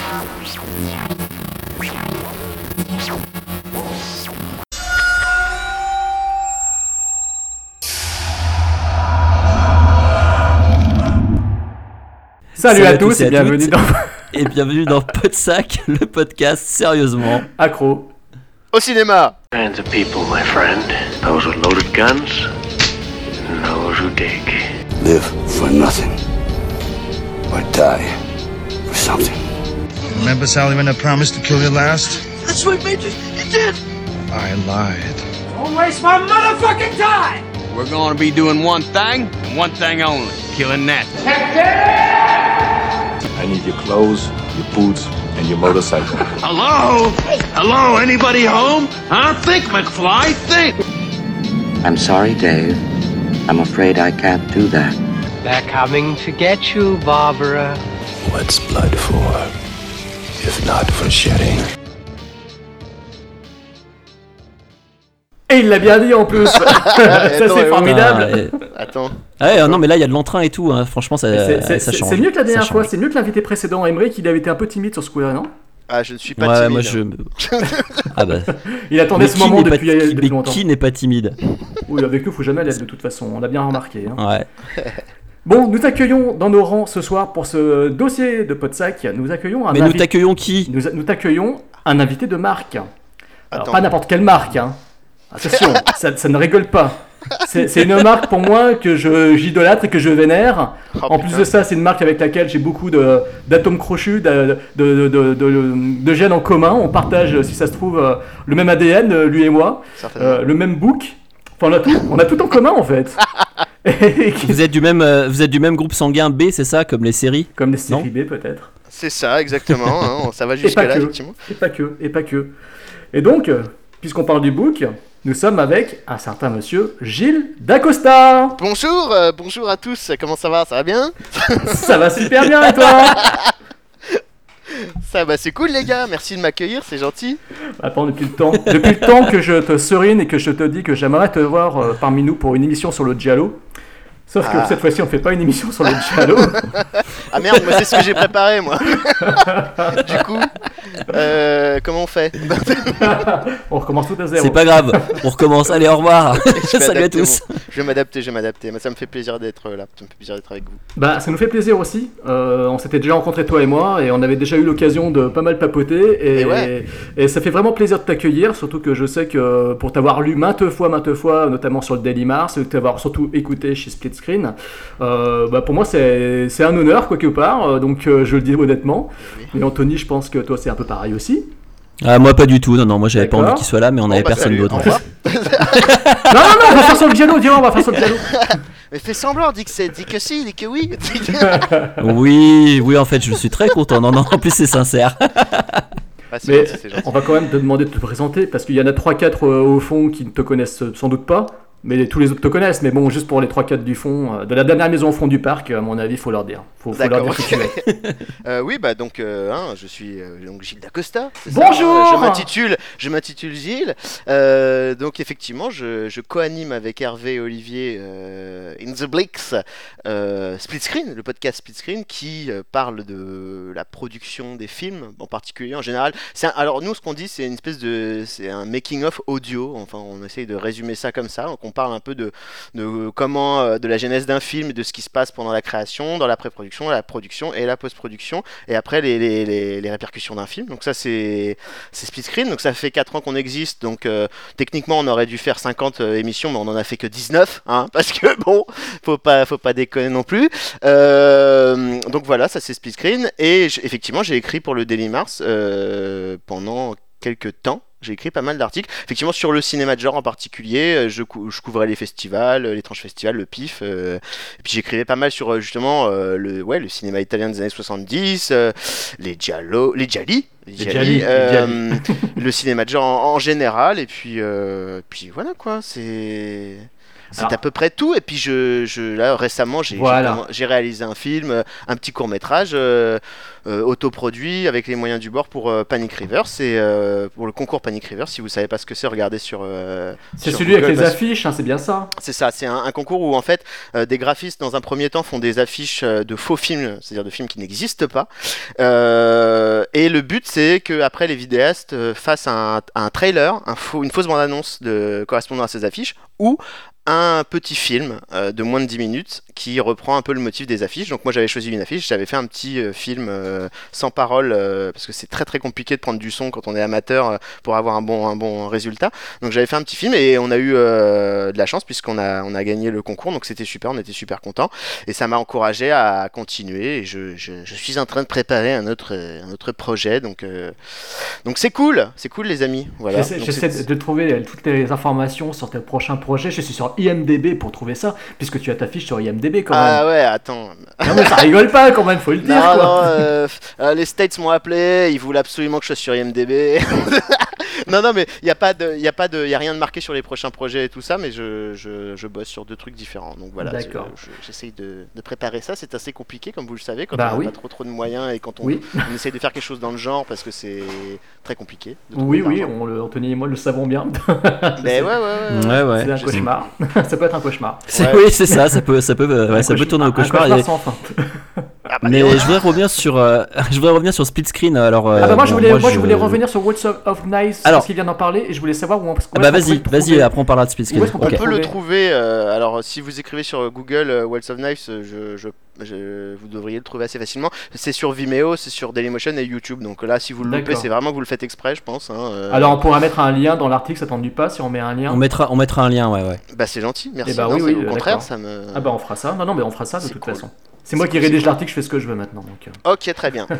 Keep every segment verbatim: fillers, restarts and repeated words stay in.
Salut, Salut à, à tous et, et bienvenue dans... et bienvenue dans Podsac, le podcast sérieusement accro au cinéma. Kinds of people, my friend. Those with loaded guns and those who dig. Live for nothing or die for something. Remember, Sally, when I promised to kill you last? That's what made you. You did. I lied. Don't waste my motherfucking time. We're going to be doing one thing and one thing only: killing that. I need your clothes, your boots, and your motorcycle. Hello? Hello? Anybody home? Huh? Think, McFly, think! I'm sorry, Dave. I'm afraid I can't do that. They're coming to get you, Barbara. What's blood for, if not for shedding? Et il l'a bien dit en plus. Ça attends, c'est formidable. Ah, et... Attends. Ouais, non mais là il y a de l'entrain et tout, hein. Franchement ça, c'est, c'est, ça c'est, change. C'est mieux que la dernière ça fois, change. C'est mieux que l'invité précédent, Emery, qui avait été un peu timide sur ce coup-là, non? Ah, je ne suis pas ouais, timide. Moi je. ah bah. Il attendait mais ce moment depuis, pas, depuis mais longtemps. Qui n'est pas timide? Oui, avec nous faut jamais l'être de toute façon, on l'a bien remarqué. Hein. Ouais. Bon, nous t'accueillons dans nos rangs ce soir pour ce dossier de Podsac. Nous accueillons un Mais invi... nous t'accueillons qui? Nous, nous t'accueillons un invité de marque. Alors Attends. pas n'importe quelle marque, hein. Attention, ça, ça ne rigole pas. C'est, c'est une marque pour moi que je, j'idolâtre et que je vénère. Oh, en putain. plus de ça, c'est une marque avec laquelle j'ai beaucoup de, d'atomes crochus, de, de, de, de, de, de gènes en commun. On partage, si ça se trouve, le même A D N, lui et moi, euh, le même book. Enfin, on a tout, on a tout en commun en fait. Vous êtes du même, euh, vous êtes du même groupe sanguin B, c'est ça, comme les séries? Comme les séries non B peut-être. C'est ça, exactement. Hein, ça va jusqu'à là, effectivement. Et pas que, et pas que. Et donc, puisqu'on parle du book, nous sommes avec un certain monsieur Gilles Dacosta. Bonjour, euh, bonjour à tous. Comment ça va? Ça va bien? Ça va super bien et toi? Ça bah c'est cool les gars, merci de m'accueillir, c'est gentil. Attends, depuis le temps, depuis le temps que je te serine et que je te dis que j'aimerais te voir euh, parmi nous pour une émission sur le Giallo. Sauf que ah. cette fois-ci on fait pas une émission sur le Giallo. Ah merde, moi c'est ce que j'ai préparé moi. Du coup, euh, comment on fait? On recommence tout à zéro. C'est pas grave, on recommence, allez au revoir. Salut à tous. Mon... Je vais m'adapter, je vais m'adapter, mais ça me fait plaisir d'être là, ça me fait plaisir d'être avec vous. Bah ça nous fait plaisir aussi, euh, on s'était déjà rencontrés toi et moi et on avait déjà eu l'occasion de pas mal papoter et, et, ouais. et, et ça fait vraiment plaisir de t'accueillir, surtout que je sais que pour t'avoir lu maintes fois, maintes fois, notamment sur le Daily Mars, et t'avoir surtout écouté chez Split Screen, euh, bah pour moi c'est, c'est un honneur quelque part, donc euh, je le dis honnêtement. Oui. Et Anthony, je pense que toi c'est un peu pareil aussi. Ah, moi pas du tout, non, non, moi j'avais D'accord. pas envie qu'il soit là, mais on bon, avait bah, personne salut, d'autre. En fait. non, non, non, on va faire sur le Giallo, dis-moi, on va faire sur le Giallo. Mais fais semblant, dis que, c'est, dis que si, dis que oui. oui, oui, en fait, je suis très content, non, non, en plus c'est sincère. Ah, c'est mais gentil, c'est gentil. On va quand même te demander de te présenter, parce qu'il y en a trois quatre euh, au fond qui ne te connaissent sans doute pas. Mais tous les autres te connaissent, mais bon, juste pour les trois quatre du fond, euh, de la dernière maison au fond du parc, à mon avis, il faut leur dire. Faut, faut leur dire qui tu es. euh, oui, bah donc, euh, hein, je suis euh, donc Gilles Dacosta. Bonjour ça, hein, je, m'intitule, je m'intitule Gilles. Euh, donc, effectivement, je, je co-anime avec Hervé et Olivier euh, In The Blix euh, Split Screen, le podcast Split Screen, qui euh, parle de la production des films, en particulier, en général. C'est un, alors, nous, ce qu'on dit, c'est une espèce de... C'est un making-of audio. Enfin, on essaye de résumer ça comme ça. Donc, on parle un peu de, de comment, euh, de la genèse d'un film, de ce qui se passe pendant la création, dans la pré-production, la production et la post-production, et après les, les, les, les répercussions d'un film. Donc ça c'est, c'est Split Screen, donc ça fait quatre ans qu'on existe, donc euh, techniquement on aurait dû faire cinquante euh, émissions, mais on en a fait que dix-neuf, hein, parce que bon, faut pas, faut pas déconner non plus. Euh, donc voilà, ça c'est Split Screen, et j- effectivement j'ai écrit pour le Daily Mars euh, pendant quelques temps. J'ai écrit pas mal d'articles, effectivement sur le cinéma de genre en particulier, je, cou- je couvrais les festivals, l'étrange festival, le P I F, euh, et puis j'écrivais pas mal sur justement euh, le, ouais, le cinéma italien des années soixante-dix, euh, les giallo, les gialli, les Les gialli, gialli, euh, les gialli. le cinéma de genre en, en général, et puis, euh, puis voilà quoi, c'est... c'est Alors- à peu près tout. Et puis je, je là récemment j'ai, Voilà. j'ai, commen- j'ai réalisé un film, euh, un petit court métrage euh, euh, autoproduit avec les moyens du bord pour euh, Panic River. C'est euh, pour le concours Panic River. Si vous savez pas ce que c'est, regardez sur. euh, C'est sur celui Google, avec les parce- affiches, hein, c'est bien ça. C'est ça, c'est un, un concours où en fait euh, des graphistes dans un premier temps font des affiches euh, de faux films, c'est-à-dire de films qui n'existent pas. Euh, et le but c'est que après les vidéastes euh, fassent un, un trailer, un faux, une fausse bande-annonce de, correspondant à ces affiches, ou un petit film euh, de moins de dix minutes qui reprend un peu le motif des affiches. Donc moi j'avais choisi une affiche, j'avais fait un petit euh, film euh, sans parole euh, parce que c'est très très compliqué de prendre du son quand on est amateur euh, pour avoir un bon, un bon résultat. Donc j'avais fait un petit film et on a eu euh, de la chance puisqu'on a, on a gagné le concours, donc c'était super, on était super contents et ça m'a encouragé à continuer et je, je, je suis en train de préparer un autre, un autre projet, donc euh, donc c'est cool, c'est cool les amis. Voilà. J'essaie, Donc, j'essaie c'est- de trouver euh, toutes les informations sur tes prochains projets. Je suis sur I M D B pour trouver ça, puisque tu as ta fiche sur I M D B quand même. Ah ouais, attends. Non mais ça rigole pas quand même, faut le dire Non, quoi. non, euh, f- euh, les States m'ont appelé, ils voulaient absolument que je sois sur I M D B. non, non, mais il n'y a, pas de- y a, pas de- y a rien de marqué sur les prochains projets et tout ça, mais je, je, je bosse sur deux trucs différents. Donc voilà, D'accord. je- je- j'essaye de, de préparer ça. C'est assez compliqué, comme vous le savez, quand Bah on n'a oui. pas trop, trop de moyens et quand on, Oui. on essaye de faire quelque chose dans le genre parce que c'est très compliqué. de trouver Oui, de oui, l'argent. on le, Anthony et moi le savons bien. Mais ouais, ouais, ouais. Ouais, ouais. C'est un je cauchemar. ça peut être un cauchemar. C'est- Ouais. Oui, c'est ça, ça peut, ça peut, euh, ouais, Un ça peut cauchemar- tourner au un cauchemar. cauchemar et- sans fin. Ah, bah, Mais et on- je voudrais revenir sur, euh, je voudrais revenir sur Split Screen. Alors, euh, Ah bah moi, je bon, voulais, moi, je voulais revenir sur What's of, of Nice Alors- parce qu'il vient d'en parler et je voulais savoir où on, où Ah bah est-ce qu'on vas-y, pouvait le vas-y, trouver. après on parlera de Split Screen. Où est-ce qu'on peut Ok. On peut le Trouver. trouver, euh, alors si vous écrivez sur Google euh, Wells of Knives, euh, je, je, je- vous devriez le trouver assez facilement. C'est sur Vimeo, c'est sur Dailymotion et YouTube. Donc là, si vous le loupez, D'accord. c'est vraiment que vous le faites exprès, je pense. Hein, euh. Alors on pourra mettre un lien dans l'article, ça t'ennuie pas si on met un lien. On mettra, on mettra un lien, ouais, ouais. Bah c'est gentil, merci. Eh bah Non, oui, c'est- oui, au euh, contraire, d'accord. ça me. Ah bah on fera ça. Non, non, mais on fera ça de C'est toute cool. façon. C'est moi C'est qui cool, rédige c'est l'article, je fais ce que je veux maintenant. Donc. euh. Ok, très bien.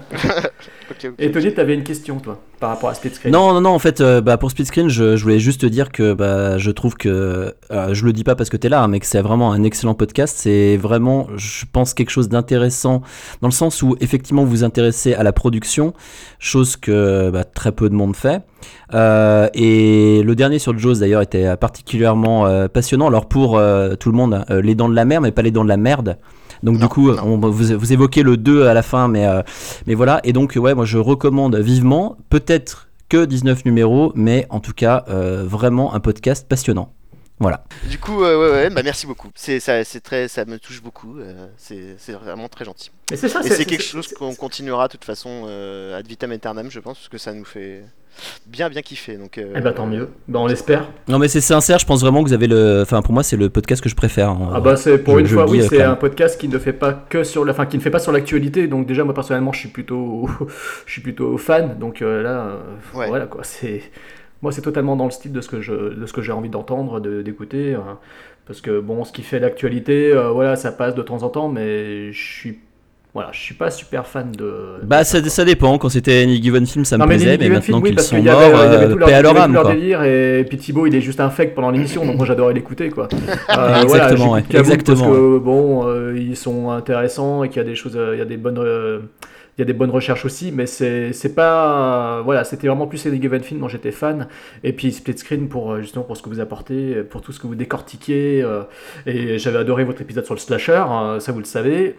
Ok, ok. Et Tony, t'avais une question toi, par rapport à Split Screen. Non, non, non, en fait, euh, bah, pour Split Screen, je, je voulais juste te dire que bah, je trouve que, euh, je le dis pas parce que t'es là, hein, mais que c'est vraiment un excellent podcast. C'est vraiment, je pense, quelque chose d'intéressant dans le sens où, effectivement, vous vous intéressez à la production, chose que bah, très peu de monde fait. Euh, et le dernier sur Jaws, d'ailleurs, était particulièrement euh, passionnant. Alors, pour euh, tout le monde, euh, les dents de la mer, mais pas les dents de la merde. Donc Non, du coup, non. on, vous, vous évoquez le deux à la fin, mais, euh, mais voilà. Et donc, ouais, moi je recommande vivement, peut-être que dix-neuf numéros, mais en tout cas, euh, vraiment un podcast passionnant. Voilà. Du coup, euh, ouais, ouais, bah merci beaucoup. C'est ça, c'est très, ça me touche beaucoup. euh, c'est, c'est vraiment très gentil. Mais c'est ça, Et c'est, c'est quelque c'est- chose c'est- qu'on continuera de toute façon euh, ad vitam aeternam, je pense, parce que ça nous fait bien, bien kiffer. Donc. euh, Eh bah tant mieux. Bah on l'espère. Non mais c'est sincère, je pense vraiment que vous avez le... Enfin pour moi c'est le podcast que je préfère. hein. Ah bah c'est pour Je- une je fois le oui, dis, euh, c'est clairement. un podcast qui ne fait pas que sur la, enfin qui ne fait pas sur l'actualité. Donc déjà moi personnellement je suis plutôt, je suis plutôt fan. Donc euh, là, euh, Ouais. voilà quoi. C'est, moi c'est totalement dans le style de ce que je, de ce que j'ai envie d'entendre, de, d'écouter. euh, parce que bon, ce qui fait l'actualité, euh, voilà, ça passe de temps en temps, mais je suis, voilà, je suis pas super fan de. Bah de ça, quoi. ça dépend, quand c'était Any Given Film ça me Non, mais plaisait, les mais Given maintenant Film, oui, qu'ils parce sont qu'il y morts, avait, il y avait euh, tout leur, paix à il y leur avait tout âme leur quoi. délire et puis Thibaut il est juste infect pendant l'émission donc moi j'adorais l'écouter quoi. Euh, Exactement, voilà, j'écoute ouais, Kaboom exactement, parce que bon euh, ils sont intéressants et qu'il y a des choses, euh, il y a des bonnes, euh, il y a des bonnes recherches aussi mais c'est c'est pas, euh, voilà c'était vraiment plus les Given Film dont j'étais fan et puis Split Screen pour euh, justement pour ce que vous apportez, pour tout ce que vous décortiquez euh, et j'avais adoré votre épisode sur le slasher, euh, ça vous le savez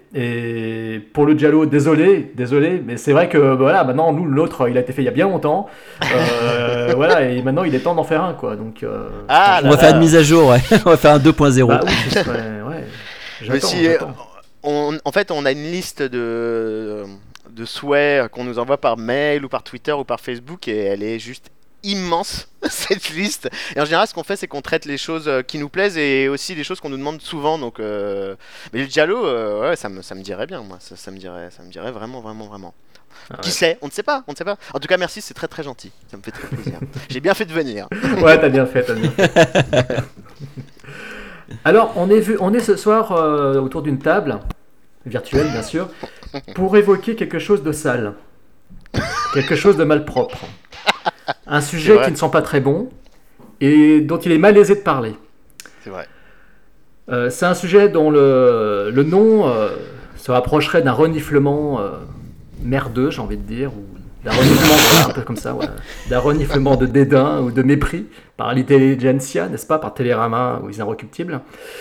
et pour le Giallo désolé désolé mais c'est vrai que voilà maintenant nous l'autre il a été fait il y a bien longtemps euh, voilà et maintenant il est temps d'en faire un quoi donc euh, Ah, On là va faire là. une mise à jour, ouais. On va faire un deux point zéro. bah oui, ce serait- ouais. Mais J'attends, si, j'attends. on, en fait, on a une liste de, de souhaits qu'on nous envoie par mail ou par Twitter ou par Facebook et elle est juste immense cette liste. Et en général, ce qu'on fait, c'est qu'on traite les choses euh, qui nous plaisent et aussi les choses qu'on nous demande souvent. Donc, euh... mais le Giallo, euh, ouais, ça me, ça me dirait bien, moi. Ça, ça me dirait, ça me dirait vraiment, vraiment, vraiment. Ah Qui ouais. sait? On ne sait pas, on ne sait pas. En tout cas, merci, c'est très, très gentil. Ça me fait très plaisir. J'ai bien fait de venir. Ouais, t'as bien fait, t'as bien fait. Alors, on est, vu, on est ce soir euh, autour d'une table, virtuelle bien sûr, pour évoquer quelque chose de sale, quelque chose de malpropre. Un sujet vrai. qui ne sent pas très bon et dont il est malaisé de parler. C'est vrai. Euh, c'est un sujet dont le, le nom euh, se rapprocherait d'un reniflement euh, merdeux, j'ai envie de dire, ou d'un reniflement, un peu comme ça, voilà, d'un reniflement de dédain ou de mépris par l'intelligentsia, n'est-ce pas, par Télérama ou les Inrecuptibles.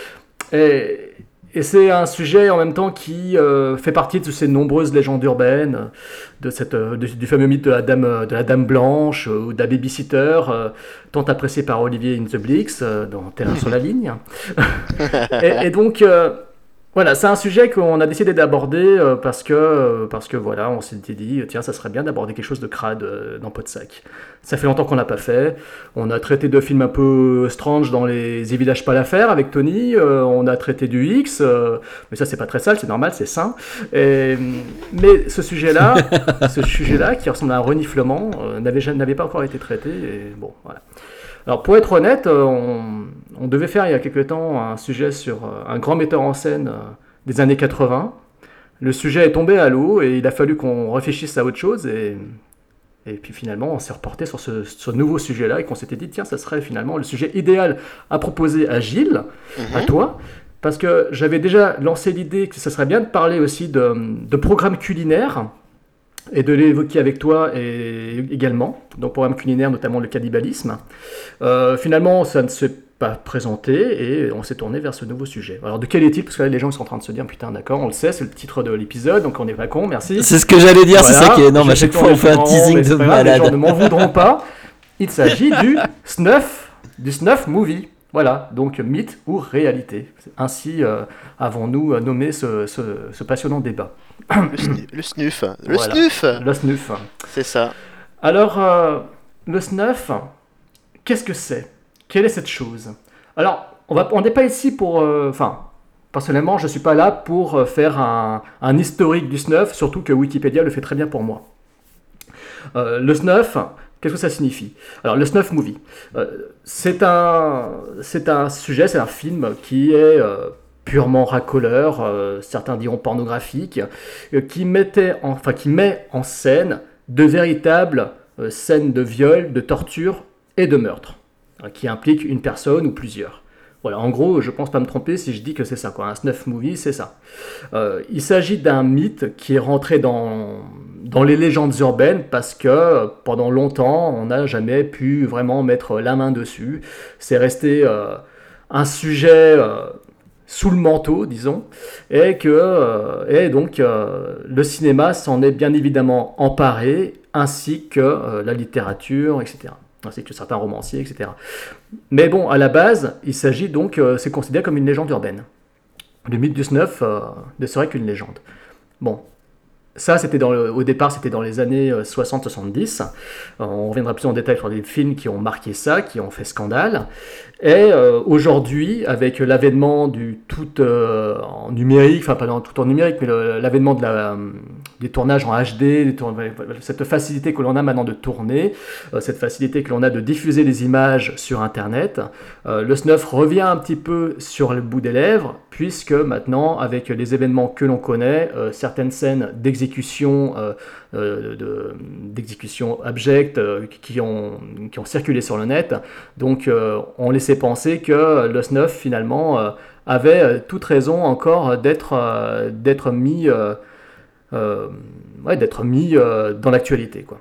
Et, et c'est un sujet en même temps qui euh, fait partie de ces nombreuses légendes urbaines, de cette, de, du fameux mythe de la dame, de la dame blanche euh, ou de la babysitter, euh, tant apprécié par Olivier Inzeblix euh, dans Terrain sur la ligne. et, et donc, euh, voilà, c'est un sujet qu'on a décidé d'aborder euh, parce que, euh, parce que voilà, on s'était dit, tiens, ça serait bien d'aborder quelque chose de crade euh, dans Podsac. Ça fait longtemps qu'on l'a pas fait. On a traité de films un peu strange dans les Évilages pas l'affaire avec Tony. Euh, on a traité du X, euh, mais ça c'est pas très sale, c'est normal, c'est sain. Et, mais ce sujet-là, ce sujet-là qui ressemble à un reniflement, euh, n'avait, n'avait pas encore été traité. Et bon, voilà. Alors pour être honnête, on, on devait faire il y a quelque temps un sujet sur un grand metteur en scène des années quatre-vingts. Le sujet est tombé à l'eau et il a fallu qu'on réfléchisse à autre chose et, et puis finalement on s'est reporté sur ce, ce nouveau sujet-là et qu'on s'était dit tiens ça serait finalement le sujet idéal à proposer à Gilles, mmh. à toi, parce que j'avais déjà lancé l'idée que ça serait bien de parler aussi de, de programmes culinaires et de l'évoquer avec toi et également, donc programme culinaire, notamment le cannibalisme. Euh, finalement, ça ne s'est pas présenté et on s'est tourné vers ce nouveau sujet. Alors, de quel est-il ? Parce que là, les gens sont en train de se dire, putain, d'accord, on le sait, c'est le titre de l'épisode, donc on n'est pas con, merci. C'est ce que j'allais dire, voilà, c'est ça qui est énorme. À chaque fois, on fait un teasing de malade. Les gens ne m'en voudront pas. Il s'agit du snuff, du snuff movie. Voilà, donc mythe ou réalité. Ainsi euh, avons-nous nommé ce, ce, ce passionnant débat. Le, snu- le snuff. Le voilà. snuff Le snuff. C'est ça. Alors, euh, le snuff, qu'est-ce que c'est ? Quelle est cette chose ? Alors, on va, on n'est pas ici pour... Enfin, euh, personnellement, je ne suis pas là pour faire un, un historique du snuff, surtout que Wikipédia le fait très bien pour moi. Euh, le snuff... Qu'est-ce que ça signifie ? Alors, le snuff movie, euh, c'est, un, c'est un sujet, c'est un film qui est euh, purement racoleur, euh, certains diront pornographique, euh, qui, mettait en, enfin, qui met en scène de véritables euh, scènes de viol, de torture et de meurtre, hein, qui impliquent une personne ou plusieurs. Voilà, en gros, je pense pas me tromper si je dis que c'est ça, quoi. Un snuff movie, c'est ça. Euh, il s'agit d'un mythe qui est rentré dans, dans les légendes urbaines parce que pendant longtemps, on n'a jamais pu vraiment mettre la main dessus. C'est resté euh, un sujet euh, sous le manteau, disons, et que euh, et donc euh, le cinéma s'en est bien évidemment emparé, ainsi que euh, la littérature, et cetera. Ainsi que certains romanciers, et cetera. Mais bon, à la base, il s'agit donc, euh, c'est considéré comme une légende urbaine. Le mythe du snuff euh, ne serait qu'une légende. Bon, ça, c'était dans le, au départ, c'était dans les années soixante soixante-dix. Euh, on reviendra plus en détail sur les films qui ont marqué ça, qui ont fait scandale. Et euh, aujourd'hui, avec l'avènement du tout euh, en numérique, enfin pas dans, tout en numérique, mais le, l'avènement de la, des tournages en H D, des tournages, cette facilité que l'on a maintenant de tourner, euh, cette facilité que l'on a de diffuser les images sur Internet, euh, le snuff revient un petit peu sur le bout des lèvres, puisque maintenant, avec les événements que l'on connaît, euh, certaines scènes d'exécution, euh, euh, de, d'exécution abjecte euh, qui, ont, qui ont circulé sur le net, donc euh, on laissait penser que le snuff finalement euh, avait euh, toute raison encore d'être, euh, d'être mis, euh, euh, ouais, d'être mis euh, dans l'actualité, quoi.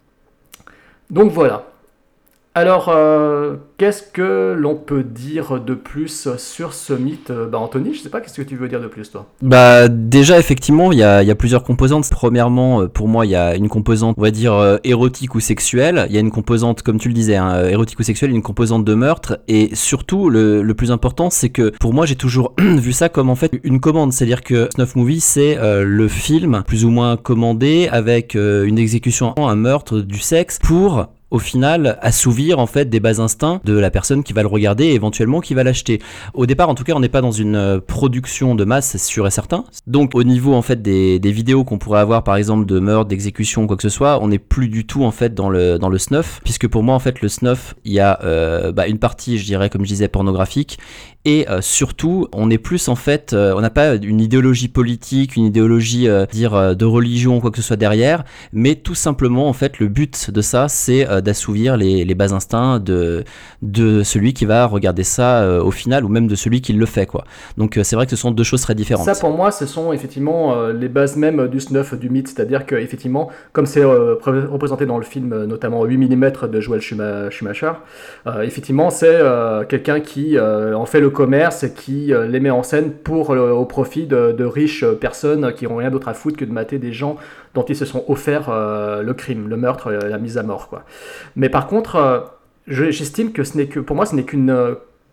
Donc voilà. Alors, euh, qu'est-ce que l'on peut dire de plus sur ce mythe ? Bah Anthony, je sais pas, qu'est-ce que tu veux dire de plus, toi ? Bah déjà, effectivement, il y a, y a plusieurs composantes. Premièrement, pour moi, il y a une composante, on va dire, euh, érotique ou sexuelle. Il y a une composante, comme tu le disais, hein, érotique ou sexuelle, une composante de meurtre. Et surtout, le, le plus important, c'est que pour moi, j'ai toujours vu ça comme en fait une commande. C'est-à-dire que Snuff Movie, c'est euh, le film plus ou moins commandé avec euh, une exécution, un meurtre, du sexe pour... au final, assouvir en fait des bas instincts de la personne qui va le regarder et éventuellement qui va l'acheter. Au départ, en tout cas, on n'est pas dans une production de masse, c'est sûr et certain. Donc, au niveau en fait des, des vidéos qu'on pourrait avoir, par exemple, de meurtre, d'exécution, quoi que ce soit, on n'est plus du tout en fait dans le dans le snuff, puisque pour moi, en fait, le snuff, il y a euh, bah, une partie, je dirais, comme je disais, pornographique. Et euh, surtout, on est plus en fait, euh, on n'a pas une idéologie politique, une idéologie, euh, dire, euh, de religion, quoi que ce soit derrière, mais tout simplement, en fait, le but de ça, c'est euh, euh, d'assouvir les, les bas instincts de, de celui qui va regarder ça euh, au final, ou même de celui qui le fait, quoi. Donc euh, c'est vrai que ce sont deux choses très différentes. Ça, pour moi, ce sont effectivement euh, les bases même du snuff, du mythe, c'est-à-dire que effectivement, comme c'est euh, pré- représenté dans le film, euh, notamment huit millimètres de Joel Schuma- Schumacher, euh, effectivement, c'est euh, quelqu'un qui euh, en fait le commerce et qui euh, les met en scène pour euh, au profit de, de riches personnes qui n'ont rien d'autre à foutre que de mater des gens dont ils se sont offerts euh, le crime, le meurtre, euh, la mise à mort, quoi. Mais par contre, euh, je, j'estime que ce n'est que, pour moi, ce n'est qu'une euh,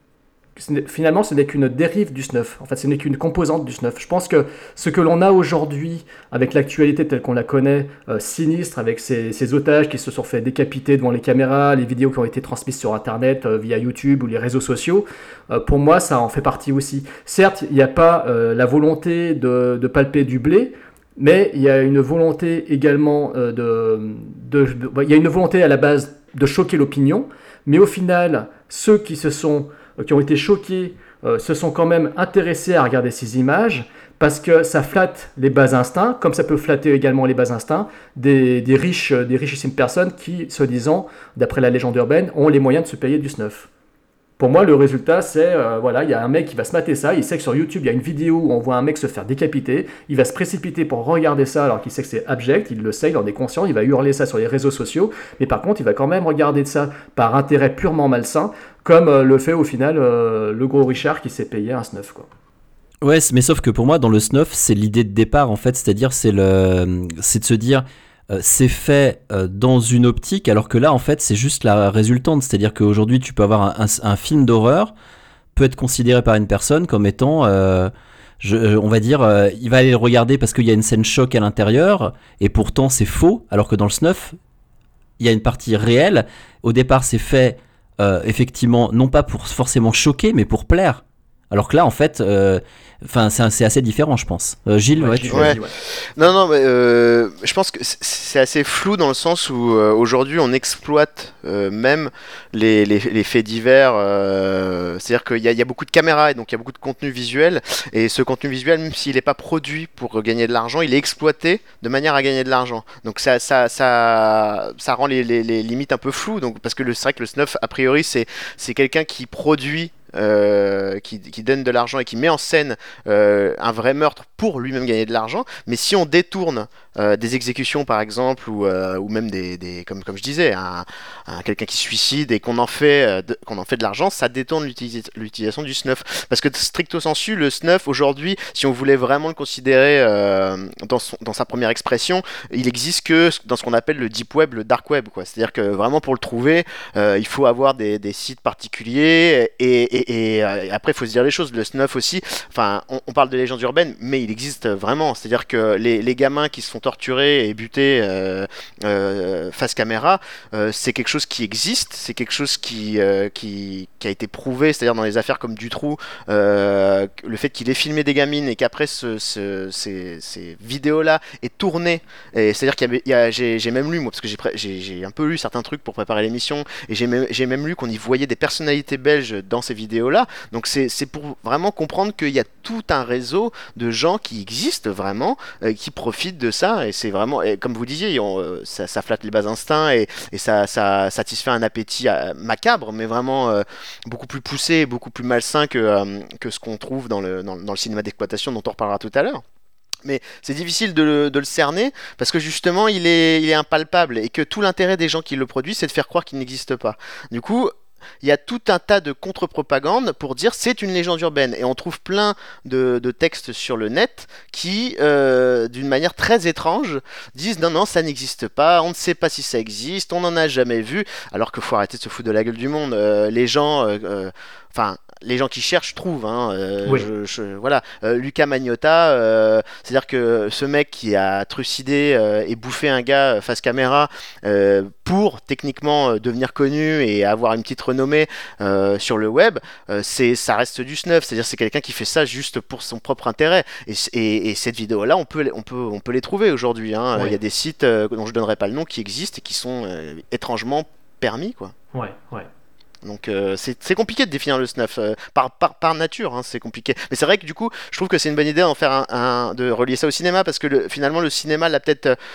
Ce finalement, ce n'est qu'une dérive du snuff. En fait, ce n'est qu'une composante du snuff. Je pense que ce que l'on a aujourd'hui, avec l'actualité telle qu'on la connaît, euh, sinistre, avec ces, ces otages qui se sont fait décapiter devant les caméras, les vidéos qui ont été transmises sur Internet, euh, via YouTube ou les réseaux sociaux, euh, pour moi, ça en fait partie aussi. Certes, il n'y a pas euh, la volonté de, de palper du blé, mais il y a une volonté également euh, de, de, de... Il y a une volonté à la base de choquer l'opinion, mais au final, ceux qui se sont... qui ont été choqués, euh, se sont quand même intéressés à regarder ces images parce que ça flatte les bas instincts, comme ça peut flatter également les bas instincts des, des riches, des richissimes personnes qui, se disant, d'après la légende urbaine, ont les moyens de se payer du snuff. Pour moi, le résultat, c'est, euh, voilà, il y a un mec qui va se mater ça, il sait que sur YouTube, il y a une vidéo où on voit un mec se faire décapiter, il va se précipiter pour regarder ça alors qu'il sait que c'est abject, il le sait, il en est conscient, il va hurler ça sur les réseaux sociaux, mais par contre, il va quand même regarder ça par intérêt purement malsain, comme euh, le fait au final euh, le gros Richard qui s'est payé un snuff, quoi. Ouais, mais sauf que pour moi, dans le snuff, c'est l'idée de départ, en fait, c'est-à-dire, c'est, le, c'est de se dire... Euh, c'est fait euh, dans une optique, alors que là en fait c'est juste la résultante, c'est-à-dire qu'aujourd'hui tu peux avoir un, un, un film d'horreur peut être considéré par une personne comme étant euh, je, on va dire euh, il va aller le regarder parce qu'il y a une scène choc à l'intérieur et pourtant c'est faux, alors que dans le snuff il y a une partie réelle. Au départ c'est fait euh, effectivement non pas pour forcément choquer mais pour plaire, alors que là en fait euh, Enfin, c'est, c'est assez différent, je pense. Euh, Gilles, ouais, ouais, tu ouais. ouais. Non, non, mais euh, je pense que c'est assez flou dans le sens où euh, aujourd'hui on exploite euh, même les, les, les faits divers. Euh, c'est-à-dire qu'il y a, il y a beaucoup de caméras et donc il y a beaucoup de contenu visuel. Et ce contenu visuel, même s'il n'est pas produit pour gagner de l'argent, il est exploité de manière à gagner de l'argent. Donc ça, ça, ça, ça rend les, les, les limites un peu floues. Donc, parce que le, c'est vrai que le snuff, a priori, c'est, c'est quelqu'un qui produit. Euh, qui, qui donne de l'argent et qui met en scène euh, un vrai meurtre pour lui-même gagner de l'argent, mais si on détourne euh, des exécutions par exemple ou, euh, ou même des, des comme, comme je disais un, un, quelqu'un qui se suicide et qu'on en fait, euh, de, qu'on en fait de l'argent, ça détourne l'utilis- l'utilisation du snuff, parce que stricto sensu le snuff aujourd'hui, si on voulait vraiment le considérer euh, dans, son, dans sa première expression, il existe que dans ce qu'on appelle le deep web, le dark web, quoi. C'est-à-dire que vraiment pour le trouver euh, il faut avoir des, des sites particuliers et, et Et, et euh, après, il faut se dire les choses. Le snuff aussi, enfin, on, on parle de légendes urbaines, mais il existe vraiment. C'est-à-dire que les, les gamins qui se font torturer et buter euh, euh, face caméra, euh, c'est quelque chose qui existe. C'est quelque chose qui, euh, qui, qui a été prouvé. C'est-à-dire dans les affaires comme Dutroux, euh, le fait qu'il ait filmé des gamines et qu'après ce, ce, ces, ces vidéos-là aient tourné. Et c'est-à-dire qu'il y a, il y a, j'ai, j'ai même lu, moi, parce que j'ai, j'ai, j'ai un peu lu certains trucs pour préparer l'émission, et j'ai même, j'ai même lu qu'on y voyait des personnalités belges dans ces vidéos. Là. Donc c'est, c'est pour vraiment comprendre qu'il y a tout un réseau de gens qui existent vraiment, euh, qui profitent de ça, et c'est vraiment, et comme vous disiez, on, euh, ça, ça flatte les bas instincts et, et ça, ça satisfait un appétit euh, macabre, mais vraiment euh, beaucoup plus poussé, beaucoup plus malsain que, euh, que ce qu'on trouve dans le, dans, dans le cinéma d'exploitation dont on reparlera tout à l'heure. Mais c'est difficile de le, de le cerner parce que justement il est, il est impalpable et que tout l'intérêt des gens qui le produisent c'est de faire croire qu'il n'existe pas. Du coup, il y a tout un tas de contre-propagande pour dire c'est une légende urbaine, et on trouve plein de, de textes sur le net qui, euh, d'une manière très étrange, disent non non ça n'existe pas, on ne sait pas si ça existe, on n'en a jamais vu, alors qu'il faut arrêter de se foutre de la gueule du monde. Euh, les gens, enfin euh, les gens qui cherchent trouvent, hein, euh, oui. je, je, voilà. Euh, Luca Magnotta, euh, c'est-à-dire que ce mec qui a trucidé euh, et bouffé un gars face caméra euh, pour techniquement euh, devenir connu et avoir une petite renommée euh, sur le web, euh, c'est, ça reste du snuff, c'est-à-dire c'est quelqu'un qui fait ça juste pour son propre intérêt. Et, et, et cette vidéo-là, on peut, on peut, on peut les trouver aujourd'hui. Hein. Oui. Il y a des sites euh, dont je ne donnerai pas le nom qui existent et qui sont euh, étrangement permis, quoi. Ouais, ouais. Donc euh, c'est, c'est compliqué de définir le snuff euh, par, par, par nature, hein, c'est compliqué. Mais c'est vrai que du coup, je trouve que c'est une bonne idée d'en faire un, un, de relier ça au cinéma, parce que le, finalement le cinéma l'a peut-être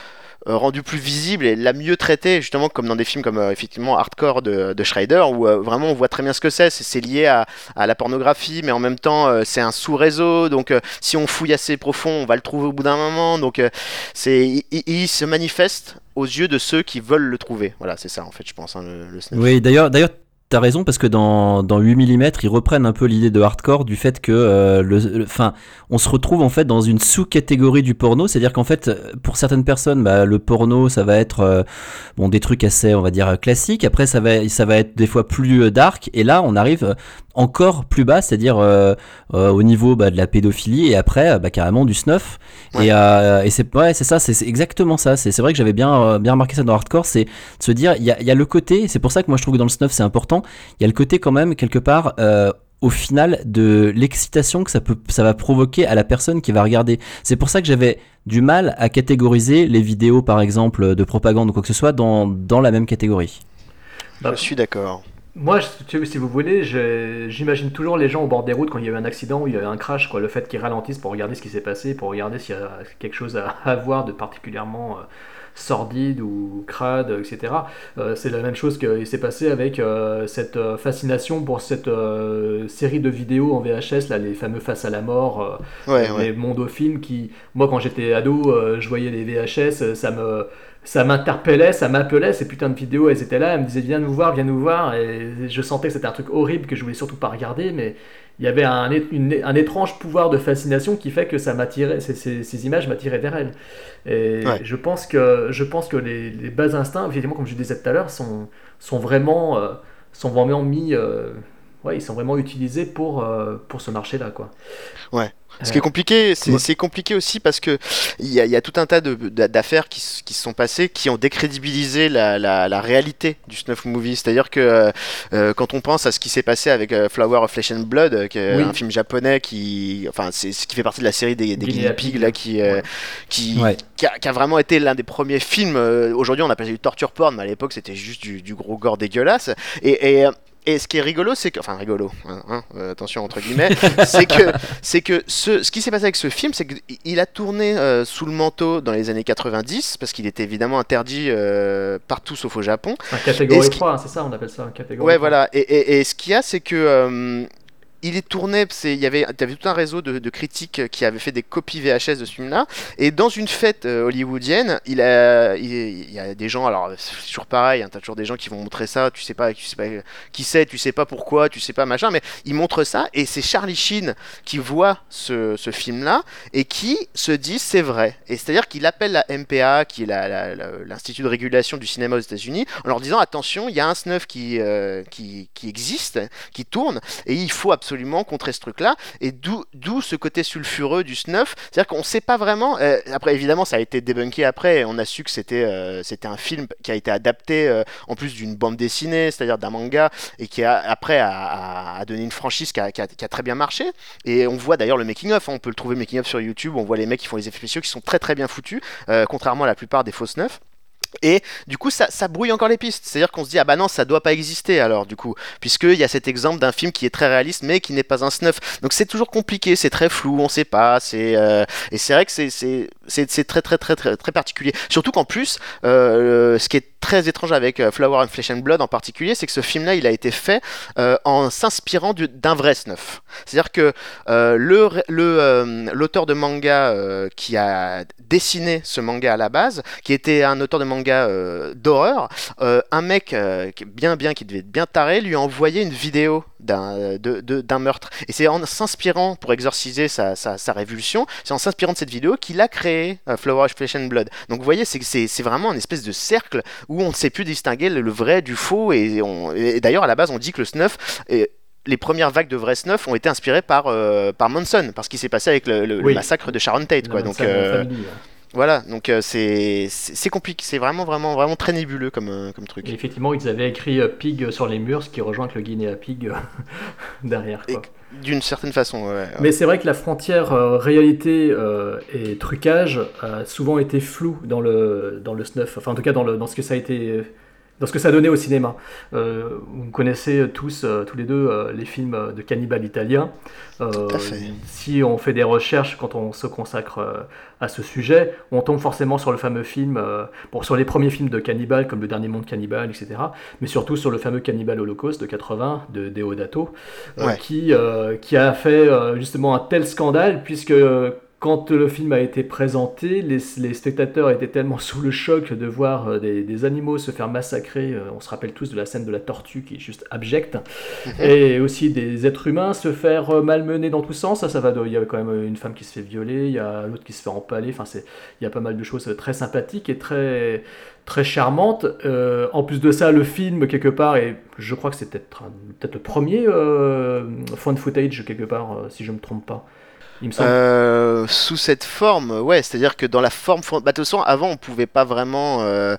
euh, rendue plus visible et l'a mieux traitée, justement comme dans des films comme euh, effectivement Hardcore de, de Schrader, où euh, vraiment on voit très bien ce que c'est. C'est, c'est lié à, à la pornographie, mais en même temps euh, c'est un sous-réseau, donc euh, si on fouille assez profond, on va le trouver au bout d'un moment. Donc euh, c'est, il, il se manifeste aux yeux de ceux qui veulent le trouver. Voilà, c'est ça en fait, je pense, hein, le, le snuff. Oui, d'ailleurs, d'ailleurs. T'as raison, parce que dans, dans huit millimètres, ils reprennent un peu l'idée de Hardcore du fait que euh, le, le, fin, on se retrouve en fait dans une sous-catégorie du porno, c'est-à-dire qu'en fait, pour certaines personnes, bah, le porno, ça va être euh, bon, des trucs assez, on va dire, classiques. Après, ça va, ça va être des fois plus dark. Et là, on arrive encore plus bas, c'est-à-dire euh, euh, au niveau bah, de la pédophilie, et après, bah, carrément du snuff. Ouais. Et, euh, et c'est, ouais, c'est ça, c'est, c'est exactement ça. C'est, c'est vrai que j'avais bien, euh, bien remarqué ça dans Hardcore, c'est de se dire, il y a, y a le côté, c'est pour ça que moi je trouve que dans le snuff, c'est important. Il y a le côté quand même quelque part euh, au final de l'excitation que ça peut ça va provoquer à la personne qui va regarder. C'est pour ça que j'avais du mal à catégoriser les vidéos par exemple de propagande ou quoi que ce soit dans, dans la même catégorie. Je suis d'accord. Moi, si vous voulez, je, j'imagine toujours les gens au bord des routes quand il y a eu un accident ou il y a eu un crash, quoi, le fait qu'ils ralentissent pour regarder ce qui s'est passé, pour regarder s'il y a quelque chose à, à voir de particulièrement euh, sordide ou crade, et cetera. Euh, c'est la même chose qui s'est passé avec euh, cette euh, fascination pour cette euh, série de vidéos en V H S, là, les fameux Face à la mort, euh, ouais, les ouais. Mondofilms, qui, moi quand j'étais ado, euh, je voyais les V H S, ça me... ça m'interpellait, ça m'appelait, ces putains de vidéos, elles étaient là, elles me disaient viens nous voir, viens nous voir, et je sentais que c'était un truc horrible que je voulais surtout pas regarder, mais il y avait un, une, un étrange pouvoir de fascination qui fait que ça m'attirait, ces, ces, ces images m'attiraient vers elles. Et ouais. je pense que, je pense que les, les bas instincts, évidemment, comme je disais tout à l'heure, sont, sont, vraiment, euh, sont vraiment mis, euh, ouais, ils sont vraiment utilisés pour, euh, pour ce marché-là, quoi. Ouais. Ce qui est compliqué, c'est, ouais. c'est compliqué aussi parce que il y a, y a tout un tas de, d'affaires qui, qui se sont passées qui ont décrédibilisé la, la, la réalité du snuff movie. C'est-à-dire que euh, quand on pense à ce qui s'est passé avec euh, Flower of Flesh and Blood, euh, qui est oui. un film japonais qui, enfin, c'est ce qui fait partie de la série des, des Guinea Pigs là, qui, euh, ouais. qui, ouais. qui, a, qui a vraiment été l'un des premiers films. Euh, aujourd'hui, on appelle ça du torture porn, mais à l'époque, c'était juste du, du gros gore dégueulasse. Et, et Et ce qui est rigolo, c'est que, enfin rigolo, hein, hein, euh, attention entre guillemets, c'est que, c'est que ce, ce qui s'est passé avec ce film, c'est qu'il a tourné euh, sous le manteau dans les années quatre-vingt-dix, parce qu'il était évidemment interdit euh, partout sauf au Japon. Un catégorie trois, qui... c'est ça, on appelle ça un catégorie ouais, trois. voilà, et, et, et ce qu'il y a, c'est que... Euh, il est tourné, c'est, il y avait, il y avait tout un réseau de, de critiques qui avaient fait des copies V H S de ce film-là, et dans une fête euh, hollywoodienne, il, a, il, il y a des gens, alors c'est toujours pareil, hein, t'as toujours des gens qui vont montrer ça, tu sais pas, tu sais pas qui c'est, tu sais pas pourquoi, tu sais pas machin, mais ils montrent ça, et c'est Charlie Sheen qui voit ce, ce film-là, et qui se dit c'est vrai, et c'est-à-dire qu'il appelle la M P A, qui est la, la, la, l'Institut de régulation du cinéma aux États-Unis, en leur disant attention, il y a un snuff qui, euh, qui, qui existe, qui tourne, et il faut absolument absolument contrer ce truc-là, et d'où, d'où ce côté sulfureux du snuff, c'est-à-dire qu'on ne sait pas vraiment, euh, après évidemment ça a été débunké après, on a su que c'était, euh, c'était un film qui a été adapté euh, en plus d'une bande dessinée, c'est-à-dire d'un manga, et qui a, après a, a, a donné une franchise qui a, qui, a, qui a très bien marché, et on voit d'ailleurs le making-of, hein, on peut le trouver le making-of sur YouTube, on voit les mecs qui font les effets spéciaux qui sont très très bien foutus, euh, contrairement à la plupart des faux snuffs. Et du coup ça, ça brouille encore les pistes, c'est-à-dire qu'on se dit ah bah non ça doit pas exister alors du coup, puisqu'il y a cet exemple d'un film qui est très réaliste mais qui n'est pas un snuff, donc c'est toujours compliqué, c'est très flou, on sait pas, c'est, euh, et c'est vrai que c'est, c'est, c'est, c'est très, très très très très particulier, surtout qu'en plus euh, ce qui est très étrange avec euh, Flower of Flesh and Blood en particulier, c'est que ce film là il a été fait euh, en s'inspirant du, d'un vrai snuff, c'est-à-dire que euh, le, le, euh, l'auteur de manga euh, qui a dessiné ce manga à la base, qui était un auteur de manga Euh, d'horreur, euh, un mec euh, bien bien qui devait être bien taré lui a envoyé une vidéo d'un, de, de, d'un meurtre, et c'est en s'inspirant pour exorciser sa, sa, sa révulsion, c'est en s'inspirant de cette vidéo qu'il a créé euh, Flower of Flesh and Blood. Donc vous voyez c'est, c'est, c'est vraiment une espèce de cercle où on ne sait plus distinguer le, le vrai du faux, et, on, et d'ailleurs à la base on dit que le snuff est, les premières vagues de vrais snuff ont été inspirées par, euh, par Manson, parce qu'il s'est passé avec le, le, oui. le massacre de Sharon Tate, quoi. Donc euh, voilà, donc euh, c'est, c'est, c'est compliqué, c'est vraiment, vraiment, vraiment très nébuleux comme, euh, comme truc. Et effectivement, ils avaient écrit euh, Pig sur les murs, ce qui rejoint le Guinea Pig euh, derrière, quoi. Et, d'une certaine façon, ouais, ouais. Mais c'est vrai que la frontière euh, réalité euh, et trucage a souvent été floue dans le, dans le snuff, enfin en tout cas dans, le, dans ce que ça a été dans ce que ça donnait au cinéma. Euh, vous connaissez tous, euh, tous les deux, euh, les films de cannibales italiens. Euh, Tout à fait. Si on fait des recherches, quand on se consacre euh, à ce sujet, on tombe forcément sur le fameux film, euh, bon, sur les premiers films de cannibales, comme Le Dernier Monde Cannibale, et cetera, mais surtout sur le fameux Cannibal Holocaust de quatre-vingts, de Deodato, euh, Ouais. qui, euh, qui a fait euh, justement un tel scandale, puisque... Euh, quand le film a été présenté, les, les spectateurs étaient tellement sous le choc de voir euh, des, des animaux se faire massacrer. Euh, on se rappelle tous de la scène de la tortue qui est juste abjecte. Mm-hmm. Et aussi des êtres humains se faire euh, malmener dans tous sens. Ça, ça va de, il y a quand même une femme qui se fait violer, il y a l'autre qui se fait empaler. Enfin, c'est, il y a pas mal de choses très sympathiques et très, très charmantes. Euh, en plus de ça, le film, quelque part, et je crois que c'est peut-être, peut-être le premier euh, found footage, quelque part, euh, si je ne me trompe pas. Il me semble. Euh, sous cette forme, ouais, c'est-à-dire que dans la forme, bah, de toute façon, avant on pouvait pas vraiment. Euh,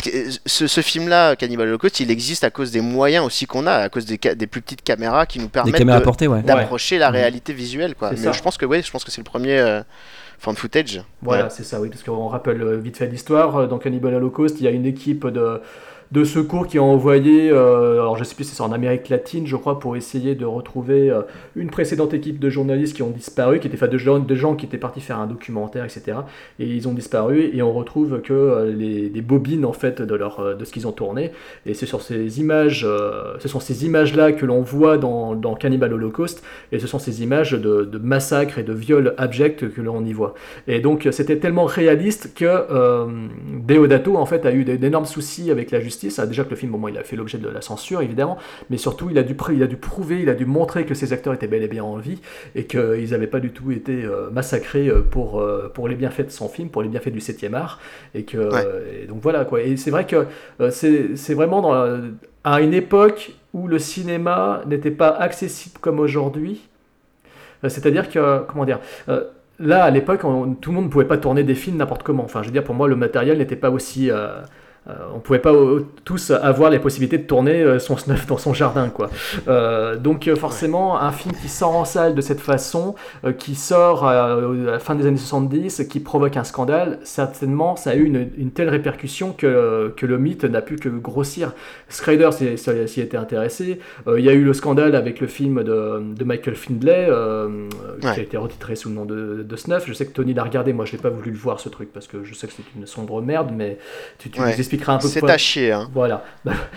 ce, ce film-là, Cannibal Holocaust, il existe à cause des moyens aussi qu'on a, à cause des, des plus petites caméras qui nous permettent de, portée, ouais. d'approcher ouais. la réalité visuelle, quoi. C'est Mais ça. je pense que ouais, je pense que c'est le premier euh, found footage. Voilà, ouais. c'est ça, oui, parce qu'on rappelle vite fait l'histoire. Dans Cannibal Holocaust, il y a une équipe de de secours qui ont envoyé, euh, alors je sais plus si c'est en Amérique latine, je crois, pour essayer de retrouver euh, une précédente équipe de journalistes qui ont disparu, qui étaient enfin, de, gens, de gens qui étaient partis faire un documentaire, et cetera. Et ils ont disparu et on retrouve que euh, les, les bobines en fait de, leur, de ce qu'ils ont tourné. Et c'est sur ces images, euh, ce sont ces images-là que l'on voit dans, dans Cannibal Holocaust, et ce sont ces images de, de massacres et de viols abjects que l'on y voit. Et donc c'était tellement réaliste que euh, Deodato en fait a eu d'énormes soucis avec la justice. Déjà que le film, au moins, il a fait l'objet de la censure, évidemment, mais surtout, il a dû, il a dû prouver, il a dû montrer que ces acteurs étaient bel et bien en vie et qu'ils n'avaient pas du tout été euh, massacrés pour, euh, pour les bienfaits de son film, pour les bienfaits du septième art. Et que, ouais. euh, et donc voilà, quoi. Et c'est vrai que euh, c'est, c'est vraiment dans la, à une époque où le cinéma n'était pas accessible comme aujourd'hui. Euh, c'est-à-dire que, comment dire... Euh, Là, à l'époque, on, tout le monde ne pouvait pas tourner des films n'importe comment. Enfin, je veux dire, pour moi, le matériel n'était pas aussi... Euh, Euh, on ne pouvait pas euh, tous avoir les possibilités de tourner euh, son snuff dans son jardin, quoi. Euh, donc euh, forcément, un film qui sort en salle de cette façon, euh, qui sort euh, à la fin des années soixante-dix, qui provoque un scandale, certainement, ça a eu une, une telle répercussion que, que le mythe n'a pu que grossir. Schrader s'y, s'y était intéressé. Euh, il y a eu le scandale avec le film de, de Michael Findlay, euh, ouais. qui a été retitré sous le nom de, de Snuff. Je sais que Tony l'a regardé, moi je n'ai pas voulu le voir, ce truc, parce que je sais que c'est une sombre merde, mais tu, tu ouais. nous expliques un peu c'est quoi... à chier hein. Voilà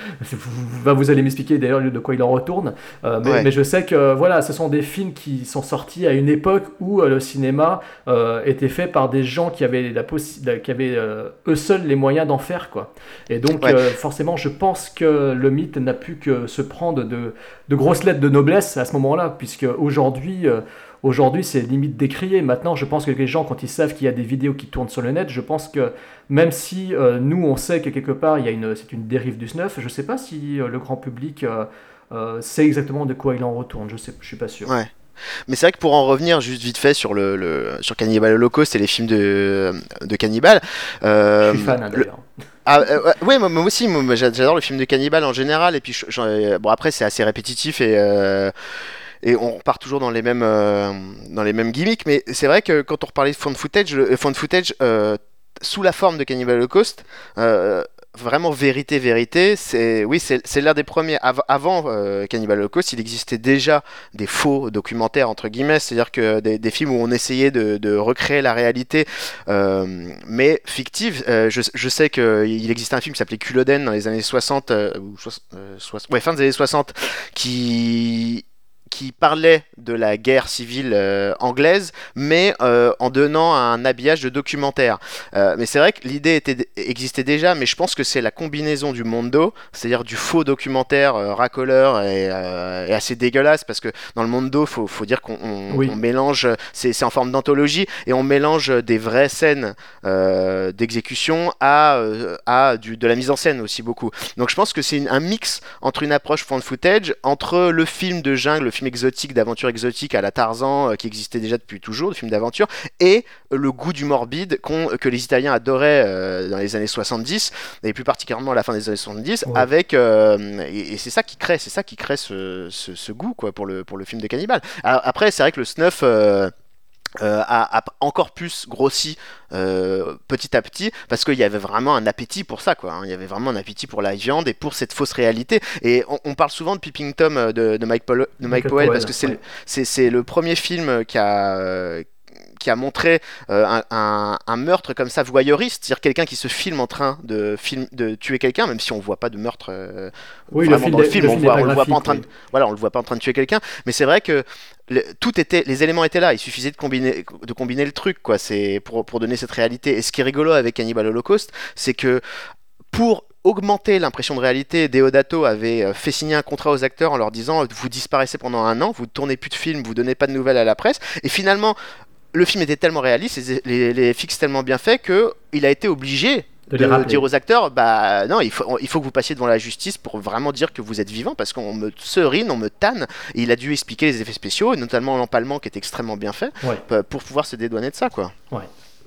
vous, vous allez m'expliquer d'ailleurs de quoi il en retourne euh, mais, ouais. mais je sais que voilà, ce sont des films qui sont sortis à une époque où euh, le cinéma euh, était fait par des gens qui avaient, la possi- qui avaient euh, eux seuls les moyens d'en faire, quoi. Et donc ouais. euh, forcément je pense que le mythe n'a pu que se prendre de, de grosses lettres de noblesse à ce moment-là, puisque aujourd'hui euh, Aujourd'hui, c'est limite décrié. Maintenant, je pense que les gens, quand ils savent qu'il y a des vidéos qui tournent sur le net, je pense que même si euh, nous, on sait que quelque part, il y a une, c'est une dérive du snuff, je ne sais pas si euh, le grand public euh, euh, sait exactement de quoi il en retourne. Je ne suis pas sûr. Ouais. Mais c'est vrai que pour en revenir juste vite fait sur le, le sur Cannibal Holocaust et les films de de Cannibal, euh, je suis fan hein, d'ailleurs. Le... Ah euh, ouais, moi, moi aussi, moi, j'adore le film de Cannibal en général. Et puis, bon après, c'est assez répétitif et euh, et on repart toujours dans les mêmes euh, dans les mêmes gimmicks, mais c'est vrai que quand on reparlait de found footage, le found footage euh, sous la forme de Cannibal Holocaust, euh, vraiment vérité vérité, c'est oui c'est c'est l'un des premiers. Av- avant euh, Cannibal Holocaust, il existait déjà des faux documentaires entre guillemets, c'est-à-dire que des, des films où on essayait de, de recréer la réalité, euh, mais fictive. Euh, je, je sais qu'il existait un film qui s'appelait Culloden dans les années soixante, euh, ou soix- euh, soix- ouais fin des années soixante, qui qui parlait de la guerre civile euh, anglaise, mais euh, en donnant un habillage de documentaire. Euh, mais c'est vrai que l'idée était, existait déjà, mais je pense que c'est la combinaison du Mondo, c'est-à-dire du faux documentaire euh, racoleur et, euh, et assez dégueulasse, parce que dans le Mondo, faut, faut dire qu'on on, oui. on mélange, c'est, c'est en forme d'anthologie, et on mélange des vraies scènes euh, d'exécution à, euh, à du, de la mise en scène aussi beaucoup. Donc je pense que c'est une, un mix entre une approche found footage, entre le film de jungle, le film exotique, d'aventure exotique à la Tarzan, euh, qui existait déjà depuis toujours, le film d'aventure, et euh, le goût du morbide qu'on, que les Italiens adoraient euh, dans les années soixante-dix, et plus particulièrement à la fin des années soixante-dix, ouais. avec euh, et, et c'est ça qui crée, c'est ça qui crée ce, ce, ce goût quoi pour le pour le film de cannibale. Alors, après, c'est vrai que le snuff euh, Euh, a, a encore plus grossi euh, petit à petit parce qu'il y avait vraiment un appétit pour ça quoi, hein. Il y avait vraiment un appétit pour la viande et pour cette fausse réalité et on, on parle souvent de Peeping Tom de, de Mike, Paul, de Mike Powell parce que c'est, ouais. le, c'est, c'est le premier film qui a euh, qui a montré euh, un, un, un meurtre comme ça voyeuriste, c'est-à-dire quelqu'un qui se filme en train de, film, de tuer quelqu'un, même si on voit pas de meurtre euh, oui, vraiment le dans le film, le on, film voit, on le voit pas en train oui. de, voilà, on le voit pas en train de tuer quelqu'un, mais c'est vrai que le, tout était, les éléments étaient là, il suffisait de combiner, de combiner le truc quoi, c'est pour, pour donner cette réalité. Et ce qui est rigolo avec Cannibal Holocaust, c'est que pour augmenter l'impression de réalité, Deodato avait fait signer un contrat aux acteurs en leur disant vous disparaissez pendant un an, vous ne tournez plus de films, vous donnez pas de nouvelles à la presse, et finalement le film était tellement réaliste, les, les, les fixes tellement bien faits qu'il a été obligé de, de dire aux acteurs bah non, il faut, il faut que vous passiez devant la justice pour vraiment dire que vous êtes vivant parce qu'on me serine, on me tanne. Et il a dû expliquer les effets spéciaux, et notamment l'empalement qui est extrêmement bien fait, ouais. pour pouvoir se dédouaner de ça quoi. Ouais.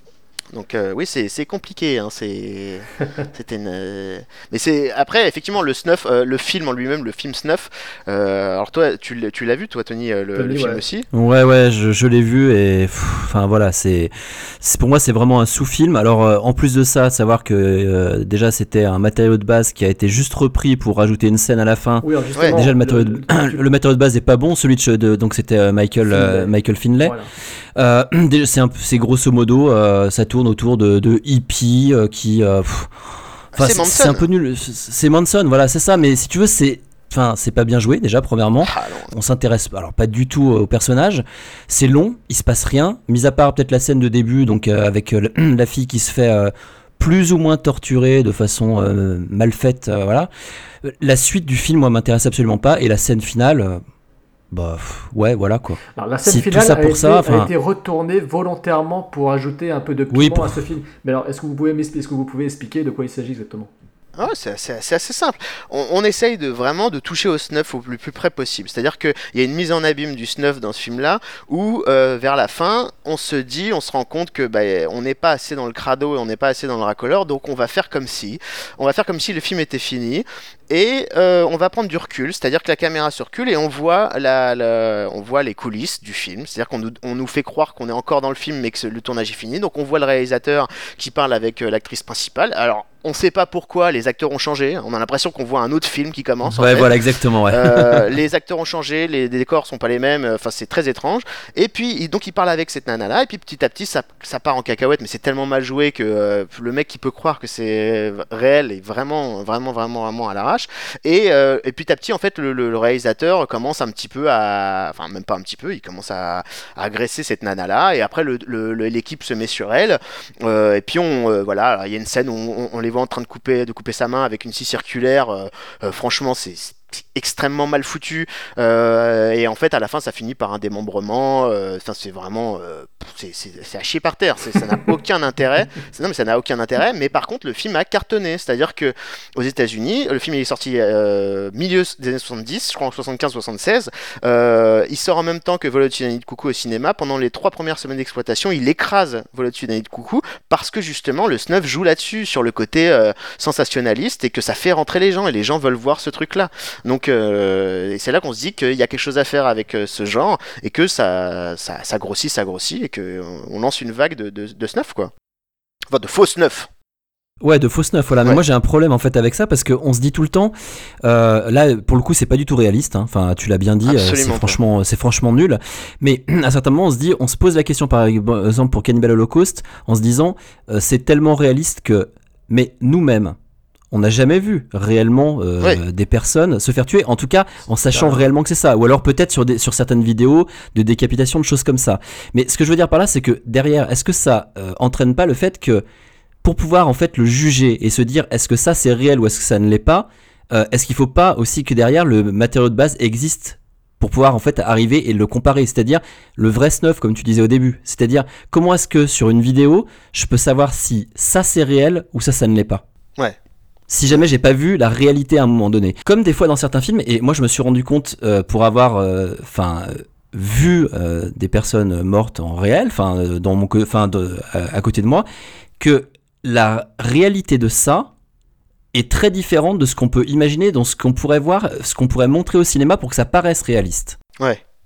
Donc euh, oui, c'est, c'est compliqué, hein, c'est... c'était une... euh... mais c'est après effectivement le snuff, euh, le film en lui-même, le film snuff. Euh, alors toi, tu l'as, tu l'as vu, toi, Tony, le, Tony, le film ouais. aussi. Ouais, ouais, je, je l'ai vu et enfin voilà, c'est, c'est pour moi c'est vraiment un sous-film. Alors euh, en plus de ça, savoir que euh, déjà c'était un matériau de base qui a été juste repris pour rajouter une scène à la fin. Oui, ouais. Déjà le matériau, le, de, le, le matériau de base est pas bon, celui de, de donc c'était euh, Michael Finlay. Euh, Michael Finlay. Voilà. Euh, déjà, c'est, un, c'est grosso modo, euh, ça tourne autour de, de hippies euh, qui. Euh, pff, c'est Manson. C'est un peu nul. C'est Manson, voilà, c'est ça. Mais si tu veux, c'est. Enfin, c'est pas bien joué déjà, premièrement. Ah, on s'intéresse alors pas du tout au personnage. C'est long, il se passe rien. Mis à part peut-être la scène de début, donc euh, avec euh, la fille qui se fait euh, plus ou moins torturée de façon euh, mal faite, euh, voilà. La suite du film, moi, m'intéresse absolument pas. Et la scène finale. Euh, Bah ouais, voilà quoi. Alors la scène si finale a, été, ça, a été retournée volontairement pour ajouter un peu de piment oui, pour... à ce film. Mais alors, est-ce que vous pouvez est-ce que vous pouvez expliquer de quoi il s'agit exactement ? Ah, c'est, assez, c'est assez simple. On, on essaye de vraiment de toucher au snuff au plus, plus près possible. C'est-à-dire qu'il y a une mise en abîme du snuff dans ce film-là, où euh, vers la fin, on se dit, on se rend compte que bah, on n'est pas assez dans le crado et on n'est pas assez dans le racoleur, donc on va faire comme si, on va faire comme si le film était fini. Et euh, on va prendre du recul, c'est-à-dire que la caméra se recule et on voit, la, la, on voit les coulisses du film. C'est-à-dire qu'on nous, on nous fait croire qu'on est encore dans le film mais que le tournage est fini. Donc on voit le réalisateur qui parle avec euh, l'actrice principale. Alors on ne sait pas pourquoi les acteurs ont changé. On a l'impression qu'on voit un autre film qui commence. Ouais, en fait. Voilà, exactement. Ouais. Euh, les acteurs ont changé, les décors sont pas les mêmes. Enfin, c'est très étrange. Et puis donc il parle avec cette nana-là et puis petit à petit ça, ça part en cacahuète. Mais c'est tellement mal joué que euh, le mec qui peut croire que c'est réel est vraiment, vraiment, vraiment, vraiment à l'arrache. Et, euh, et petit à petit, en fait, le, le, le réalisateur commence un petit peu à... Enfin, même pas un petit peu, il commence à, à agresser cette nana-là. Et après, le, le, l'équipe se met sur elle. Euh, et puis, on, euh, voilà, il y a une scène où on, on les voit en train de couper, de couper sa main avec une scie circulaire. Euh, euh, franchement, c'est... c'est extrêmement mal foutu euh, et en fait à la fin ça finit par un démembrement. euh, c'est vraiment euh, c'est, c'est, c'est à chier par terre, c'est, ça n'a aucun intérêt. C'est, non mais ça n'a aucun intérêt, mais par contre le film a cartonné, c'est-à-dire que aux États-Unis le film il est sorti euh, milieu des années soixante-dix, je crois en soixante-quinze soixante-seize. Euh, il sort en même temps que Vol au-dessus d'un nid de coucou au cinéma. Pendant les trois premières semaines d'exploitation il écrase Vol au-dessus d'un nid de coucou parce que justement le snuff joue là-dessus sur le côté euh, sensationnaliste et que ça fait rentrer les gens et les gens veulent voir ce truc là. Donc euh, et c'est là qu'on se dit qu'il y a quelque chose à faire avec euh, ce genre et que ça, ça, ça grossit, ça grossit et qu'on lance une vague de, de, de snuff quoi. Enfin de faux snuff. Ouais, de faux snuff, voilà. Ouais. Mais moi j'ai un problème en fait avec ça parce qu'on se dit tout le temps, euh, là pour le coup c'est pas du tout réaliste, hein. Enfin tu l'as bien dit, euh, c'est franchement, c'est franchement nul. Mais à certains moments on se dit, on se pose la question par exemple pour Cannibal Holocaust en se disant, euh, c'est tellement réaliste que, mais nous-mêmes, on n'a jamais vu réellement euh, ouais. des personnes se faire tuer, en tout cas en sachant ah. réellement que c'est ça, ou alors peut-être sur, des, sur certaines vidéos de décapitation, de choses comme ça. Mais ce que je veux dire par là, c'est que derrière, est-ce que ça euh, entraîne pas le fait que pour pouvoir en fait le juger et se dire est-ce que ça c'est réel ou est-ce que ça ne l'est pas, euh, est-ce qu'il faut pas aussi que derrière le matériau de base existe pour pouvoir en fait arriver et le comparer, c'est-à-dire le vrai snuff comme tu disais au début, c'est-à-dire comment est-ce que sur une vidéo je peux savoir si ça c'est réel ou ça ça ne l'est pas. Ouais. Si jamais j'ai pas vu la réalité à un moment donné. Comme des fois dans certains films, et moi je me suis rendu compte euh, pour avoir enfin euh, vu euh, des personnes mortes en réel, enfin euh, dans mon enfin euh, à côté de moi, que la réalité de ça est très différente de ce qu'on peut imaginer, dans ce qu'on pourrait voir, ce qu'on pourrait montrer au cinéma pour que ça paraisse réaliste. Ouais.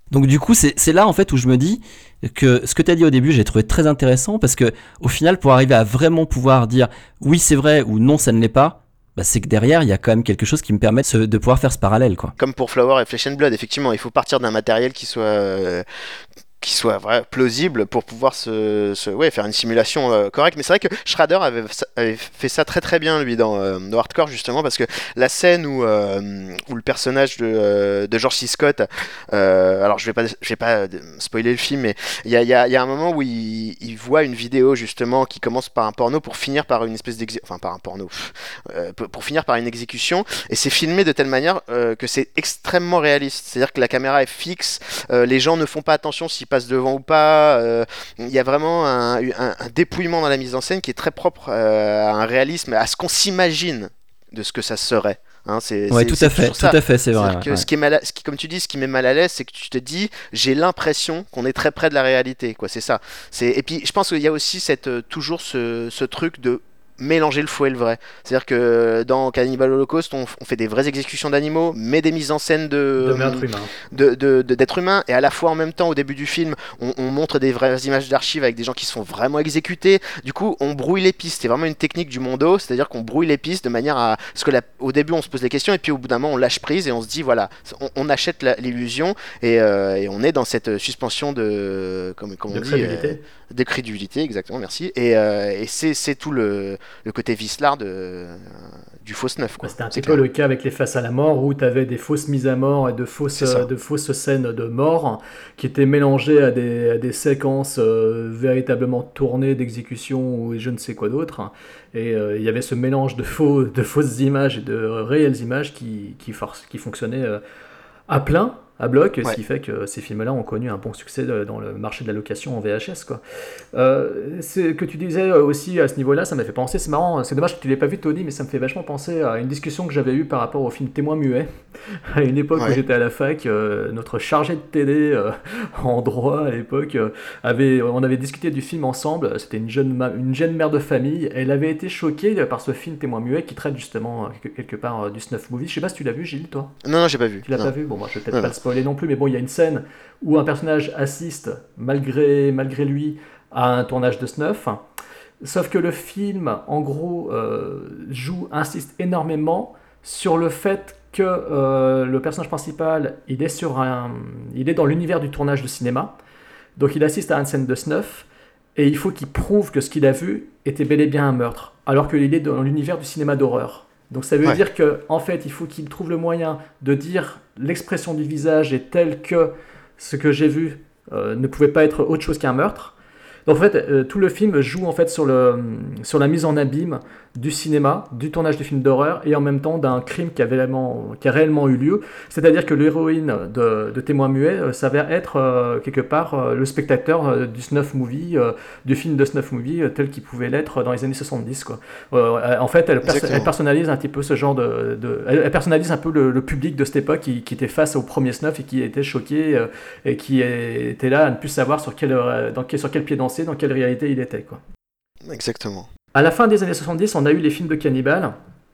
Donc du coup, c'est, c'est là en fait où je me dis que ce que tu as dit au début, j'ai trouvé très intéressant parce que au final, pour arriver à vraiment pouvoir dire oui c'est vrai ou non ça ne l'est pas, bah, c'est que derrière il y a quand même quelque chose qui me permet de, se, de pouvoir faire ce parallèle, quoi. Comme pour Flower et Flesh and Blood, effectivement, il faut partir d'un matériel qui soit euh, qui soit vrai, plausible pour pouvoir se, se ouais, faire une simulation euh, correcte. Mais c'est vrai que Schrader avait, avait fait ça très très bien lui dans, euh, dans Hardcore, justement, parce que la scène où, euh, où le personnage de, euh, de George C. Scott, euh, alors je vais pas, je vais pas spoiler le film, mais il y a, y, a, y a un moment où il, il voit une vidéo justement qui commence par un porno pour finir par une espèce d'exé... enfin par un porno euh, pour finir par une exécution, et c'est filmé de telle manière euh, que c'est extrêmement réaliste, c'est-à-dire que la caméra est fixe, euh, les gens ne font pas attention s'ils passent devant ou pas, il euh, y a vraiment un, un, un dépouillement dans la mise en scène qui est très propre euh, à un réalisme, à ce qu'on s'imagine de ce que ça serait. Hein, c'est, ouais, c'est, tout c'est à fait, tout à fait, c'est vrai. Que ouais. ce qui est mal à, ce qui, comme tu dis, ce qui met mal à l'aise, c'est que tu te dis, j'ai l'impression qu'on est très près de la réalité, quoi. C'est ça. C'est, et puis, je pense qu'il y a aussi cette, toujours ce, ce truc de mélanger le faux et le vrai. C'est-à-dire que dans Cannibal Holocaust, on, on fait des vraies exécutions d'animaux, mais des mises en scène de, de meurtres humains. De, de, de, d'êtres humains, et à la fois en même temps, au début du film, on, on montre des vraies images d'archives avec des gens qui se font vraiment exécuter. Du coup, on brouille les pistes. C'est vraiment une technique du mondo, c'est-à-dire qu'on brouille les pistes de manière à ce que la, au début on se pose les questions, et puis au bout d'un moment on lâche prise et on se dit voilà, on, on achète la, l'illusion, et, euh, et on est dans cette suspension de, comme, comme on de dit, crédulité. Euh, de crédulité, exactement, merci. Et, euh, et c'est, c'est tout le, le côté vicelard de, euh, du fausse neuf, quoi. Bah, c'était un c'est petit peu clair. le cas avec les faces à la mort, où tu avais des fausses mises à mort et de fausses, euh, de fausses scènes de mort qui étaient mélangées à des, à des séquences euh, véritablement tournées d'exécution ou je ne sais quoi d'autre. Et il euh, y avait ce mélange de, faux, de fausses images et de réelles images qui, qui, force, qui fonctionnaient euh, à plein, à bloc, ouais. Ce qui fait que ces films-là ont connu un bon succès dans le marché de la location en V H S, quoi. Euh, c'est que tu disais aussi à ce niveau-là, ça m'a fait penser, c'est marrant, c'est dommage que tu l'aies pas vu, Tony, mais ça me fait vachement penser à une discussion que j'avais eue par rapport au film Témoin muet, à une époque ouais. où j'étais à la fac, euh, notre chargé de T D euh, en droit à l'époque, euh, avait, on avait discuté du film ensemble, c'était une jeune, ma- une jeune mère de famille, elle avait été choquée par ce film Témoin muet qui traite justement quelque part du snuff movie. Je sais pas si tu l'as vu, Gilles, toi ? Non, non, j'ai pas vu. Tu l'as non. pas vu ? Bon, moi je vais peut-être non, pas non. le spoiler non plus, mais bon, il y a une scène où un personnage assiste, malgré, malgré lui, à un tournage de snuff. Sauf que le film, en gros, euh, joue, insiste énormément sur le fait que euh, le personnage principal, il est, sur un, il est dans l'univers du tournage de cinéma. Donc il assiste à une scène de snuff, et il faut qu'il prouve que ce qu'il a vu était bel et bien un meurtre, alors qu'il est dans l'univers du cinéma d'horreur. Donc ça veut ouais. dire qu'en en fait, il faut qu'il trouve le moyen de dire l'expression du visage est telle que ce que j'ai vu euh, ne pouvait pas être autre chose qu'un meurtre. Donc en fait, euh, tout le film joue en fait sur, le, sur la mise en abîme du cinéma, du tournage du film d'horreur, et en même temps d'un crime qui a réellement, qui a réellement eu lieu. C'est-à-dire que l'héroïne de, de Témoin muet euh, s'avère être euh, quelque part euh, le spectateur euh, du snuff movie, euh, du film de snuff movie euh, tel qu'il pouvait l'être dans les années soixante-dix, quoi. Euh, en fait, elle, pers- elle personnalise un petit peu ce genre de... de elle, elle personnalise un peu le, le public de cette époque qui, qui était face au premier snuff et qui était choqué euh, et qui était là à ne plus savoir sur quel, euh, dans quel, sur quel pied danser, dans quelle réalité il était, quoi. Exactement. À la fin des années soixante-dix, on a eu les films de cannibales.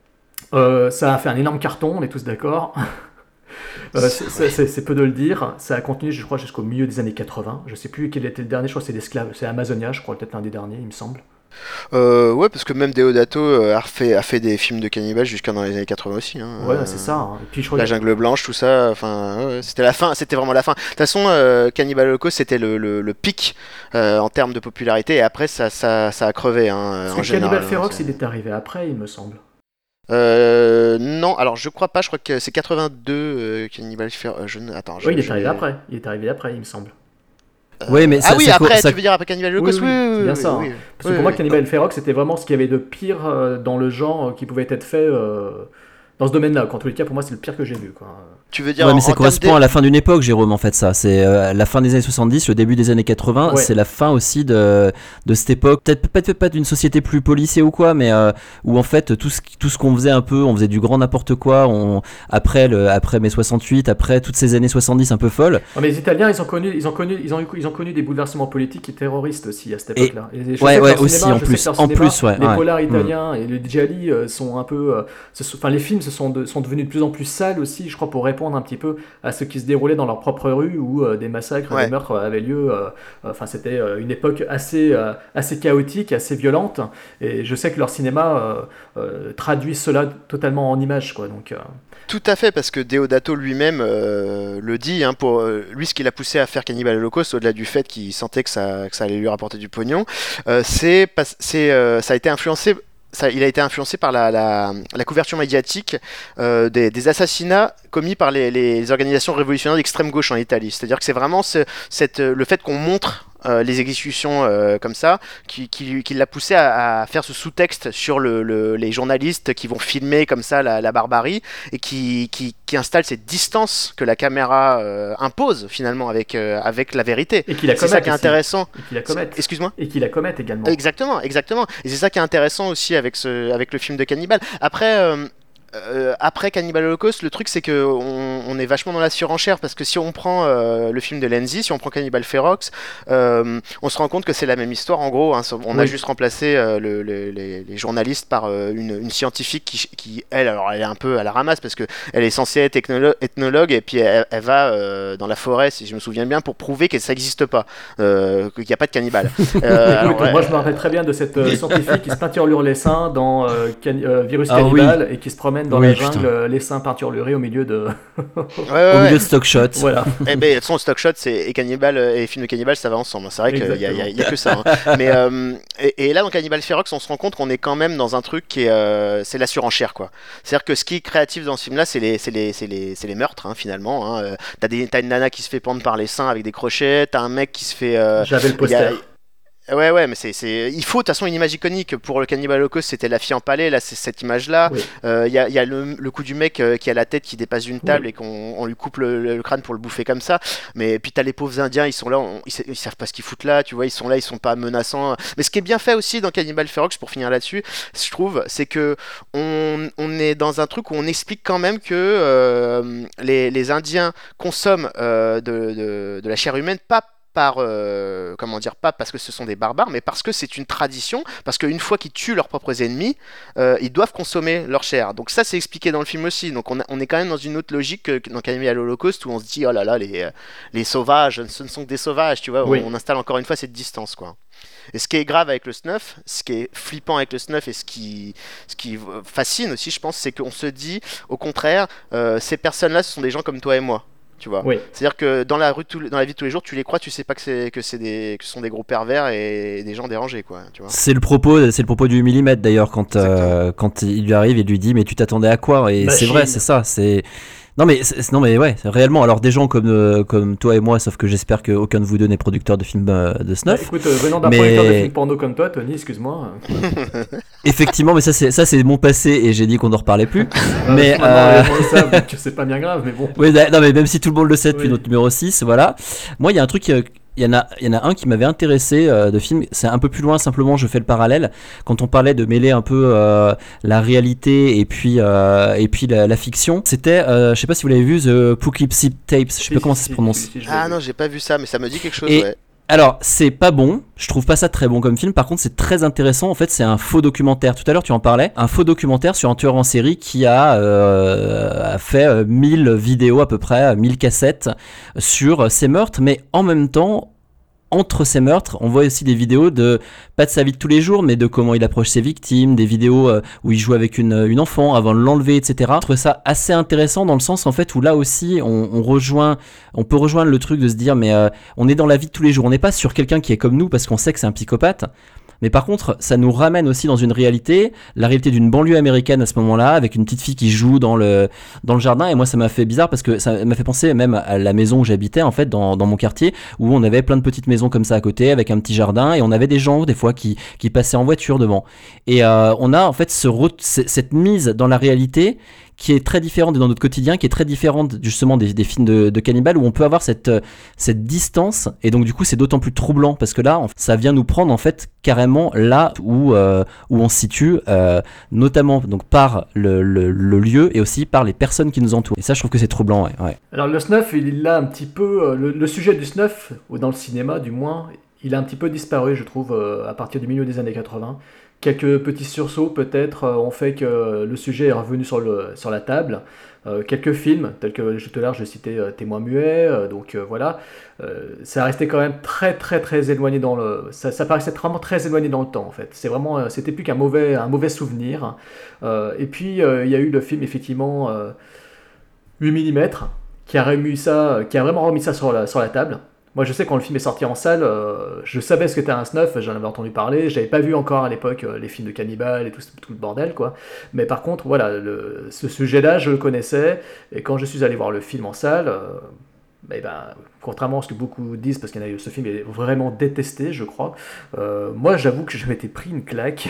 Euh, ça a fait un énorme carton, on est tous d'accord. euh, c'est, c'est, c'est, c'est peu de le dire. Ça a continué, je crois, jusqu'au milieu des années quatre-vingts. Je ne sais plus quel était le dernier, je crois que c'est l'esclave, c'est Amazonia, je crois, peut-être l'un des derniers, il me semble. Euh, ouais, parce que même Deodato euh, a, fait, a fait des films de cannibales jusqu'à dans les années quatre-vingts aussi. Hein. Ouais, euh, c'est ça. Hein. Et puis, je crois la que... jungle blanche, tout ça. Enfin, ouais, c'était la fin. C'était vraiment la fin. De toute façon, euh, Cannibal Holocaust, c'était le, le, le pic euh, en termes de popularité. Et après, ça, ça, ça a crevé. Hein, parce en que général. Cannibal Ferox, c'est... il est arrivé après, il me semble. Euh, non, alors je crois pas. Je crois que c'est quatre-vingt-deux euh, Cannibal Ferox. Je... Attends. Je, oui, il est je arrivé vais... après. Il est arrivé après, il me semble. Oui, mais ça, ah oui, ça après, co- ça... tu veux dire après Cannibal Holocaust, oui, oui, oui, oui, c'est bien oui, ça. oui, Hein. oui, Parce que oui, pour moi, oui. Cannibal Ferox, c'était vraiment ce qu'il y avait de pire euh, dans le genre euh, qui pouvait être fait euh, dans ce domaine-là. En tous les cas, pour moi, c'est le pire que j'ai vu, quoi. Tu veux dire ouais, en, mais ça en correspond à la fin d'une époque, Jérôme, en fait, ça. C'est euh, la fin des années soixante-dix, le début des années quatre-vingts. Ouais. C'est la fin aussi de, de cette époque. Peut-être, peut-être pas d'une société plus policée ou quoi, mais euh, où en fait, tout ce, tout ce qu'on faisait un peu, on faisait du grand n'importe quoi. On, après, le, après mai soixante-huit, après toutes ces années soixante-dix un peu folles. Ouais, mais les Italiens, ils ont connu, ils ont connu, ils ont, ils ont connu des bouleversements politiques et terroristes aussi à cette et, époque-là. Et je ouais, ouais, aussi, cinéma, en plus. En cinéma, plus, ouais. Les ouais. polars italiens mmh. et les gialli euh, sont un peu. Euh, ce sont, enfin, les films se se sont, de, sont devenus de plus en plus sales aussi, je crois, pour répondre un petit peu à ce qui se déroulait dans leur propre rue, où euh, des massacres, ouais. des meurtres avaient lieu. Enfin, euh, c'était euh, une époque assez, euh, assez chaotique, assez violente, et je sais que leur cinéma euh, euh, traduit cela totalement en images, quoi. Donc, euh... Tout à fait, parce que Deodato lui-même euh, le dit, hein, pour euh, lui, ce qui l'a poussé à faire Cannibal Holocaust, au-delà du fait qu'il sentait que ça, que ça allait lui rapporter du pognon, euh, c'est, c'est, euh, ça a été influencé. Ça, il a été influencé par la, la, la couverture médiatique euh, des, des assassinats commis par les, les organisations révolutionnaires d'extrême gauche en Italie. C'est-à-dire que c'est vraiment ce, cette, le fait qu'on montre euh, les exécutions euh, comme ça qui, qui, qui l'a poussé à, à faire ce sous-texte sur le, le, les journalistes qui vont filmer comme ça la, la barbarie et qui, qui, qui installe cette distance que la caméra euh, impose finalement avec, euh, avec la vérité. Et qui la c'est ça qui est aussi. intéressant. Et qui la commettent. Excuse-moi. Et qui la commettent également. Exactement, exactement. Et c'est ça qui est intéressant aussi avec, ce, avec le film de Cannibal. Après, euh, euh, après Cannibal Holocaust, le truc c'est que on, on est vachement dans la surenchère parce que si on prend euh, le film de Lenzi, si on prend Cannibal Ferox, euh, on se rend compte que c'est la même histoire en gros. Hein, on oui. a juste remplacé euh, le, le, les, les journalistes par euh, une, une scientifique qui, qui, elle, alors elle est un peu à la ramasse parce que elle est censée être ethnologue, ethnologue et puis elle, elle va euh, dans la forêt, si je me souviens bien, pour prouver que ça n'existe pas, euh, qu'il n'y a pas de cannibale. euh, alors, Écoute, ouais. Moi je me rappelle très bien de cette euh, scientifique qui se peinturlure les seins dans euh, can- euh, Virus ah, Cannibal oui. et qui se promène dans oui, la jungle, putain. les seins peinturlurés au milieu de ouais, ouais, au milieu ouais. de stock shots. Voilà. Et ben son stock shot c'est et Cannibal et film de Cannibal ça va ensemble. C'est vrai qu'il y a, y a, y a que ça. Hein. Mais euh, et, et là dans Cannibal Ferox on se rend compte qu'on est quand même dans un truc qui est euh, c'est la surenchère quoi. C'est-à-dire que ce qui est créatif dans ce film là c'est les c'est les c'est les c'est les meurtres hein, finalement. Hein. T'as des t'as une nana qui se fait pendre par les seins avec des crochets. T'as un mec qui se fait. Euh, J'avais le poster. Ouais, ouais, mais c'est, c'est... il faut de toute façon une image iconique. Pour le Cannibal Holocaust, c'était la fille empalée. Là, c'est cette image-là. Il oui. euh, y a, y a le, le coup du mec euh, qui a la tête qui dépasse d'une table oui. et qu'on on lui coupe le, le crâne pour le bouffer comme ça. Mais puis t'as les pauvres Indiens, ils sont là, on, ils, ils savent pas ce qu'ils foutent là. Tu vois, ils sont là, ils sont pas menaçants. Mais ce qui est bien fait aussi dans Cannibal Ferox, pour finir là-dessus, je trouve, c'est que on, on est dans un truc où on explique quand même que euh, les, les Indiens consomment euh, de, de, de la chair humaine, pas par euh, comment dire pas parce que ce sont des barbares mais parce que c'est une tradition, parce qu'une fois qu'ils tuent leurs propres ennemis euh, ils doivent consommer leur chair, donc ça c'est expliqué dans le film aussi, donc on, a, on est quand même dans une autre logique que dans Cannibal Holocaust où on se dit oh là là les, les sauvages ce ne sont que des sauvages, tu vois, oui. on, on installe encore une fois cette distance quoi. Et ce qui est grave avec le snuff, ce qui est flippant avec le snuff et ce qui, ce qui fascine aussi je pense, c'est qu'on se dit au contraire euh, ces personnes là ce sont des gens comme toi et moi. Tu vois. Oui. C'est-à-dire que dans la rue, dans la vie de tous les jours, tu les crois, tu sais pas que c'est que c'est des que ce sont des gros pervers et des gens dérangés, quoi. Tu vois. C'est le propos, c'est le propos du millimètre d'ailleurs quand euh, quand il lui arrive et lui dit mais tu t'attendais à quoi, et Machine. C'est vrai, c'est ça, c'est non mais c'est, non mais ouais réellement alors des gens comme euh, comme toi et moi, sauf que j'espère qu'aucun de vous deux n'est producteur de films euh, de snuff. Bah, écoute euh, venant d'un mais... producteur de films porno comme toi Tony, excuse-moi. Effectivement, mais ça c'est ça c'est mon passé et j'ai dit qu'on n'en reparlait plus. euh, mais euh... non, ça, donc c'est pas bien grave, mais bon. Oui, non mais même si tout le monde le sait depuis oui. notre numéro six, voilà. Moi il y a un truc euh, Il y, en a, il y en a un qui m'avait intéressé euh, de film, c'est un peu plus loin, simplement je fais le parallèle, quand on parlait de mêler un peu euh, la réalité et puis, euh, et puis la, la fiction, c'était, euh, je sais pas si vous l'avez vu, The Poughkeepsie Tapes, je sais si, pas comment si, ça se prononce. Si, si, ah non, j'ai pas vu ça, mais ça me dit quelque chose, et, ouais. Alors, c'est pas bon, je trouve pas ça très bon comme film, par contre c'est très intéressant, en fait c'est un faux documentaire, tout à l'heure tu en parlais, un faux documentaire sur un tueur en série qui a, euh, a fait euh, mille vidéos à peu près, mille cassettes sur ses meurtres, mais en même temps, entre ces meurtres, on voit aussi des vidéos de, pas de sa vie de tous les jours, mais de comment il approche ses victimes, des vidéos euh, où il joue avec une, une enfant avant de l'enlever, et cetera. Je trouve ça assez intéressant dans le sens, en fait, où là aussi, on, on rejoint, on peut rejoindre le truc de se dire, mais euh, on est dans la vie de tous les jours, on n'est pas sur quelqu'un qui est comme nous parce qu'on sait que c'est un psychopathe. Mais par contre, ça nous ramène aussi dans une réalité, la réalité d'une banlieue américaine à ce moment-là, avec une petite fille qui joue dans le, dans le jardin. Et moi, ça m'a fait bizarre parce que ça m'a fait penser même à la maison où j'habitais, en fait, dans, dans mon quartier, où on avait plein de petites maisons comme ça à côté, avec un petit jardin, et on avait des gens, des fois, qui, qui passaient en voiture devant. Et euh, on a, en fait, ce re- cette mise dans la réalité qui est très différente dans notre quotidien, qui est très différente justement des, des films de, de cannibales, où on peut avoir cette, cette distance, et donc du coup c'est d'autant plus troublant, parce que là, ça vient nous prendre en fait carrément là où, euh, où on se situe, euh, notamment donc, par le, le, le lieu, et aussi par les personnes qui nous entourent. Et ça, je trouve que c'est troublant, ouais. ouais. Alors le snuff, il a un petit peu, le, le sujet du snuff, ou dans le cinéma du moins, il a un petit peu disparu, je trouve, euh, à partir du milieu des années quatre-vingts, quelques petits sursauts peut-être euh, ont fait que le sujet est revenu sur, le, sur la table. Euh, quelques films, tels que tout à l'heure je citais euh, Témoin muet, euh, donc euh, voilà, euh, ça restait quand même très très très éloigné dans le, ça, ça paraissait vraiment très éloigné dans le temps en fait. C'est vraiment, euh, c'était plus qu'un mauvais, un mauvais souvenir. Euh, et puis il euh, y a eu le film effectivement euh, huit millimètres qui a remis ça, qui a vraiment remis ça sur la, sur la table. Moi, je sais quand le film est sorti en salle, euh, je savais ce que c'était un snuff, j'en avais entendu parler, j'avais pas vu encore à l'époque euh, les films de cannibales et tout, tout le bordel, quoi. Mais par contre, voilà, le, ce sujet-là, je le connaissais, et quand je suis allé voir le film en salle, euh, eh ben, contrairement à ce que beaucoup disent, parce qu'il y en a eu, ce film est vraiment détesté, je crois, euh, moi, j'avoue que je m'étais pris une claque,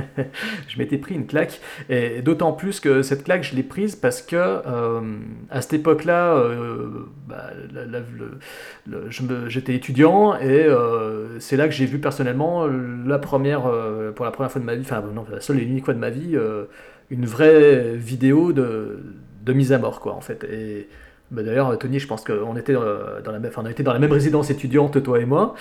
je m'étais pris une claque, et d'autant plus que cette claque, je l'ai prise parce que, euh, à cette époque-là, euh, bah, la, la, le, le, je me, j'étais étudiant, et euh, c'est là que j'ai vu personnellement, la première, euh, pour la première fois de ma vie, enfin, non, la seule et unique fois de ma vie, euh, une vraie vidéo de, de mise à mort, quoi, en fait, et... Bah d'ailleurs, Tony, je pense qu'on était dans la même, enfin, on était dans la même résidence étudiante, toi et moi.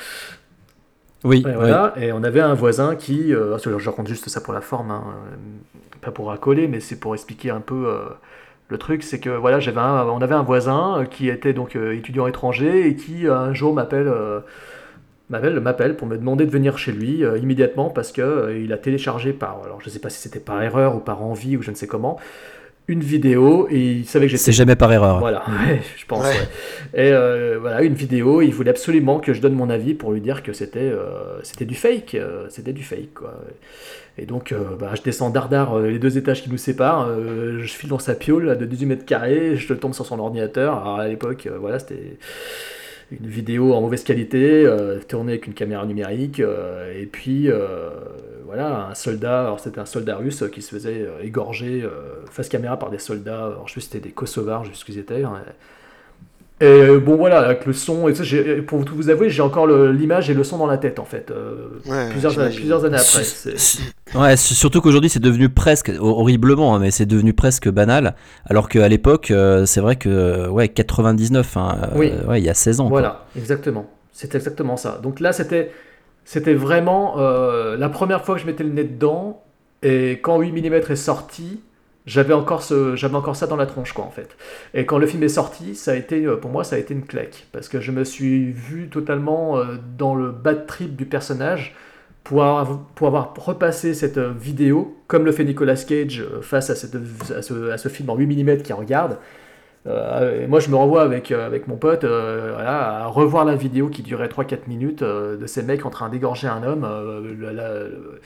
Oui. Et, voilà, oui. Et on avait un voisin qui, euh, je raconte juste ça pour la forme, hein, pas pour racoler, mais c'est pour expliquer un peu euh, le truc. C'est que voilà, j'avais un, on avait un voisin qui était donc euh, étudiant étranger et qui un jour m'appelle. Euh, m'appelle, m'appelle pour me demander de venir chez lui euh, immédiatement parce que euh, il a téléchargé par, alors je sais pas si c'était par erreur ou par envie ou je ne sais comment, une vidéo et il savait que j'étais... C'est jamais par erreur. Voilà, ouais, je pense. Ouais. Ouais. Et euh, voilà, une vidéo, il voulait absolument que je donne mon avis pour lui dire que c'était, euh, c'était du fake, euh, c'était du fake, quoi. Et donc, euh, bah, je descends dardard euh, les deux étages qui nous séparent, euh, je file dans sa piole là, de dix-huit mètres carrés, je tombe sur son ordinateur. Alors à l'époque, euh, voilà, c'était... une vidéo en mauvaise qualité, euh, tournée avec une caméra numérique, euh, et puis euh, voilà, un soldat, alors c'était un soldat russe qui se faisait euh, égorger euh, face caméra par des soldats, alors je sais c'était des Kosovars, je sais ce qu'ils étaient. Hein, et, et bon voilà, avec le son, et ça, j'ai, pour tout vous avouer, j'ai encore le, l'image et le son dans la tête en fait, euh, ouais, plusieurs, années, plusieurs années après. C'est... C'est... Ouais, surtout qu'aujourd'hui c'est devenu presque, horriblement, hein, mais c'est devenu presque banal, alors qu'à l'époque, euh, c'est vrai que, ouais, quatre-vingt-dix-neuf, hein, oui. euh, ouais, il y a seize ans. Voilà, quoi. exactement, c'est exactement ça. Donc là, c'était, c'était vraiment euh, la première fois que je mettais le nez dedans, et quand huit millimètres est sorti, j'avais encore, ce, j'avais encore ça dans la tronche, quoi, en fait. Et quand le film est sorti, ça a été, pour moi, ça a été une claque, parce que je me suis vu totalement euh, dans le bad trip du personnage, Pour avoir, pour avoir repassé cette vidéo, comme le fait Nicolas Cage face à, cette, à, ce, à ce film en huit millimètres qu'il regarde. Euh, et moi, je me revois avec, avec mon pote euh, voilà, à revoir la vidéo qui durait trois à quatre minutes euh, de ces mecs en train d'égorger un homme. Euh, la, la,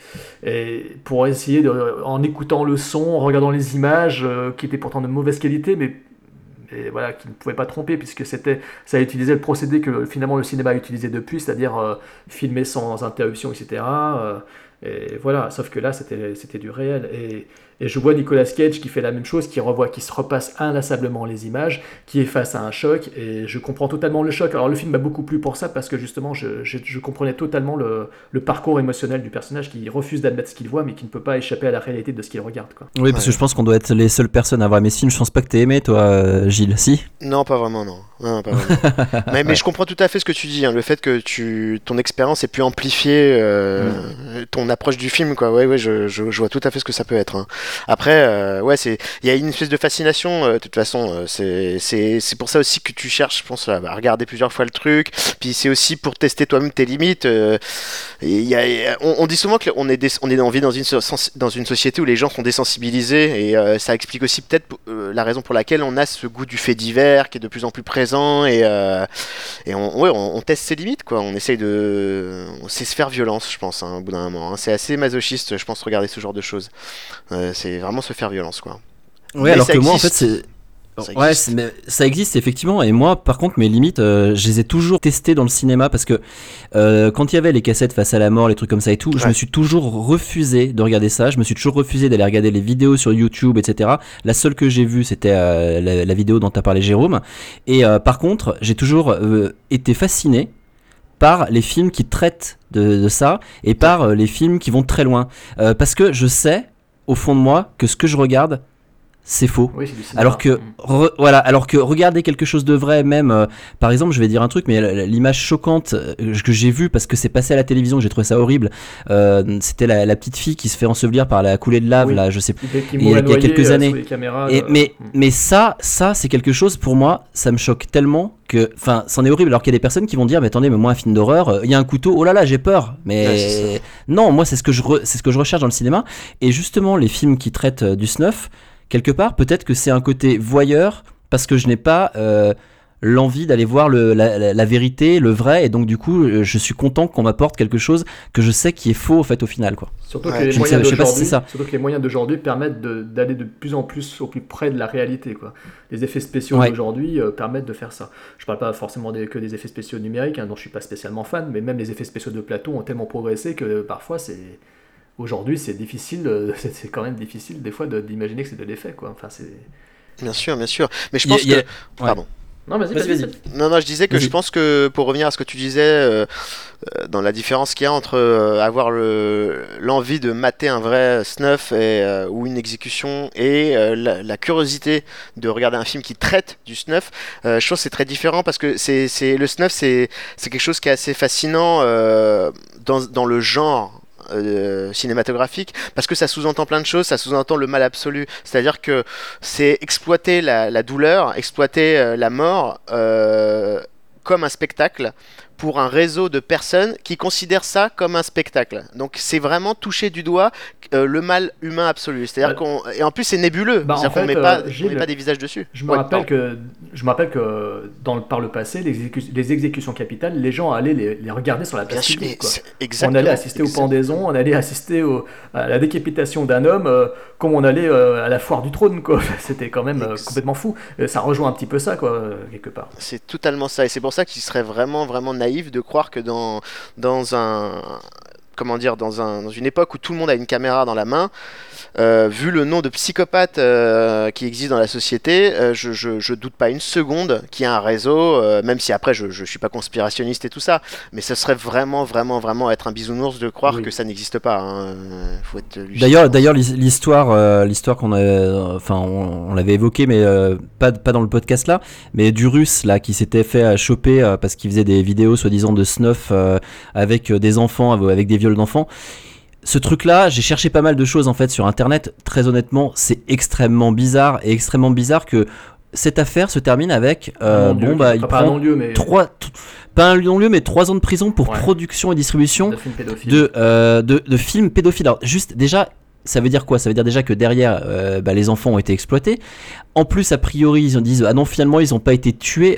et pour essayer, de, en écoutant le son, en regardant les images euh, qui étaient pourtant de mauvaise qualité, mais et voilà, qui ne pouvait pas tromper puisque c'était, ça utilisait le procédé que finalement le cinéma a utilisé depuis, c'est-à-dire euh, filmer sans interruption, et cetera. Euh, et voilà, sauf que là c'était, c'était du réel. Et, et je vois Nicolas Cage qui fait la même chose, qui revoit, qui se repasse inlassablement les images, qui est face à un choc, et je comprends totalement le choc. Alors le film m'a beaucoup plu pour ça parce que justement je, je, je comprenais totalement le, le parcours émotionnel du personnage qui refuse d'admettre ce qu'il voit mais qui ne peut pas échapper à la réalité de ce qu'il regarde, quoi. Oui, parce ouais. que je pense qu'on doit être les seules personnes à avoir aimé ce film. Je pense pas que t'aies aimé, toi, Gilles, si ? Non, pas vraiment, non. non pas vraiment. mais, mais je comprends tout à fait ce que tu dis, hein, le fait que tu, ton expérience ait pu amplifier euh, mm. ton approche du film, quoi. Ouais, ouais, je, je, je vois tout à fait ce que ça peut être. Hein. Après, euh, ouais, c'est, il y a une espèce de fascination. Euh, de toute façon, euh, c'est, c'est, c'est pour ça aussi que tu cherches, je pense, à, à regarder plusieurs fois le truc. Puis c'est aussi pour tester toi-même tes limites. Euh, et y a, on, on dit souvent qu'on est, des, on est en vie dans une, dans une société où les gens sont désensibilisés, et euh, ça explique aussi peut-être euh, la raison pour laquelle on a ce goût du fait divers qui est de plus en plus présent, et, euh, et on, ouais, on, on teste ses limites, quoi. On essaye de, on sait se faire violence, je pense, hein, au bout d'un moment. Hein. C'est assez masochiste, je pense, regarder ce genre de choses. Euh, c'est vraiment se faire violence, quoi. Ouais, mais alors que existe. Moi, en fait, c'est Ça ouais, c'est, mais ça existe effectivement, et moi par contre mes limites euh, je les ai toujours testées dans le cinéma parce que euh, quand il y avait les cassettes Face à la mort, les trucs comme ça et tout, ouais. je me suis toujours refusé de regarder ça, je me suis toujours refusé d'aller regarder les vidéos sur YouTube, et cetera. La seule que j'ai vue c'était euh, la, la vidéo dont tu as parlé, Jérôme, et euh, par contre j'ai toujours euh, été fasciné par les films qui traitent de, de ça et par euh, les films qui vont très loin, euh, parce que je sais au fond de moi que ce que je regarde c'est faux. Oui, c'est du cinéma. Alors que, re, voilà, alors que regarder quelque chose de vrai, même, euh, par exemple, je vais dire un truc, mais l'image choquante euh, que j'ai vue parce que c'est passé à la télévision, j'ai trouvé ça horrible. Euh, c'était la, la petite fille qui se fait ensevelir par la coulée de lave, oui. là, je sais plus. Il y a, il y a quelques euh, années. Caméras, Et, euh, mais, mm. mais ça, ça, c'est quelque chose pour moi, ça me choque tellement que, enfin, c'en est horrible. Alors qu'il y a des personnes qui vont dire, mais attendez, mais moi, un film d'horreur, il y a un couteau, oh là là, j'ai peur. Mais ouais, non, moi, c'est ce que je, re, c'est ce que je recherche dans le cinéma. Et justement, les films qui traitent euh, du snuff. Quelque part, peut-être que c'est un côté voyeur parce que je n'ai pas euh, l'envie d'aller voir le, la, la, la vérité, le vrai, et donc du coup, je suis content qu'on m'apporte quelque chose que je sais qui est faux en fait au final, quoi. Surtout, ouais, que les je moyens sais, je sais pas si c'est ça. Surtout que les moyens d'aujourd'hui permettent de, d'aller de plus en plus au plus près de la réalité, quoi. Les effets spéciaux ouais. d'aujourd'hui euh, permettent de faire ça. Je parle pas forcément des, que des effets spéciaux numériques, hein, dont je suis pas spécialement fan, mais même les effets spéciaux de plateau ont tellement progressé que parfois c'est Aujourd'hui, c'est difficile, c'est, c'est quand même difficile des fois de, d'imaginer que c'est de l'effet, quoi. Enfin, c'est... Bien sûr, bien sûr. Mais je pense y a, y a... que... Pardon. Ouais. Non, vas-y, vas-y, vas-y. Non, non, je disais que vas-y. je pense que, pour revenir à ce que tu disais, euh, euh, dans la différence qu'il y a entre euh, avoir le, l'envie de mater un vrai snuff et, euh, ou une exécution et euh, la, la curiosité de regarder un film qui traite du snuff, euh, je trouve que c'est très différent parce que c'est, c'est, le snuff, c'est, c'est quelque chose qui est assez fascinant euh, dans, dans le genre. Euh, cinématographique parce que ça sous-entend plein de choses, ça sous-entend le mal absolu, c'est-à-dire que c'est exploiter la, la douleur, exploiter euh, la mort euh, comme un spectacle pour un réseau de personnes qui considèrent ça comme un spectacle. Donc c'est vraiment toucher du doigt euh, le mal humain absolu. C'est-à-dire qu'on et en plus c'est nébuleux. Bah, C'est-à-dire en fait, qu'on met pas, euh, Gilles, on met pas des visages dessus. Je me ouais, rappelle que je me rappelle que dans le, par le passé, les, exécu- les exécutions capitales, les gens allaient les, les regarder sur la place Bien publique. sûr, quoi. On allait assister aux pendaisons, on allait assister au, à la décapitation d'un homme, euh, comme on allait euh, à la foire du trône. Quoi. C'était quand même euh, complètement fou. Et ça rejoint un petit peu ça, quoi, quelque part. C'est totalement ça, et c'est pour ça qu'il serait vraiment, vraiment naïf de croire que dans dans un comment dire dans un dans une époque où tout le monde a une caméra dans la main, euh, vu le nom de psychopathe euh, qui existe dans la société, euh, je, je je doute pas une seconde qu'il y a un réseau, euh, même si après je je suis pas conspirationniste et tout ça, mais ce serait vraiment vraiment vraiment être un bisounours de croire oui. que ça n'existe pas. Hein. Faut être lucide. D'ailleurs d'ailleurs l'histoire euh, l'histoire qu'on a enfin on, on l'avait évoqué mais euh, pas pas dans le podcast là, mais du Russe là qui s'était fait choper euh, parce qu'il faisait des vidéos soi-disant de snuff euh, avec euh, des enfants avec des viols d'enfants. Ce truc-là, j'ai cherché pas mal de choses en fait sur internet. Très honnêtement, c'est extrêmement bizarre et extrêmement bizarre que cette affaire se termine avec euh, bon lieu, bah il prend non-lieu, mais... trois t- pas un non-lieu mais trois ans de prison pour ouais. production et distribution de films pédophiles. De, euh, de, de films pédophiles. Alors juste déjà. Ça veut dire quoi ? Ça veut dire déjà que derrière, euh, bah, les enfants ont été exploités. En plus, a priori, ils disent ah non, finalement, ils n'ont pas été tués.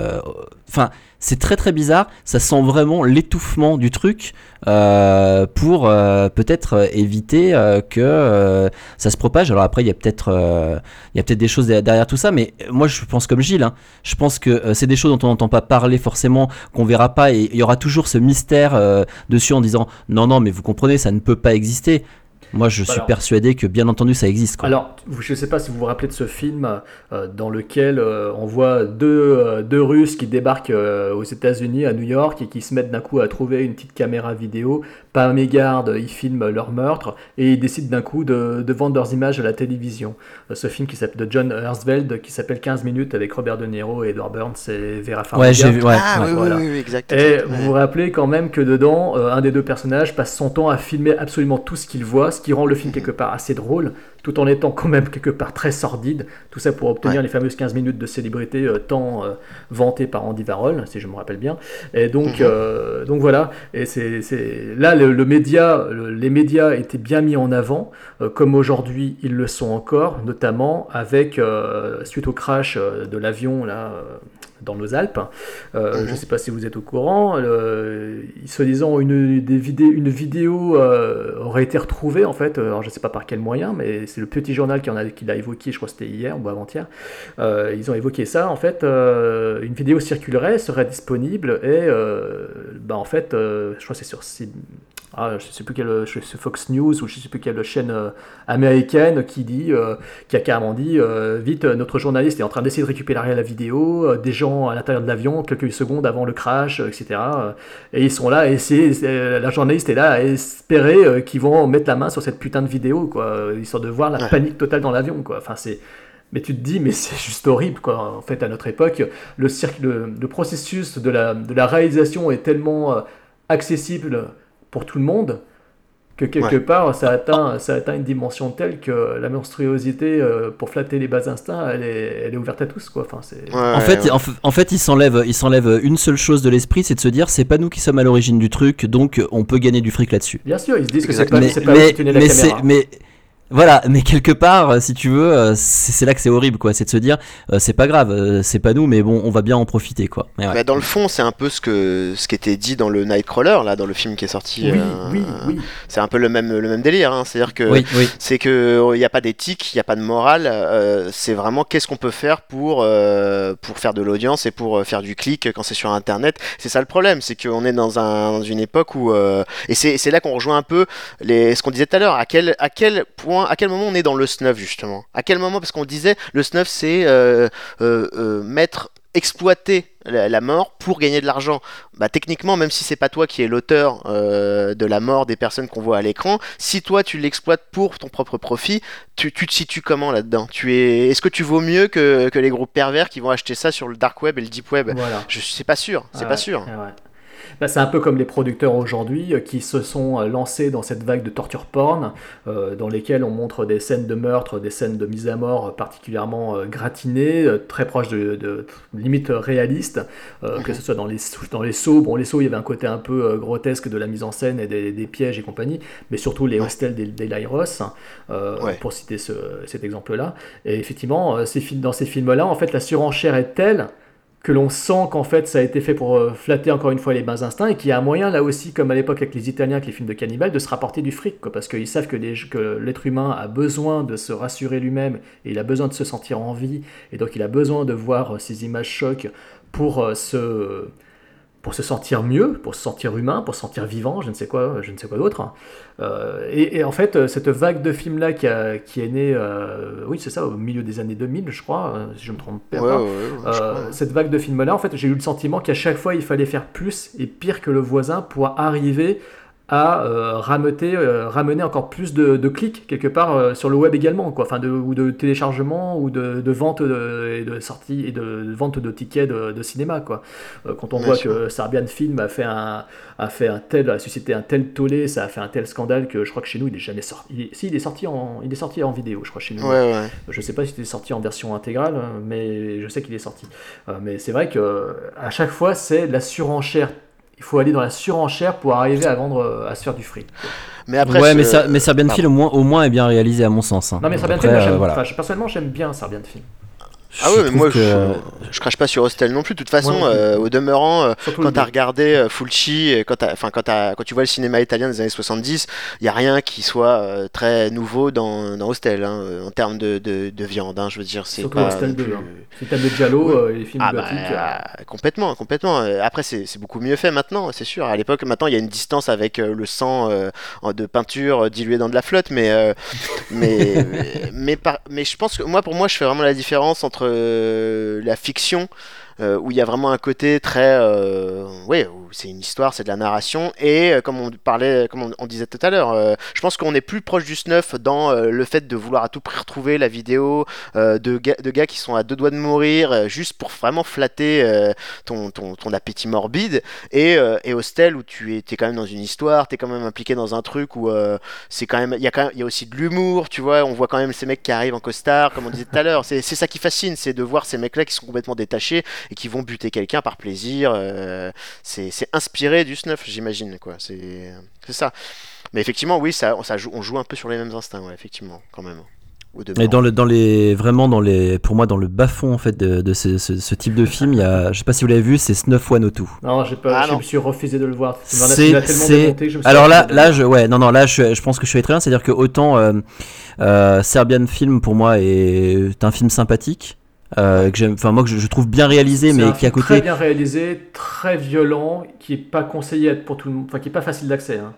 Enfin, euh, c'est très très bizarre. Ça sent vraiment l'étouffement du truc euh, pour euh, peut-être éviter euh, que euh, ça se propage. Alors après, il y a peut-être, euh, il y a peut-être des choses derrière tout ça, mais moi, je pense comme Gilles. Hein. Je pense que euh, c'est des choses dont on n'entend pas parler forcément, qu'on verra pas, et il y aura toujours ce mystère euh, dessus en disant non non, mais vous comprenez, ça ne peut pas exister. Moi, je suis alors, persuadé que, bien entendu, ça existe. Quoi. Alors, je ne sais pas si vous vous rappelez de ce film euh, dans lequel euh, on voit deux, euh, deux Russes qui débarquent euh, aux États-Unis, à New York, et qui se mettent d'un coup à trouver une petite caméra vidéo. Pas un mégarde, ils filment leur meurtre, et ils décident d'un coup de, de vendre leurs images à la télévision. Euh, ce film qui s'appelle, de John Herzfeld, qui s'appelle quinze minutes, avec Robert De Niro, Edward Burns et Vera Farmiga. Ouais, j'ai vu, ouais. Ah ouais, oui, voilà. oui, oui, exact. Et exact, vous ouais. vous rappelez quand même que dedans, euh, un des deux personnages passe son temps à filmer absolument tout ce qu'il voit, ce qui rend le film quelque part assez drôle, tout en étant quand même quelque part très sordide, tout ça pour obtenir ouais. les fameuses quinze minutes de célébrité euh, tant euh, vantées par Andy Warhol, si je me rappelle bien. Et donc, mm-hmm. euh, donc voilà, et c'est, c'est... là le, le média, le, les médias étaient bien mis en avant, euh, comme aujourd'hui ils le sont encore, notamment avec, euh, suite au crash euh, de l'avion là, euh, dans nos Alpes. Euh, mmh. Je ne sais pas si vous êtes au courant. Euh, soi-disant, une, des vidé- une vidéo euh, aurait été retrouvée, en fait. Alors, je ne sais pas par quel moyen, mais c'est le Petit Journal qui, en a, qui l'a évoqué, je crois que c'était hier ou avant-hier. Euh, ils ont évoqué ça. En fait, euh, une vidéo circulerait, serait disponible, et euh, bah, en fait, euh, je crois que c'est sur ah, je sais plus quelle, je sais Fox News ou je sais plus quelle chaîne euh, américaine qui dit, euh, qui a carrément dit, euh, vite, notre journaliste est en train d'essayer de récupérer la vidéo euh, des gens à l'intérieur de l'avion quelques secondes avant le crash, euh, et cetera. Et ils sont là, et c'est, c'est la journaliste est là à espérer euh, qu'ils vont mettre la main sur cette putain de vidéo, quoi, histoire de voir la Ouais. panique totale dans l'avion, quoi. Enfin, c'est Mais tu te dis, mais c'est juste horrible, quoi. En fait, à notre époque, le, cirque, le, le processus de la, de la réalisation est tellement euh, accessible pour tout le monde que quelque Ouais. part, ça atteint, ça atteint une dimension telle que la monstruosité, euh, pour flatter les bas instincts, elle est, elle est ouverte à tous, quoi. Enfin, c'est... Ouais, En fait, ouais. en, f- en fait, il s'enlève, il s'enlève une seule chose de l'esprit, c'est de se dire, c'est pas nous qui sommes à l'origine du truc, donc on peut gagner du fric là-dessus. Bien sûr, ils se disent que c'est Exactement. pas, mais, c'est pas mais, eux qui tenaient la mais caméra. c'est, mais voilà, mais quelque part, euh, si tu veux, euh, c'est, c'est là que c'est horrible, quoi. C'est de se dire, euh, c'est pas grave, euh, c'est pas nous, mais bon, on va bien en profiter, quoi. Mais ouais. Mais dans le fond, c'est un peu ce que ce qui était dit dans le Nightcrawler, là, dans le film qui est sorti. Oui, euh, oui, oui. C'est un peu le même le même délire. Hein. C'est-à-dire que Oui, oui. c'est que il n'y a pas d'éthique, il n'y a pas de morale. euh, c'est vraiment qu'est-ce qu'on peut faire pour euh, pour faire de l'audience et pour euh, faire du clic quand c'est sur Internet. C'est ça le problème, c'est qu'on est dans un dans une époque où euh, et c'est c'est là qu'on rejoint un peu les ce qu'on disait tout à l'heure. À quel à quel point à quel moment on est dans le snuff justement. À quel moment, parce qu'on disait le snuff c'est euh, euh, euh, mettre exploiter la, la mort pour gagner de l'argent. Bah techniquement, même si c'est pas toi qui es l'auteur euh, de la mort des personnes qu'on voit à l'écran, si toi tu l'exploites pour ton propre profit, tu, tu te situes comment là-dedans? Tu es, est-ce que tu vaux mieux que, que les groupes pervers qui vont acheter ça sur le dark web et le deep web? Voilà. Je c'est pas sûr, c'est Ah pas ouais, sûr. ah ouais. Bah, c'est un peu comme les producteurs aujourd'hui euh, qui se sont euh, lancés dans cette vague de torture porn, euh, dans lesquelles on montre des scènes de meurtre, des scènes de mise à mort euh, particulièrement euh, gratinées, euh, très proches de, de limite réalistes, euh, Mhm. que ce soit dans les, dans les sauts. Bon, les sauts, il y avait un côté un peu euh, grotesque de la mise en scène et des, des pièges et compagnie, mais surtout les Ouais. hostels des, des Lyros, euh, Ouais. pour citer ce, cet exemple-là. Et effectivement, euh, ces films, dans ces films-là, en fait, la surenchère est telle que l'on sent qu'en fait ça a été fait pour euh, flatter encore une fois les bas instincts et qu'il y a un moyen là aussi, comme à l'époque avec les Italiens, avec les films de cannibales, de se rapporter du fric, quoi, parce qu'ils savent que, les, que l'être humain a besoin de se rassurer lui-même et il a besoin de se sentir en vie et donc il a besoin de voir euh, ces images chocs pour euh, se pour se sentir mieux, pour se sentir humain, pour se sentir vivant, je ne sais quoi, je ne sais quoi d'autre. Euh, et, et en fait, euh, cette vague de films là qui, a, qui est née, euh, oui c'est ça, au milieu des années deux mille, je crois, euh, si je me trompe pas. Ouais, ouais, ouais, je Euh, crois. cette vague de films-là, en fait, j'ai eu le sentiment qu'à chaque fois, il fallait faire plus et pire que le voisin pour arriver à euh, rameuter, euh, ramener encore plus de, de clics quelque part euh, sur le web également, quoi. Enfin, de, ou de téléchargement ou de, de vente de, et de sortie et de, de vente de tickets de, de cinéma, quoi. Euh, quand on Bien voit sûr. que Serbian Film a fait un, a fait un tel, a suscité un tel tollé, ça a fait un tel scandale que je crois que chez nous, il est jamais sorti. Il est, si, il est sorti en, il est sorti en vidéo, je crois chez nous. Ouais, ouais. Je sais pas si c'était sorti en version intégrale, mais je sais qu'il est sorti. Euh, mais c'est vrai que à chaque fois, c'est la surenchère. Il faut aller dans la surenchère pour arriver à vendre, à se faire du fric. Mais après, ouais, ce- mais, ça, mais Serbian pardon. Film, au moins, au moins est bien réalisé à mon sens. hein. Non mais Serbian Après, Film, moi, euh, j'aime, voilà. enfin, je- personnellement j'aime bien Serbian Film. Ah Je ouais, mais trouve moi que- je, je crache pas sur Hostel non plus. De toute façon, Moi non plus. euh, au demeurant, euh, Surtout quand le t'as deux. regardé euh, Fulci, et quand, t'as- enfin, quand, t'as- quand tu vois le cinéma italien des années soixante-dix, il y a rien qui soit euh, très nouveau dans, dans Hostel, hein, euh, en termes de, de, de viande. Hein, je veux dire, c'est Surtout pas Hostel non deux. plus- Hein. Si t'aimes le Giallo, Oui. euh, les films Ah bah, gothiques. euh, euh, complètement, complètement. Euh, Après, c'est c'est beaucoup mieux fait maintenant, c'est sûr. À l'époque, maintenant, il y a une distance avec euh, le sang euh, en- de peinture euh, dilué dans de la flotte, mais euh, mais mais, par- mais je pense que moi, pour moi, je fais vraiment la différence entre euh, la fiction. Euh, où il y a vraiment un côté très euh, ouais, où c'est une histoire, c'est de la narration, et euh, comme on parlait, comme on, on disait tout à l'heure, euh, je pense qu'on est plus proche du snuff dans euh, le fait de vouloir à tout prix retrouver la vidéo euh, de, gars, de gars qui sont à deux doigts de mourir euh, juste pour vraiment flatter euh, ton, ton, ton appétit morbide, et, euh, et Hostel où tu es, t'es quand même dans une histoire, t'es quand même impliqué dans un truc où euh, c'est quand même, il y a quand même, il y a aussi de l'humour, tu vois, on voit quand même ces mecs qui arrivent en costard, comme on disait tout à l'heure, c'est, c'est ça qui fascine, c'est de voir ces mecs-là qui sont complètement détachés et qui vont buter quelqu'un par plaisir. euh, c'est, c'est inspiré du snuff, j'imagine, quoi. C'est, c'est ça. Mais effectivement, oui, ça, ça joue, on joue un peu sur les mêmes instincts, ouais, effectivement, quand même. Au Et demeurant. dans le, dans les, vraiment dans les, pour moi, dans le bas-fond en fait de, de ce, ce, ce type de film, il y a, je sais pas si vous l'avez vu, c'est Snuff one oh two. Non, j'ai pas, Ah, je non. me suis refusé de le voir. Tu m'en as- tu C'est, m'as tellement c'est... démonté que je me suis Alors là, refusé de le là, voir. je, ouais, non, non, là, je, je pense que je suis allé très bien. C'est-à-dire que autant euh, euh, Serbian Film pour moi est un film sympathique, euh, que j'aime, enfin moi que je, je trouve bien réalisé, C'est mais un qui à film très côté, bien réalisé, très violent, qui est pas conseillé à être pour tout le monde, enfin qui est pas facile d'accès. Hein.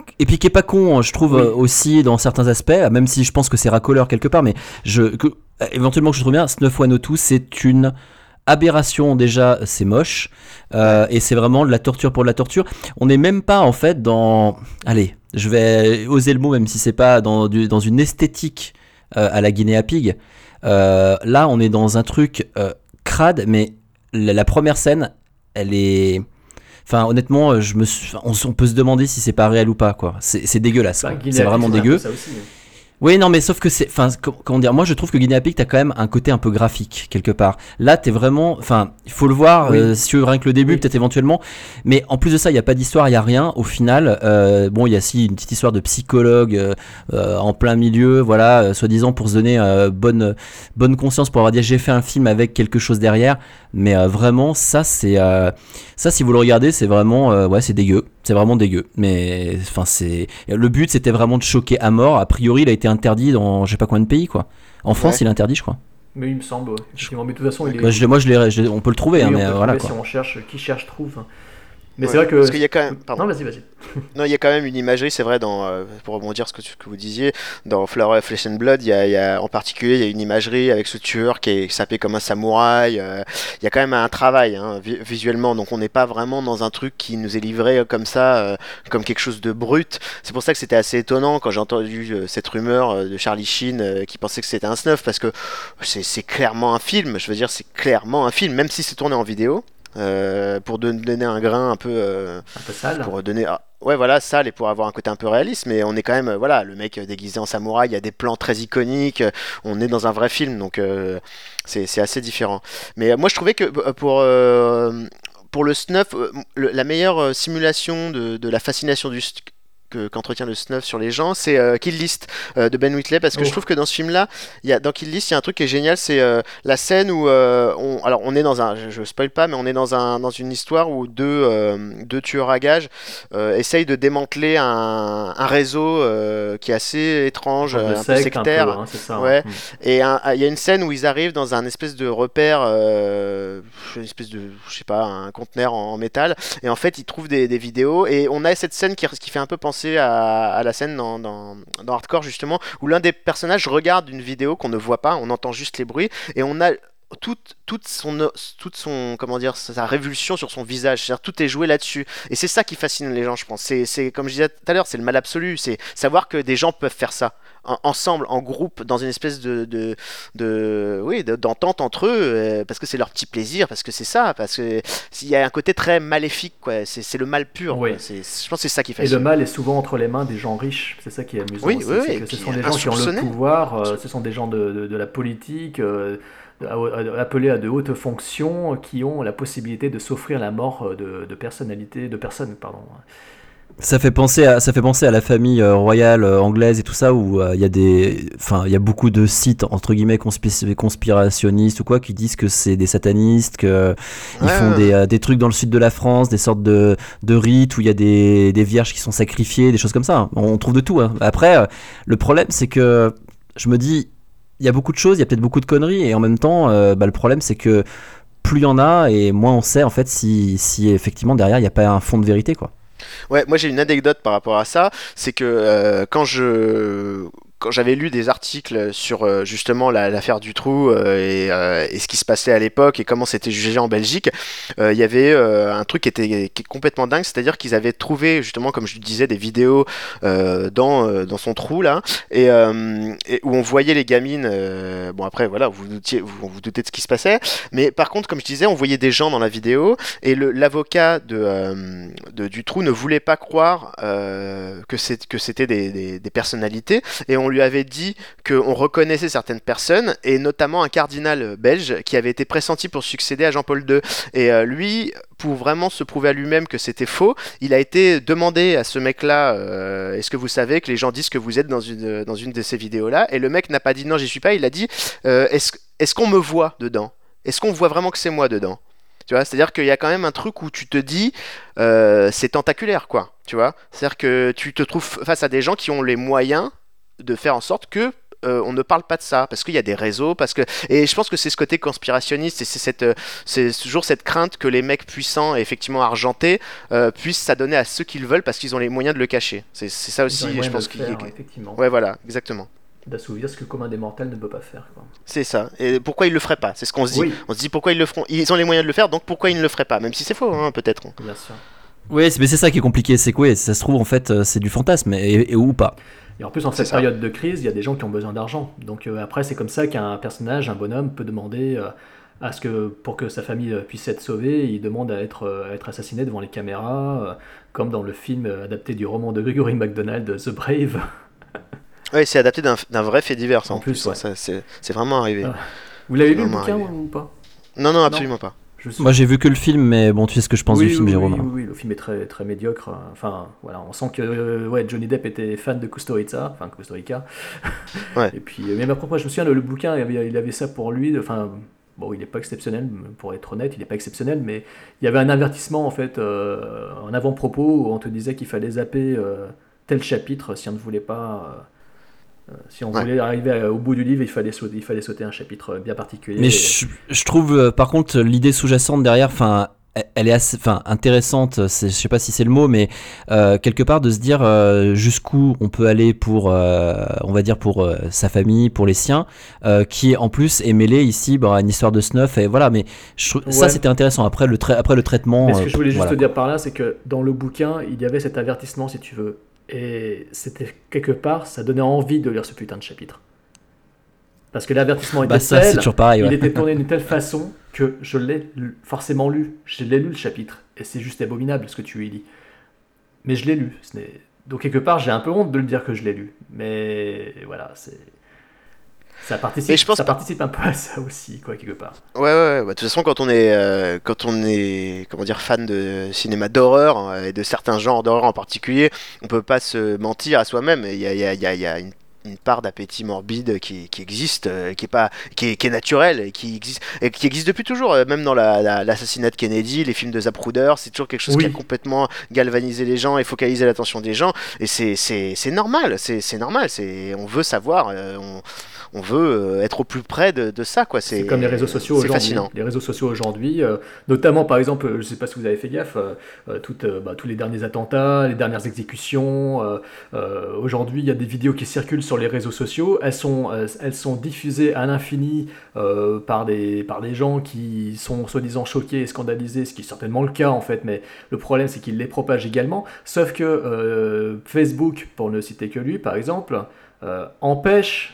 et puis qui est pas con, je trouve, oui. euh, aussi dans certains aspects, même si je pense que c'est racoleur quelque part, mais je, que, éventuellement que je trouve bien, Snuff one oh two, c'est une aberration. Déjà, c'est moche, euh, et c'est vraiment de la torture pour de la torture. On n'est même pas en fait dans, allez, je vais oser le mot, même si c'est pas dans, du, dans une esthétique euh, à la Guinea Pig. Euh, là, on est dans un truc euh, crade, mais la, la première scène, elle est... Enfin, honnêtement, je me suis... on, on peut se demander si c'est pas réel ou pas, quoi. C'est, c'est dégueulasse, bah, c'est vraiment dégueu. Ça aussi, mais... Oui, non, mais sauf que c'est... Enfin, comment dire, moi, je trouve que Guinea Pig, t'as quand même un côté un peu graphique, quelque part. Là, t'es vraiment... Enfin, il faut le voir, oui. euh, si tu veux, rien que le début, oui. peut-être éventuellement. Mais en plus de ça, il n'y a pas d'histoire, il n'y a rien. Au final, euh, bon, il y a si une petite histoire de psychologue euh, euh, en plein milieu, voilà, euh, soi-disant pour se donner euh, bonne, bonne conscience, pour avoir dit, j'ai fait un film avec quelque chose derrière. Mais euh, vraiment, ça, c'est... Euh, ça, si vous le regardez, c'est vraiment... Euh, ouais, c'est dégueu. C'est vraiment dégueu. Mais, enfin, c'est... Le but, c'était vraiment de choquer à mort. A priori, il a été interdit dans je sais pas combien de pays, quoi. En France, ouais. il est interdit, je crois. Mais il me semble, ouais. Effectivement. Mais de toute façon, il est... Moi, je, moi je l'ai, je l'ai, on peut le trouver, oui, hein, mais on peut voilà, trouver quoi. Si on cherche, qui cherche, trouve. Mais ouais, c'est vrai que... Parce qu'il y a quand même... Pardon. Non, vas-y, vas-y. Non, il y a quand même une imagerie, c'est vrai, dans, euh, pour rebondir sur ce que, ce que vous disiez, dans Flower of Flesh and Blood, il y a, il y a, en particulier, il y a une imagerie avec ce tueur qui est sapé comme un samouraï. Euh, il y a quand même un travail, hein, vi- visuellement, donc on n'est pas vraiment dans un truc qui nous est livré comme ça, euh, comme quelque chose de brut. C'est pour ça que c'était assez étonnant quand j'ai entendu euh, cette rumeur euh, de Charlie Sheen euh, qui pensait que c'était un snuff, parce que c'est, c'est clairement un film, je veux dire, c'est clairement un film, même si c'est tourné en vidéo. Euh, pour donner un grain un peu, euh, un peu sale, pour donner, ah, ouais voilà, sale, et pour avoir un côté un peu réaliste, mais on est quand même, euh, voilà, le mec déguisé en samouraï, il y a des plans très iconiques, on est dans un vrai film, donc euh, c'est, c'est assez différent. Mais euh, moi je trouvais que pour euh, pour le snuff, euh, le, la meilleure simulation de, de la fascination du Que, qu'entretient le snuff sur les gens, c'est euh, Kill List euh, de Ben Wheatley, parce que oh. je trouve que dans ce film-là, y a, dans Kill List, il y a un truc qui est génial, c'est euh, la scène où euh, on, alors on est dans un, je, je spoil pas, mais on est dans un dans une histoire où deux euh, deux tueurs à gages euh, essayent de démanteler un, un réseau euh, qui est assez étrange, un, un peu sectaire, un peu, hein, c'est ça, ouais. Hein. Et il y a une scène où ils arrivent dans un espèce de repère, euh, une espèce de, je sais pas, un conteneur en, en métal, et en fait ils trouvent des, des vidéos, et on a cette scène qui, qui fait un peu penser À, à la scène dans, dans, dans Hardcore, justement, où l'un des personnages regarde une vidéo qu'on ne voit pas, on entend juste les bruits, et on a toute, toute, son, toute son, comment dire, sa révulsion sur son visage, c'est-à-dire tout est joué là-dessus, et c'est ça qui fascine les gens, je pense. C'est, c'est comme je disais tout à l'heure, c'est le mal absolu, c'est savoir que des gens peuvent faire ça en, ensemble, en groupe, dans une espèce de, de, de oui, de, d'entente entre eux, euh, parce que c'est leur petit plaisir, parce que c'est ça, parce que il y a un côté très maléfique, quoi. C'est, c'est le mal pur. Oui. C'est, je pense que c'est ça qui fascine. Et le mal est souvent entre les mains des gens riches, c'est ça qui est amusant. Oui, aussi, oui, c'est oui. que ce sont des gens qui ont le pouvoir, euh, ce sont des gens de, de, de la politique. Euh, appelés à de hautes fonctions, qui ont la possibilité de s'offrir la mort de, de personnalités, de personnes, pardon. Ça fait penser à ça fait penser à la famille euh, royale euh, anglaise et tout ça, où il euh, y a des enfin il y a beaucoup de sites entre guillemets conspi- conspirationnistes ou quoi qui disent que c'est des satanistes, que ils ouais. font des euh, des trucs dans le sud de la France, des sortes de de rites où il y a des des vierges qui sont sacrifiées, des choses comme ça. On trouve de tout, hein. Après euh, le problème c'est que je me dis il y a beaucoup de choses, il y a peut-être beaucoup de conneries, et en même temps, euh, bah, le problème c'est que plus il y en a, et moins on sait en fait si, si effectivement derrière il n'y a pas un fond de vérité, quoi. Ouais, moi j'ai une anecdote par rapport à ça, c'est que euh, quand je... quand j'avais lu des articles sur euh, justement la, l'affaire Dutroux euh, et, euh, et ce qui se passait à l'époque et comment c'était jugé en Belgique, il euh, y avait euh, un truc qui était qui est complètement dingue, c'est-à-dire qu'ils avaient trouvé justement, comme je disais, des vidéos euh, dans, euh, dans son trou là, et, euh, et où on voyait les gamines, euh, bon après voilà, vous vous, doutiez, vous vous doutez de ce qui se passait, mais par contre comme je disais, on voyait des gens dans la vidéo, et le, l'avocat de, euh, de Dutroux ne voulait pas croire euh, que, c'est, que c'était des, des, des personnalités, et on lui avait dit qu'on reconnaissait certaines personnes, et notamment un cardinal belge qui avait été pressenti pour succéder à Jean-Paul deux. Et euh, lui, pour vraiment se prouver à lui-même que c'était faux, il a été demandé à ce mec-là euh, est-ce que vous savez que les gens disent que vous êtes dans une, dans une de ces vidéos-là? Et le mec n'a pas dit non, j'y suis pas, il a dit euh, est-ce, est-ce qu'on me voit dedans? Est-ce qu'on voit vraiment que c'est moi dedans? Tu vois, c'est-à-dire qu'il y a quand même un truc où tu te dis euh, c'est tentaculaire, quoi. Tu vois, c'est-à-dire que tu te trouves face à des gens qui ont les moyens de faire en sorte que euh, on ne parle pas de ça parce qu'il y a des réseaux, parce que et je pense que c'est ce côté conspirationniste et c'est cette, euh, c'est toujours cette crainte que les mecs puissants et effectivement argentés euh, puissent s'adonner à ceux qu'ils veulent parce qu'ils ont les moyens de le cacher. C'est, c'est ça aussi, je pense qu'il. Faire, effectivement. Ouais, voilà, exactement. D'assouvir ce que le commun des mortels ne peut pas faire. Quoi. C'est ça. Et pourquoi ils le feraient pas ? C'est ce qu'on se dit. Oui. On se dit pourquoi ils le feront. Ils ont les moyens de le faire, donc pourquoi ils ne le feraient pas ? Même si c'est faux, hein, peut-être. Bien sûr. Oui, mais c'est ça qui est compliqué, c'est que ouais, ça se trouve en fait c'est du fantasme et, et ou pas. Et en plus en cette période de crise, il y a des gens qui ont besoin d'argent. Donc euh, après c'est comme ça qu'un personnage, un bonhomme peut demander euh, à ce que pour que sa famille euh, puisse être sauvée, il demande à être, euh, à être assassiné devant les caméras, euh, comme dans le film euh, adapté du roman de Gregory MacDonald, The Brave. Oui, c'est adapté d'un, d'un vrai fait divers en, en plus. plus ouais. Ça, c'est, c'est vraiment arrivé. Ah. Vous l'avez lu le bouquin arrivé. Ou pas ? Non, non, absolument non. pas. Suis... Moi j'ai vu que le film, mais bon, tu sais ce que je pense oui, du film, oui, Jérôme. Oui, oui, oui, le film est très, très médiocre. Enfin, voilà, on sent que euh, ouais, Johnny Depp était fan de Kusturica, enfin Kusturica. Ouais. Et puis, mais après, je me souviens, le, le bouquin, il avait, il avait ça pour lui. Enfin, bon, il n'est pas exceptionnel, pour être honnête, il n'est pas exceptionnel, mais il y avait un avertissement en fait, euh, en avant-propos où on te disait qu'il fallait zapper euh, tel chapitre si on ne voulait pas. Euh, Euh, si on ouais. voulait arriver à, au bout du livre, il fallait sauter, il fallait sauter un chapitre bien particulier. Mais et... je, je trouve, euh, par contre, l'idée sous-jacente derrière, enfin, elle est assez, enfin, intéressante. C'est, je sais pas si c'est le mot, mais euh, quelque part de se dire euh, jusqu'où on peut aller pour, euh, on va dire pour euh, sa famille, pour les siens, euh, qui en plus est mêlé ici bah, à une histoire de snuff et voilà. Mais je, ouais. ça c'était intéressant. Après le, tra- après le traitement. Mais ce que je voulais juste voilà. te dire par là, c'est que dans le bouquin, il y avait cet avertissement, si tu veux. Et c'était quelque part, ça donnait envie de lire ce putain de chapitre. Parce que l'avertissement était bah ça, tel, c'est toujours pareil, ouais. il était tourné d'une telle façon que je l'ai forcément lu. Je l'ai lu le chapitre. Et c'est juste abominable ce que tu y lis. Mais je l'ai lu. Ce n'est... Donc quelque part, j'ai un peu honte de le dire que je l'ai lu. Mais voilà, c'est... Ça participe, ça participe un peu à ça aussi, quoi, quelque part. Ouais, ouais, bah, de toute façon, quand on est, euh, quand on est, comment dire, fan de cinéma d'horreur hein, et de certains genres d'horreur en particulier, on peut pas se mentir à soi-même. Il y a, il y a, il y a, il y a une, une part d'appétit morbide qui, qui existe, euh, qui est pas, qui est, qui est naturelle et qui existe, et qui existe depuis toujours. Euh, même dans la, la, l'assassinat de Kennedy, les films de Zapruder, c'est toujours quelque chose oui. qui a complètement galvanisé les gens et focalisé l'attention des gens. Et c'est, c'est, c'est normal, c'est, c'est normal. C'est, on veut savoir. Euh, on, On veut être au plus près de, de ça, quoi. C'est, c'est comme les réseaux sociaux c'est aujourd'hui. Fascinant. Les réseaux sociaux aujourd'hui, euh, notamment par exemple, je ne sais pas si vous avez fait gaffe, euh, toutes, euh, bah, tous les derniers attentats, les dernières exécutions. Euh, euh, aujourd'hui, il y a des vidéos qui circulent sur les réseaux sociaux. Elles sont, euh, elles sont diffusées à l'infini euh, par, des, par des gens qui sont soi-disant choqués et scandalisés, ce qui est certainement le cas en fait. Mais le problème, c'est qu'ils les propagent également. Sauf que euh, Facebook, pour ne citer que lui, par exemple, euh, empêche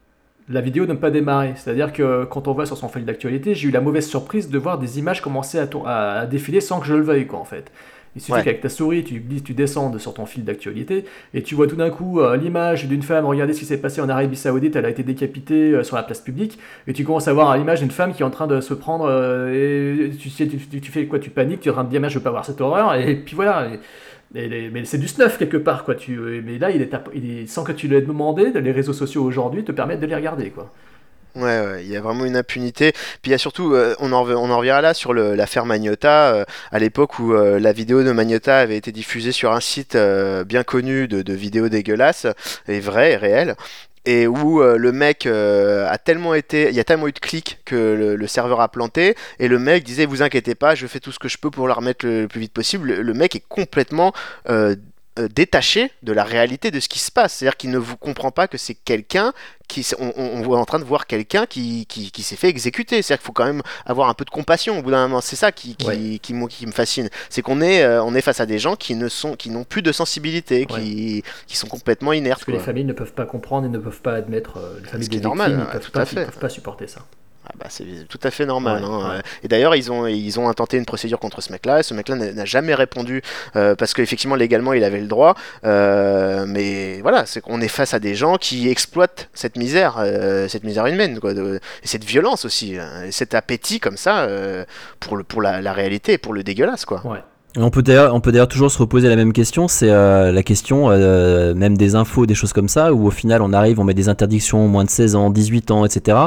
la vidéo ne pas démarrer. C'est-à-dire que quand on voit sur son fil d'actualité, j'ai eu la mauvaise surprise de voir des images commencer à, tour- à défiler sans que je le veuille, quoi, en fait. Il suffit ouais. qu'avec ta souris, tu, tu descendes sur ton fil d'actualité et tu vois tout d'un coup euh, l'image d'une femme. Regardez ce qui s'est passé en Arabie Saoudite, elle a été décapitée euh, sur la place publique. Et tu commences à voir l'image d'une femme qui est en train de se prendre. Euh, et tu, sais, tu, tu, tu fais quoi ? Tu paniques, tu es en train de dire, je ne veux pas voir cette horreur. Et puis voilà. Et, Et les, mais c'est du snuff quelque part, quoi. Tu, mais là, il est, il est, sans que tu l'aies demandé, les réseaux sociaux aujourd'hui te permettent de les regarder, quoi. Ouais, ouais, il y a vraiment une impunité. Puis il y a surtout, euh, on, en, on en revient là sur le, l'affaire Magnotta, euh, à l'époque où euh, la vidéo de Magnotta avait été diffusée sur un site euh, bien connu de, de vidéos dégueulasses, et vraies et réelles. Et où euh, le mec euh, a tellement été, il y a tellement eu de clics que le, le serveur a planté, et le mec disait vous inquiétez pas, je fais tout ce que je peux pour la remettre le, le plus vite possible. Le, le mec est complètement euh, euh, détaché de la réalité de ce qui se passe, c'est-à-dire qu'il ne vous comprend pas que c'est quelqu'un qui, on, on, on est en train de voir quelqu'un qui, qui, qui s'est fait exécuter. C'est-à-dire qu'il faut quand même avoir un peu de compassion au bout d'un moment. C'est ça qui, qui, ouais. qui, qui, qui me fascine. C'est qu'on est, euh, on est face à des gens qui, ne sont, qui n'ont plus de sensibilité, ouais. qui, qui sont complètement inertes. Parce que quoi. les familles ne peuvent pas comprendre et ne peuvent pas admettre, euh, les familles des victimes normal, ne ouais, peuvent, pas, peuvent pas supporter ça. Ah bah c'est tout à fait normal. Ouais, hein. ouais. Et d'ailleurs, ils ont, ils ont intenté une procédure contre ce mec-là. Ce mec-là n'a, n'a jamais répondu euh, parce qu'effectivement, légalement, il avait le droit. Euh, mais voilà, c'est qu'on est face à des gens qui exploitent cette misère, euh, cette misère humaine, quoi, de, et cette violence aussi, hein, et cet appétit comme ça euh, pour, le, pour la, la réalité et pour le dégueulasse, quoi. Ouais. On peut, d'ailleurs, on peut d'ailleurs toujours se reposer la même question, c'est euh, la question euh, même des infos, des choses comme ça, où au final on arrive, on met des interdictions moins de seize ans, dix-huit ans, et cetera.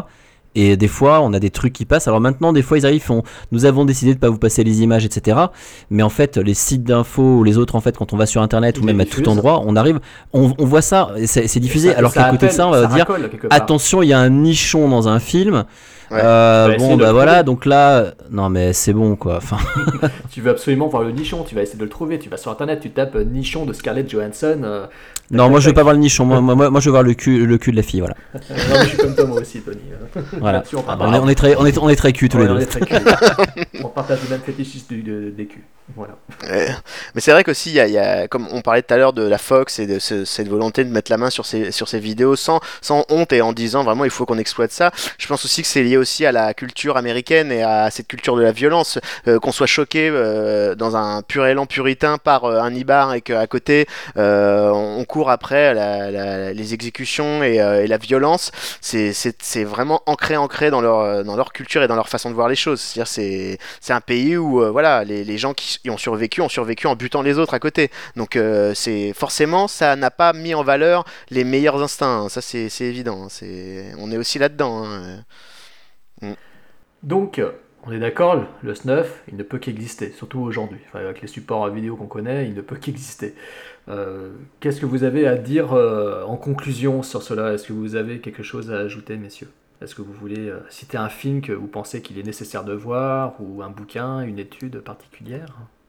Et des fois, on a des trucs qui passent. Alors maintenant, des fois, ils arrivent, ils font, nous avons décidé de pas vous passer les images, et cetera. Mais en fait, les sites d'infos ou les autres, en fait, quand on va sur Internet ou même à tout endroit, on arrive, on, on voit ça, et c'est, c'est diffusé. Ça, alors ça qu'à côté de ça, on va ça dire, attention, il y a un nichon dans un film. Ouais. Euh, bon bah voilà, donc là, non mais c'est bon quoi. Enfin, tu veux absolument voir le nichon, tu vas essayer de le trouver. Tu vas sur Internet, tu tapes euh, nichon de Scarlett Johansson. Euh, non, moi je veux pas voir le nichon. Moi, moi, moi je veux voir le cul, le cul de la fille, voilà. non, mais je suis comme toi, moi aussi, Tony. Voilà. on, ah, bah, on, est, on est très, on est, on est très cul tous ouais, les deux. On, est très cul. On partage le même fétichisme du, de, des culs. Voilà. Ouais. Mais c'est vrai qu'aussi, il y a, il y a, comme on parlait tout à l'heure de la Fox et de ce, cette volonté de mettre la main sur ces, sur ces vidéos sans, sans honte et en disant vraiment il faut qu'on exploite ça. Je pense aussi que c'est lié aussi à la culture américaine et à cette culture de la violence. Euh, qu'on soit choqué euh, dans un pur élan puritain par euh, un ibar et qu'à côté euh, on court après la, la, les exécutions et, euh, et la violence, c'est, c'est, c'est vraiment ancré, ancré dans leur, dans leur culture et dans leur façon de voir les choses. C'est-à-dire c'est, c'est un pays où euh, voilà, les, les gens qui ont survécu ont survécu en butant les autres à côté. Donc euh, c'est forcément ça n'a pas mis en valeur les meilleurs instincts. Ça c'est, c'est évident. C'est, on est aussi là-dedans. Hein. Mm. Donc on est d'accord, le snuff, il ne peut qu'exister, surtout aujourd'hui. Enfin, avec les supports vidéo qu'on connaît, il ne peut qu'exister. Euh, qu'est-ce que vous avez à dire euh, en conclusion sur cela ? Est-ce que vous avez quelque chose à ajouter, messieurs ? Est-ce que vous voulez euh, citer un film que vous pensez qu'il est nécessaire de voir, ou un bouquin, une étude particulière ?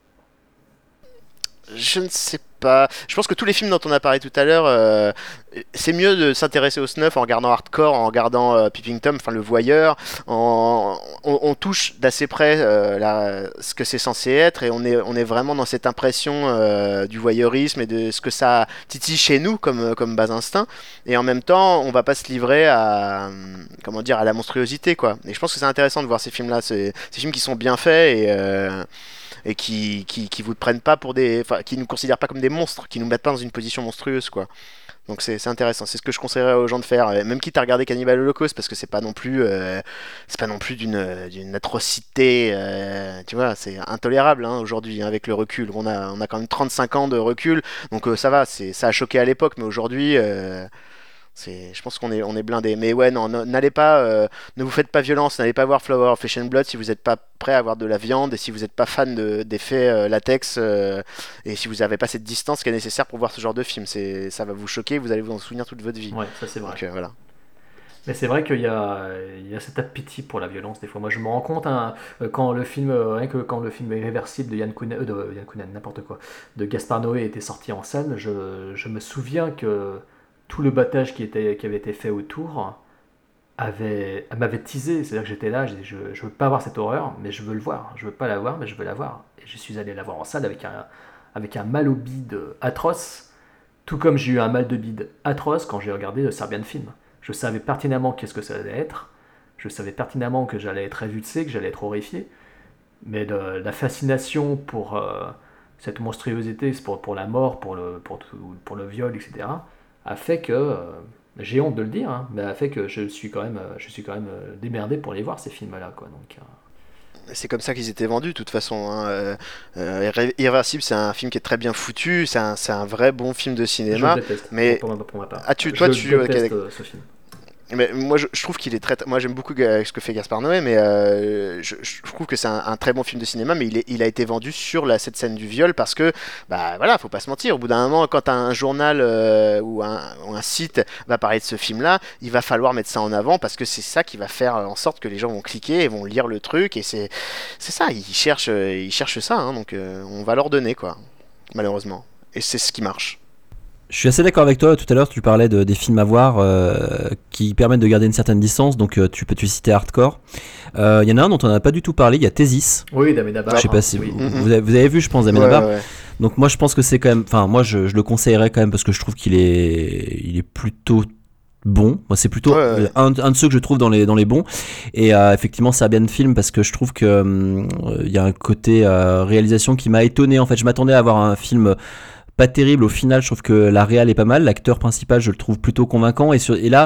Je ne sais pas. Je pense que tous les films dont on a parlé tout à l'heure, euh, c'est mieux de s'intéresser au snuff en regardant Hardcore, en regardant euh, Peeping Tom, enfin le voyeur. En, on, on touche d'assez près euh, la, ce que c'est censé être et on est, on est vraiment dans cette impression euh, du voyeurisme et de ce que ça titille chez nous comme, comme bas instinct. Et en même temps, on va pas se livrer à, comment dire, à la monstruosité, quoi. Et je pense que c'est intéressant de voir ces films-là, ces, ces films qui sont bien faits et euh, et qui, qui, qui vous prennent pas pour des, enfin, qui nous considèrent pas comme des monstres, qui nous mettent pas dans une position monstrueuse, quoi. Donc c'est, c'est intéressant, c'est ce que je conseillerais aux gens de faire, même quitte à regarder Cannibal Holocaust, parce que c'est pas non plus, euh, c'est pas non plus d'une, d'une atrocité, euh, tu vois, c'est intolérable hein, aujourd'hui hein, avec le recul. On a, on a quand même trente-cinq ans de recul, donc euh, ça va, c'est, ça a choqué à l'époque, mais aujourd'hui. Euh, C'est, je pense qu'on est, on est blindé. Mais ouais, non, n'allez pas, euh, ne vous faites pas violence, n'allez pas voir Flower of Flesh and Blood si vous n'êtes pas prêt à avoir de la viande et si vous n'êtes pas fan de, d'effets euh, latex euh, et si vous n'avez pas cette distance qui est nécessaire pour voir ce genre de film. C'est, ça va vous choquer, vous allez vous en souvenir toute votre vie. Ouais, ça c'est vrai. Donc, euh, voilà. Mais c'est vrai qu'il y a, il y a cet appétit pour la violence des fois. Moi je me rends compte hein, quand le film, rien que quand le film Irréversible de Yann Kounen, euh, de Yann Kounen, n'importe quoi, de Gaspard Noé était sorti en salle, je, je me souviens que tout le battage qui, était, qui avait été fait autour avait, m'avait teasé. C'est-à-dire que j'étais là, je, je, je veux pas voir cette horreur, mais je veux le voir. Je veux pas la voir, mais je veux la voir. Et je suis allé la voir en salle avec un, avec un mal au bide atroce, tout comme j'ai eu un mal de bide atroce quand j'ai regardé le Serbian Film. Je savais pertinemment qu'est-ce que ça allait être, je savais pertinemment que j'allais être révulsé, que j'allais être horrifié, mais de, la fascination pour euh, cette monstruosité, pour, pour la mort, pour le, pour, pour le viol, et cetera, a fait que, euh, j'ai honte de le dire, hein, mais a fait que je suis quand même, je suis quand même euh, démerdé pour aller voir ces films-là, quoi. Donc, euh... c'est comme ça qu'ils étaient vendus, de toute façon. Hein. Euh, euh, Irréversible, c'est un film qui est très bien foutu, c'est un, c'est un vrai bon film de cinéma. Je le déteste, mais pour, pour, pour ma part. Ah, tu, toi, je tu déteste okay, euh, ce film. Mais moi, je, je trouve qu'il est très. Moi, j'aime beaucoup ce que fait Gaspard Noé, mais euh, je, je trouve que c'est un, un très bon film de cinéma, mais il, est, il a été vendu sur la, cette scène du viol parce que, bah voilà, faut pas se mentir. Au bout d'un moment, quand un journal euh, ou, un, ou un site va parler de ce film-là, il va falloir mettre ça en avant parce que c'est ça qui va faire en sorte que les gens vont cliquer et vont lire le truc. Et c'est, c'est ça, ils cherchent, ils cherchent ça, hein, donc euh, on va leur donner, quoi, malheureusement. Et c'est ce qui marche. Je suis assez d'accord avec toi. Tout à l'heure, tu parlais de, des films à voir euh, qui permettent de garder une certaine distance. Donc, euh, tu peux tu citer Hardcore. Il euh, y en a un dont on n'a pas du tout parlé. Il y a Thésis. Oui, D'Amenabar. Je sais pas si oui. vous, vous, avez, vous avez vu, je pense, D'Amenabar. Ouais, ouais, ouais. Donc, moi, je pense que c'est quand même. Enfin, moi, je, je le conseillerais quand même parce que je trouve qu'il est, il est plutôt bon. Moi, c'est plutôt ouais, ouais. Un, un de ceux que je trouve dans les dans les bons. Et euh, effectivement, Serbian Film parce que je trouve que il euh, y a un côté euh, réalisation qui m'a étonné. En fait, je m'attendais à avoir un film pas terrible. Au final, je trouve que la réal est pas mal. L'acteur principal, je le trouve plutôt convaincant. Et, sur, et là,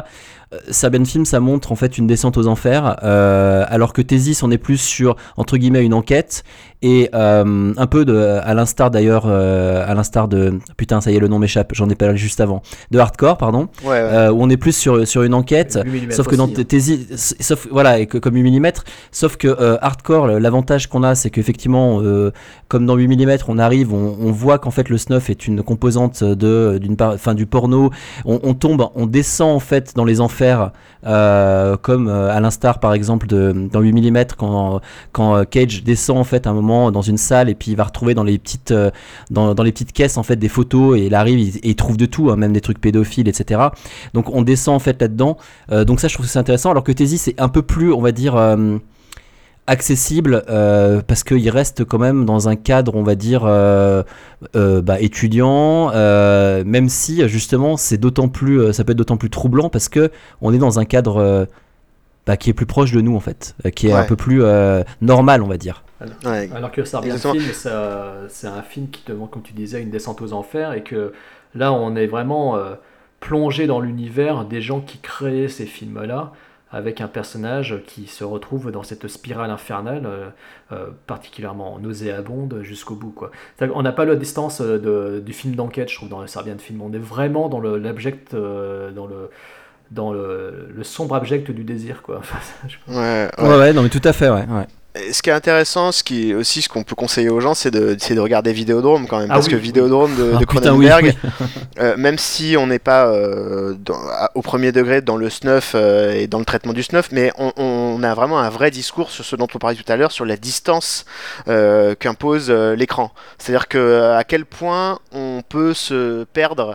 Serbian Film, ça montre en fait une descente aux enfers, euh, alors que Thesis, on est plus sur entre guillemets une enquête et euh, un peu de, à l'instar d'ailleurs, euh, à l'instar de putain, ça y est, le nom m'échappe, j'en ai parlé juste avant, de Hardcore, pardon, ouais, ouais. Euh, où on est plus sur sur une enquête, sauf que aussi, dans hein. Thesis, sauf voilà, et que, comme huit millimètres, sauf que euh, Hardcore, l'avantage qu'on a, c'est qu'effectivement, euh, comme dans huit millimètres, on arrive, on, on voit qu'en fait le snuff est une composante de d'une part, enfin du porno, on, on tombe, on descend en fait dans les enfers. Faire, euh, comme euh, à l'instar par exemple de, dans huit millimètres quand, quand Cage descend en fait un moment dans une salle et puis il va retrouver dans les petites, euh, dans, dans les petites caisses en fait des photos et il arrive il, et il trouve de tout, hein, même des trucs pédophiles, etc. Donc on descend en fait là-dedans, euh, donc ça je trouve que c'est intéressant, alors que Thesis c'est un peu plus on va dire euh, accessible euh, parce qu'il reste quand même dans un cadre on va dire euh, euh, bah, étudiant, euh, même si justement c'est d'autant plus euh, ça peut être d'autant plus troublant parce que on est dans un cadre euh, bah, qui est plus proche de nous en fait, euh, qui est ouais. un peu plus euh, normal on va dire. Alors, ouais. alors que Serbian Film, ça, c'est un film qui te montre, comme tu disais, une descente aux enfers, et que là on est vraiment euh, plongé dans l'univers des gens qui créaient ces films-là, avec un personnage qui se retrouve dans cette spirale infernale, euh, euh, particulièrement nauséabonde jusqu'au bout, quoi. On n'a pas la distance de, du film d'enquête, je trouve, dans le Serbian Film. On est vraiment dans le, l'abject, euh, dans le dans le, le sombre abject du désir, quoi. Enfin, ouais, ouais. ouais, ouais, non mais tout à fait, ouais. ouais. Ce qui est intéressant, ce qui aussi ce qu'on peut conseiller aux gens, c'est de, c'est de regarder Vidéodrome quand même, ah, parce oui, que Vidéodrome oui. de, de ah, Cronenberg, putain, oui, oui. euh, même si on n'est pas euh, dans, à, au premier degré dans le snuff euh, et dans le traitement du snuff, mais on, on a vraiment un vrai discours sur ce dont on parlait tout à l'heure, sur la distance euh, qu'impose euh, l'écran. C'est-à-dire que à quel point on peut se perdre.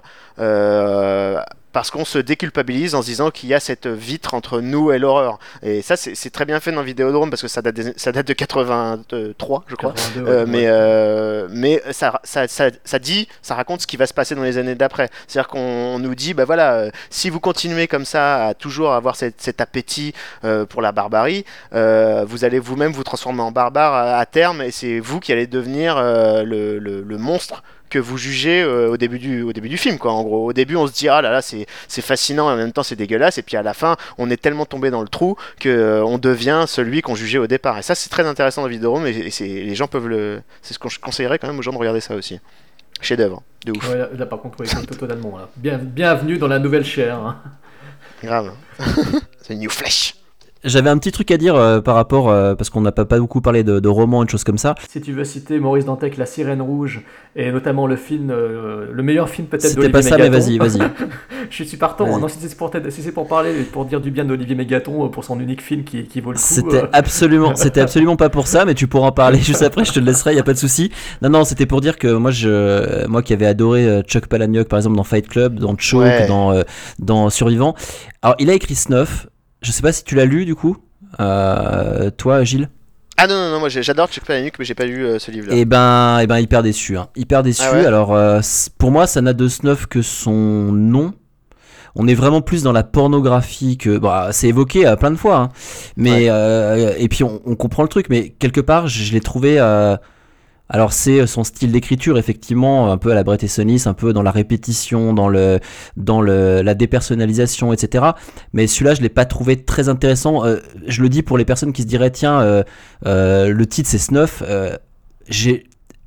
Euh, parce qu'on se déculpabilise en se disant qu'il y a cette vitre entre nous et l'horreur. Et ça, c'est, c'est très bien fait dans Vidéodrome, parce que ça date, des, ça date de quatre-vingt-trois, je crois. quatre-vingt-deux, euh, ouais, mais ouais. Euh, mais ça, ça, ça, ça dit, ça raconte ce qui va se passer dans les années d'après. C'est-à-dire qu'on nous dit, bah voilà, euh, si vous continuez comme ça à toujours avoir cet, cet appétit euh, pour la barbarie, euh, vous allez vous-même vous transformer en barbare à, à terme, et c'est vous qui allez devenir euh, le, le, le monstre que vous jugez euh, au début du au début du film, quoi. En gros, au début on se dit ah là là c'est c'est fascinant et en même temps c'est dégueulasse, et puis à la fin on est tellement tombé dans le trou que euh, on devient celui qu'on jugeait au départ. Et ça c'est très intéressant dans Vidéodrome, et, et c'est les gens peuvent le c'est ce que je conseillerais quand même aux gens de regarder ça aussi. Chef-d'œuvre, de ouf. Ouais, là, là par contre oui, totalement là. Bien, bienvenue dans la nouvelle chair. Hein. Grave. C'est une new flesh. J'avais un petit truc à dire euh, par rapport, euh, parce qu'on n'a pas, pas beaucoup parlé de, de romans et de choses comme ça. Si tu veux citer Maurice Dantec, La Sirène Rouge, et notamment le film, euh, le meilleur film peut-être C'était d'Olivier pas Mégaton. ça, mais vas-y, vas-y. Je suis partant. Vas-y. Non, si c'est, pour si c'est pour parler, pour dire du bien d'Olivier Mégaton pour son unique film qui, qui vaut le coup. C'était euh... absolument, c'était absolument pas pour ça, mais tu pourras en parler juste après. Je te le laisserai, y a pas de souci. Non, non, c'était pour dire que moi, je, moi qui avais adoré Chuck Palahniuk par exemple dans Fight Club, dans Choke, ouais. dans euh, dans Survivant. Alors, il a écrit Snuff. Je sais pas si tu l'as lu du coup. Euh, toi, Gilles? Ah non, non, non, moi j'adore Chuck Palahniuk, mais j'ai pas lu euh, ce livre-là. Et ben, et ben, hyper déçu. Hein. Hyper déçu. Ah ouais. Alors, euh, pour moi, ça n'a de snuff que son nom. On est vraiment plus dans la pornographie que. Bon, c'est évoqué euh, plein de fois. Hein. Mais, ouais. euh, et puis, on, on comprend le truc, mais quelque part, je, je l'ai trouvé. Euh, Alors c'est son style d'écriture effectivement un peu à la Bret Easton Ellis, un peu dans la répétition, dans le dans le la dépersonnalisation, et cetera. Mais celui-là je l'ai pas trouvé très intéressant. Euh, je le dis pour les personnes qui se diraient tiens euh, euh, le titre c'est Snuff. Euh, j'ai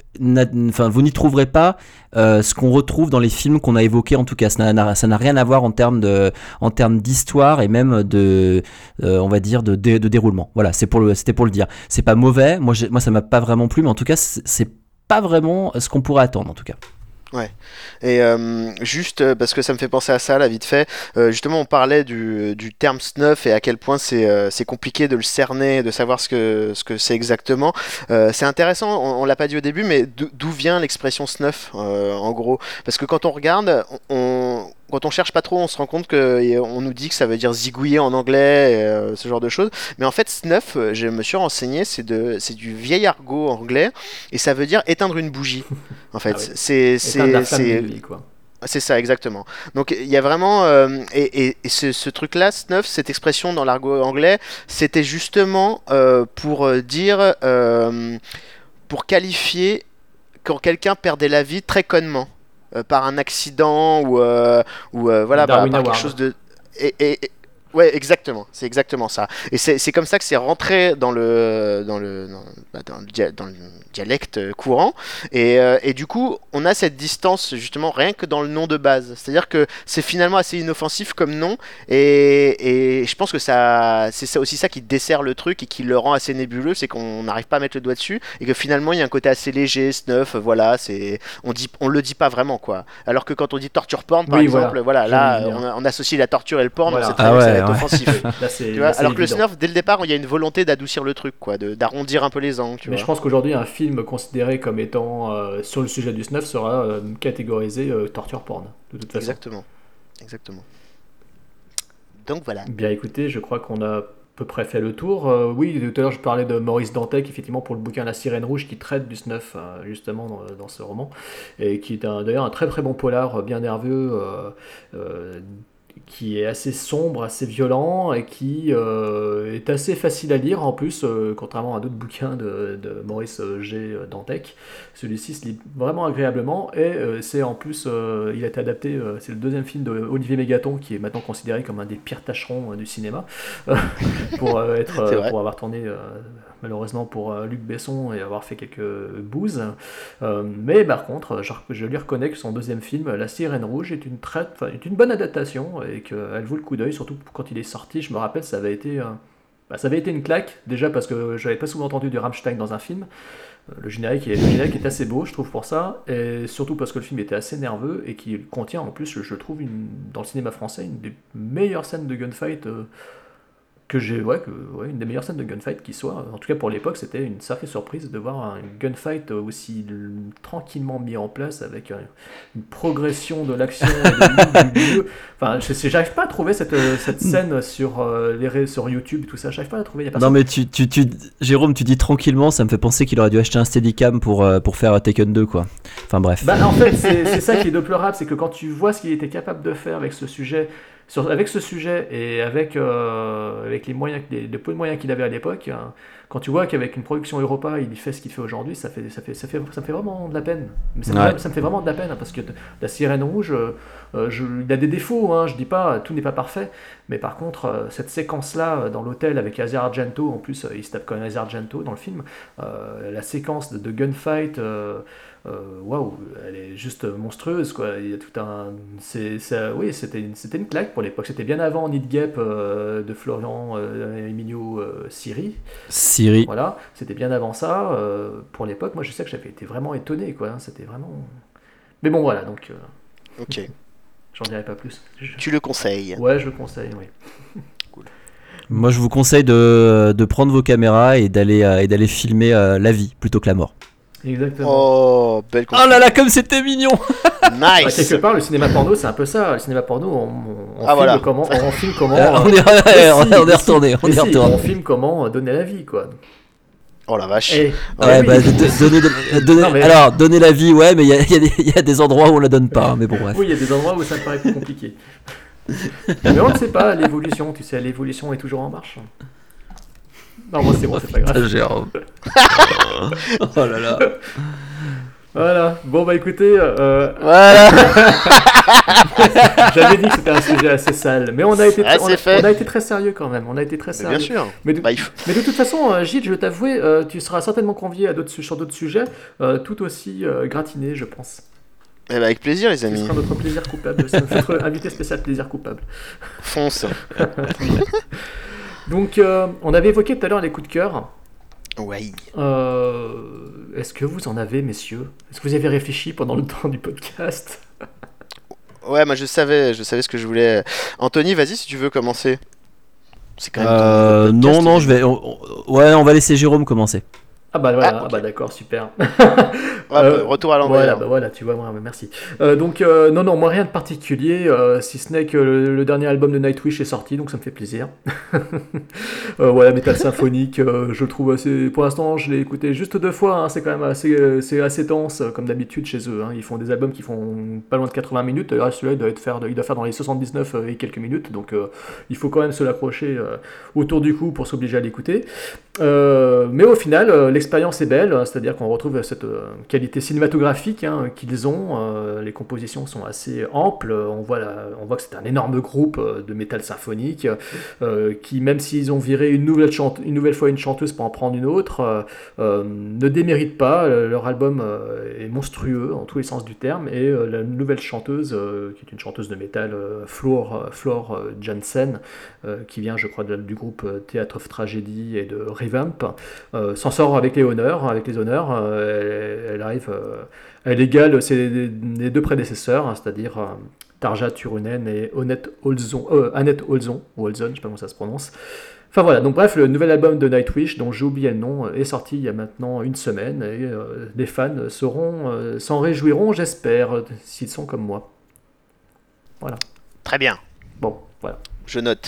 Enfin, vous n'y trouverez pas euh, ce qu'on retrouve dans les films qu'on a évoqués. En tout cas, ça n'a, ça n'a rien à voir en termes de, en termes d'histoire et même de, euh, on va dire de, de, de déroulement. Voilà, c'est pour le, c'était pour le dire. C'est pas mauvais. Moi, moi, ça m'a pas vraiment plu, mais en tout cas, c'est, c'est pas vraiment ce qu'on pourrait attendre, en tout cas. Ouais, et euh, juste parce que ça me fait penser à ça là vite fait, euh, justement on parlait du, du terme snuff et à quel point c'est, euh, c'est compliqué de le cerner, de savoir ce que, ce que c'est exactement. Euh, c'est intéressant, on, on l'a pas dit au début, mais d'où vient l'expression snuff euh, en gros, parce que quand on regarde, on, quand on cherche pas trop, on se rend compte qu'on nous dit que ça veut dire zigouiller en anglais, euh, ce genre de choses. Mais en fait, snuff, je me suis renseigné, c'est, de, c'est du vieil argot anglais, et ça veut dire éteindre une bougie. En fait, ah oui. c'est, c'est, c'est, vie, quoi. C'est ça, exactement. Donc il y a vraiment... Euh, et, et, et ce, ce truc-là, snuff, cette expression dans l'argot anglais, c'était justement euh, pour dire... Euh, pour qualifier quand quelqu'un perdait la vie très connement. Euh, par un accident ou, euh, ou euh, voilà, par, par quelque chose de... Et, et, et, Ouais, exactement, c'est exactement ça. Et c'est, c'est comme ça que c'est rentré dans le, dans le, dans, bah, dans le, dia, dans le dialecte courant. Et, euh, et du coup, on a cette distance, justement, rien que dans le nom de base. C'est-à-dire que c'est finalement assez inoffensif comme nom. Et, et je pense que ça, c'est ça aussi ça qui dessert le truc et qui le rend assez nébuleux. C'est qu'on n'arrive pas à mettre le doigt dessus. Et que finalement, il y a un côté assez léger, snuff, voilà. C'est, on dit, on le dit pas vraiment, quoi. Alors que quand on dit torture porn, par oui, exemple, voilà, voilà là, on, on associe la torture et le porn, voilà. on sait très ah bien ouais, que ça va être ouais. offensif. Là, c'est, tu vois, là, alors que évident. le snuff, dès le départ, il y a une volonté d'adoucir le truc, quoi, de, d'arrondir un peu les angles. Tu Mais vois. je pense qu'aujourd'hui, un film considéré comme étant euh, sur le sujet du snuff sera euh, catégorisé euh, torture porn, de toute façon. Exactement. Exactement. Donc voilà. Bien écoutez, je crois qu'on a à peu près fait le tour. Euh, oui, tout à l'heure, je parlais de Maurice Dantec, effectivement, pour le bouquin La Sirène Rouge, qui traite du snuff, euh, justement, dans, dans ce roman, et qui est un, d'ailleurs un très très bon polar, bien nerveux, euh, euh, qui est assez sombre, assez violent et qui euh, est assez facile à lire en plus, euh, contrairement à d'autres bouquins de, de Maurice G. Dantec. Celui-ci se lit vraiment agréablement et euh, c'est en plus, euh, il a été adapté, euh, c'est le deuxième film de Olivier Mégaton qui est maintenant considéré comme un des pires tâcherons euh, du cinéma pour, euh, être, euh, pour avoir tourné euh, malheureusement pour euh, Luc Besson et avoir fait quelques bouses. Euh, mais par contre, je, je lui reconnais que son deuxième film, La Sirène Rouge, est une, traite, est une bonne adaptation et qu'elle vaut le coup d'œil, surtout quand il est sorti. Je me rappelle, ça avait été, euh, bah, ça avait été une claque, déjà parce que j'avais pas souvent entendu du Rammstein dans un film. Le générique, est, le générique est assez beau, je trouve, pour ça, et surtout parce que le film était assez nerveux et qu'il contient en plus, je, je trouve, une, dans le cinéma français, une des meilleures scènes de gunfight euh, que j'ai, ouais, que, ouais, une des meilleures scènes de gunfight qui soit. En tout cas, pour l'époque, c'était une sacrée surprise de voir un gunfight aussi l- tranquillement mis en place avec un, une progression de l'action et de du milieu. Enfin, je sais, j'arrive pas à trouver cette, cette scène sur euh, les ré- sur YouTube et tout ça. J'arrive pas à la trouver. Y a personne. Non mais tu, tu, tu, Jérôme, tu dis tranquillement, ça me fait penser qu'il aurait dû acheter un Steadicam pour, euh, pour faire Taken deux, quoi. Enfin bref. Bah, en fait, c'est, c'est ça qui est déplorable, c'est que quand tu vois ce qu'il était capable de faire avec ce sujet, sur, avec ce sujet et avec, euh, avec les, moyens, les, les peu de moyens qu'il avait à l'époque, hein, quand tu vois qu'avec une production Europa, il fait ce qu'il fait aujourd'hui, ça fait, ça fait, ça fait, ça me fait vraiment de la peine. Mais ça, ouais. me, ça me fait vraiment de la peine, hein, parce que La Sirène Rouge, euh, je, il a des défauts, hein, je dis pas, tout n'est pas parfait, mais par contre, euh, cette séquence-là, dans l'hôtel avec Asia Argento, en plus, euh, il se tape quand même Asia Argento dans le film, euh, la séquence de, de gunfight, euh, waouh, wow, elle est juste monstrueuse, quoi. Il y a tout un, c'est, ça, oui, c'était une, c'était une claque pour l'époque. C'était bien avant Need Gap euh, de Florian euh, Emilio euh, Siri. Siri. Voilà, c'était bien avant ça. Euh, pour l'époque, moi, je sais que j'avais été vraiment étonné, quoi. C'était vraiment. Mais bon, voilà, donc. Euh, ok. J'en dirai pas plus. Je... Tu le conseilles? Ouais, je le conseille, oui. Cool. Moi, je vous conseille de, de prendre vos caméras et d'aller, euh, et d'aller filmer euh, la vie plutôt que la mort. Exactement. Oh, belle Oh là là, comme c'était mignon. Nice. Bah, quelque part, le cinéma porno, c'est un peu ça. Le cinéma porno, on, on, on ah, filme voilà. comment, on, on filme comment. Euh, on, est, euh, on, si, on est retourné, on est si, retourné. on filme comment donner la vie, quoi. Oh la vache. Et, ouais, oui. bah, de, donner, de, donner, non, mais... Alors, donner la vie, ouais, mais il y, y, y a des endroits où on la donne pas. Hein, mais bon, bref. Oui, il y a des endroits où ça me paraît plus compliqué. Mais on ne sait pas, l'évolution, tu sais, l'évolution est toujours en marche. Non, moi c'est bon, c'est pas grave. Jérôme. Oh là là. Voilà, bon bah écoutez, euh... voilà. J'avais dit que c'était un sujet assez sale, mais on a été, ah, on, a, on a été très sérieux quand même, on a été très sérieux. Mais bien sûr. Mais de, bah, il faut... mais de toute façon, euh, Gilles, je vais t'avouer, euh, tu seras certainement convié à d'autres, sur d'autres sujets, euh, tout aussi euh, gratinés, je pense. Eh ben avec plaisir, les amis. Ce sera notre plaisir coupable, c'est notre invité spécial plaisir coupable. Fonce. Donc, euh, on avait évoqué tout à l'heure les coups de cœur. Oui. Euh, est-ce que vous en avez, messieurs? Est-ce que vous y avez réfléchi pendant le temps du podcast? Ouais, moi je savais, je savais ce que je voulais. Anthony, vas-y si tu veux commencer. C'est quand même. Euh, ton podcast, non, non, je vais. On, ouais, on va laisser Jérôme commencer. Ah bah voilà, ah, okay. ah bah d'accord, super. Ouais, euh, retour à l'envers. Voilà, bah voilà, tu vois, moi, merci. Euh, donc euh, non, non, moi rien de particulier, euh, si ce n'est que le, le dernier album de Nightwish est sorti, donc ça me fait plaisir. euh, voilà, Metal Symphonique, euh, je le trouve assez. Pour l'instant, je l'ai écouté juste deux fois. Hein, c'est quand même assez, c'est assez dense, comme d'habitude chez eux. Hein. Ils font des albums qui font pas loin de quatre-vingts minutes. D'ailleurs, celui-là, il doit être faire, il doit faire dans les soixante-dix-neuf et quelques minutes, donc euh, il faut quand même se l'accrocher euh, autour du cou pour s'obliger à l'écouter. Euh, mais au final, euh, l'expérience est belle, c'est-à-dire qu'on retrouve cette euh, qualité cinématographique hein, qu'ils ont. Euh, les compositions sont assez amples. On voit, la, on voit que c'est un énorme groupe euh, de métal symphonique euh, qui, même s'ils ont viré une nouvelle, chante- une nouvelle fois une chanteuse pour en prendre une autre, euh, euh, ne déméritent pas. Leur album euh, est monstrueux en tous les sens du terme. Et euh, la nouvelle chanteuse, euh, qui est une chanteuse de métal, euh, Floor, Floor euh, Jansen, euh, qui vient, je crois, de, du groupe euh, Theatre of Tragedy et de Revamp, euh, s'en sort avec les honneurs. Avec les honneurs, euh, elle, elle arrive, euh, elle égale ses les deux prédécesseurs, hein, c'est-à-dire euh, Tarja Turunen et Annette Olzon, euh, Annette Olzon, ou Olzon, je ne sais pas comment ça se prononce. Enfin voilà, donc bref, le nouvel album de Nightwish, dont j'ai oublié le nom, est sorti il y a maintenant une semaine, et euh, les fans seront, euh, s'en réjouiront, j'espère, s'ils sont comme moi. Voilà. Très bien. Bon, voilà. Je note.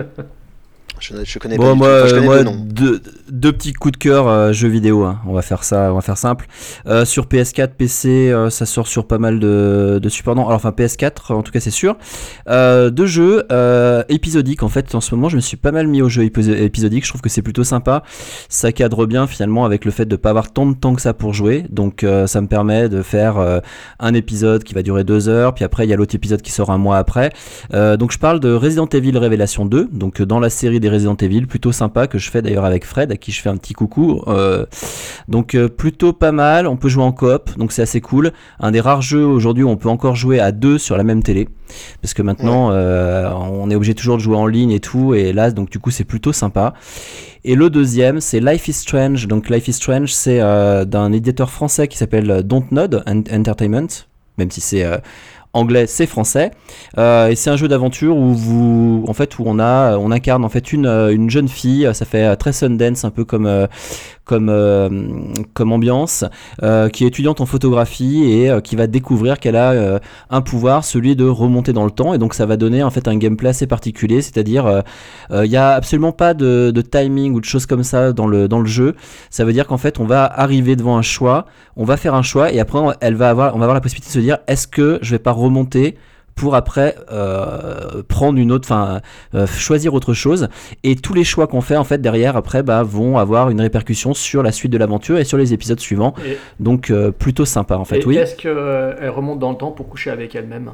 Je, je connais bon, pas moi, du tout. Enfin, je connais moi deux noms. deux, deux petits coups de cœur euh, jeux vidéo. Hein. On va faire ça, on va faire simple. Euh, sur P S quatre, P C, euh, ça sort sur pas mal de, de supports. Non, alors enfin P S quatre, en tout cas c'est sûr. Euh, deux jeux euh, épisodiques. En fait, en ce moment, je me suis pas mal mis aux jeux épi- épisodiques. Je trouve que c'est plutôt sympa. Ça cadre bien finalement avec le fait de pas avoir tant de temps que ça pour jouer. Donc, euh, ça me permet de faire euh, un épisode qui va durer deux heures. Puis après, il y a l'autre épisode qui sort un mois après. Euh, donc, je parle de Resident Evil Révélation deux. Donc, dans la série des Resident Evil, plutôt sympa, que je fais d'ailleurs avec Fred, à qui je fais un petit coucou. Euh, donc euh, plutôt pas mal, on peut jouer en coop, donc c'est assez cool. Un des rares jeux aujourd'hui où on peut encore jouer à deux sur la même télé, parce que maintenant ouais. euh, on est obligé toujours de jouer en ligne et tout, et là donc du coup c'est plutôt sympa. Et le deuxième, c'est Life is Strange. Donc Life is Strange, c'est euh, d'un éditeur français qui s'appelle Dontnod Entertainment, même si c'est euh, anglais, c'est français, euh, et c'est un jeu d'aventure où vous, en fait, où on a, on incarne en fait une une jeune fille. Ça fait très Sundance, un peu comme euh, comme euh, comme ambiance, euh, qui est étudiante en photographie et euh, qui va découvrir qu'elle a euh, un pouvoir, celui de remonter dans le temps, et donc ça va donner en fait un gameplay assez particulier, c'est-à-dire il euh, euh, y a absolument pas de, de timing ou de choses comme ça dans le dans le jeu. Ça veut dire qu'en fait on va arriver devant un choix, on va faire un choix, et après elle va avoir, on va avoir la possibilité de se dire, est-ce que je vais pas remonter pour après euh, prendre une autre, enfin euh, choisir autre chose, et tous les choix qu'on fait en fait derrière après bah, vont avoir une répercussion sur la suite de l'aventure et sur les épisodes suivants. Et donc euh, plutôt sympa en fait. Et oui. Est-ce qu'elle remonte dans le temps pour coucher avec elle-même?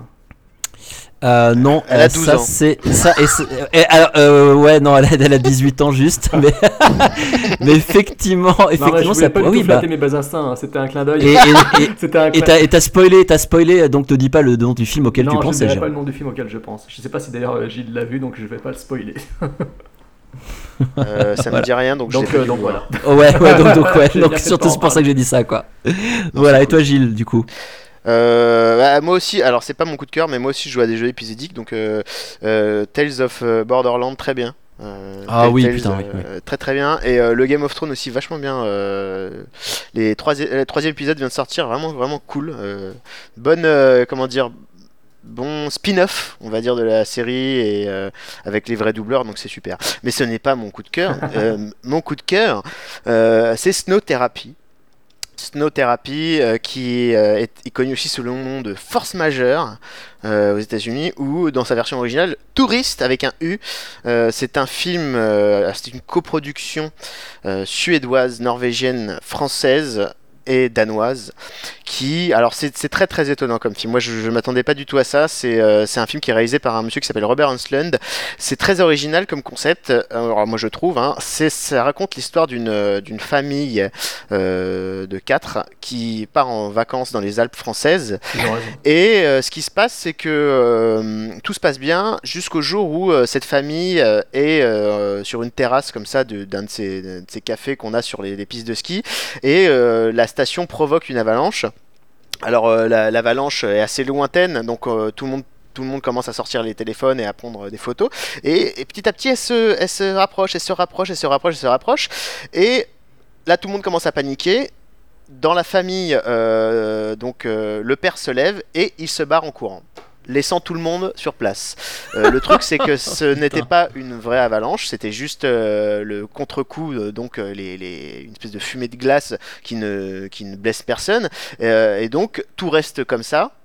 Euh, non, elle a douze ça, ans. C'est, ça, et c'est, et, alors, euh, ouais, non, elle a, elle a dix-huit ans juste, mais, mais effectivement, effectivement, non, ça peut. Oui, oui, bah. mes bas instincts, hein. C'était un clin d'œil. Et, et, et, C'était un clin... et, t'as, et t'as spoilé, t'as spoilé, donc te dis pas le nom du film auquel non, tu penses. Non, je ne dirai pas le nom du film auquel je pense. Je sais pas si d'ailleurs Gilles l'a vu, donc je vais pas le spoiler. euh, ça me voilà. dit rien, donc, donc, je euh, donc voilà. Ouais, ouais, donc, donc ouais, donc surtout c'est pour ça que j'ai dit ça, quoi. Non, voilà, et toi Gilles, du coup? Euh, bah, moi aussi, alors c'est pas mon coup de cœur, mais moi aussi je joue à des jeux épisodiques, donc euh, euh, Tales of Borderlands, très bien. Euh, ah Tales, oui, putain, oui, euh, oui. Très très bien. Et euh, le Game of Thrones aussi, vachement bien. Euh, les trois, le troisième épisode vient de sortir, vraiment vraiment cool. Euh, bonne, euh, comment dire, bon spin-off, on va dire, de la série, et euh, avec les vrais doubleurs, donc c'est super. Mais ce n'est pas mon coup de cœur. euh, mon coup de cœur, euh, c'est Snow Therapy. Snow Therapy, euh, qui euh, est, est connu aussi sous le nom de Force Majeure euh, aux États-Unis, ou dans sa version originale Touriste avec un U. Euh, c'est un film, euh, c'est une coproduction euh, suédoise, norvégienne, française et danoise, qui, alors c'est, c'est très très étonnant comme film. Moi je, je m'attendais pas du tout à ça. C'est, euh, c'est un film qui est réalisé par un monsieur qui s'appelle Robert Enslund. C'est très original comme concept. Alors moi je trouve, hein, c'est, ça raconte l'histoire d'une, d'une famille euh, de quatre qui part en vacances dans les Alpes françaises. Et euh, ce qui se passe, c'est que euh, tout se passe bien jusqu'au jour où euh, cette famille euh, est euh, sur une terrasse comme ça de, d'un de ces, de ces cafés qu'on a sur les, les pistes de ski, et euh, la station provoque une avalanche. Alors euh, la, l'avalanche est assez lointaine, donc euh, tout le monde tout le monde commence à sortir les téléphones et à prendre des photos, et, et petit à petit elle se, elle se rapproche, elle se rapproche, elle se rapproche, elle se rapproche, et là tout le monde commence à paniquer. Dans la famille, euh, donc euh, le père se lève et il se barre en courant, laissant tout le monde sur place. Euh, le truc, c'est que ce n'était pas une vraie avalanche, c'était juste euh, le contre-coup, euh, donc euh, les, les, une espèce de fumée de glace qui ne, qui ne blesse personne. Euh, et donc, tout reste comme ça.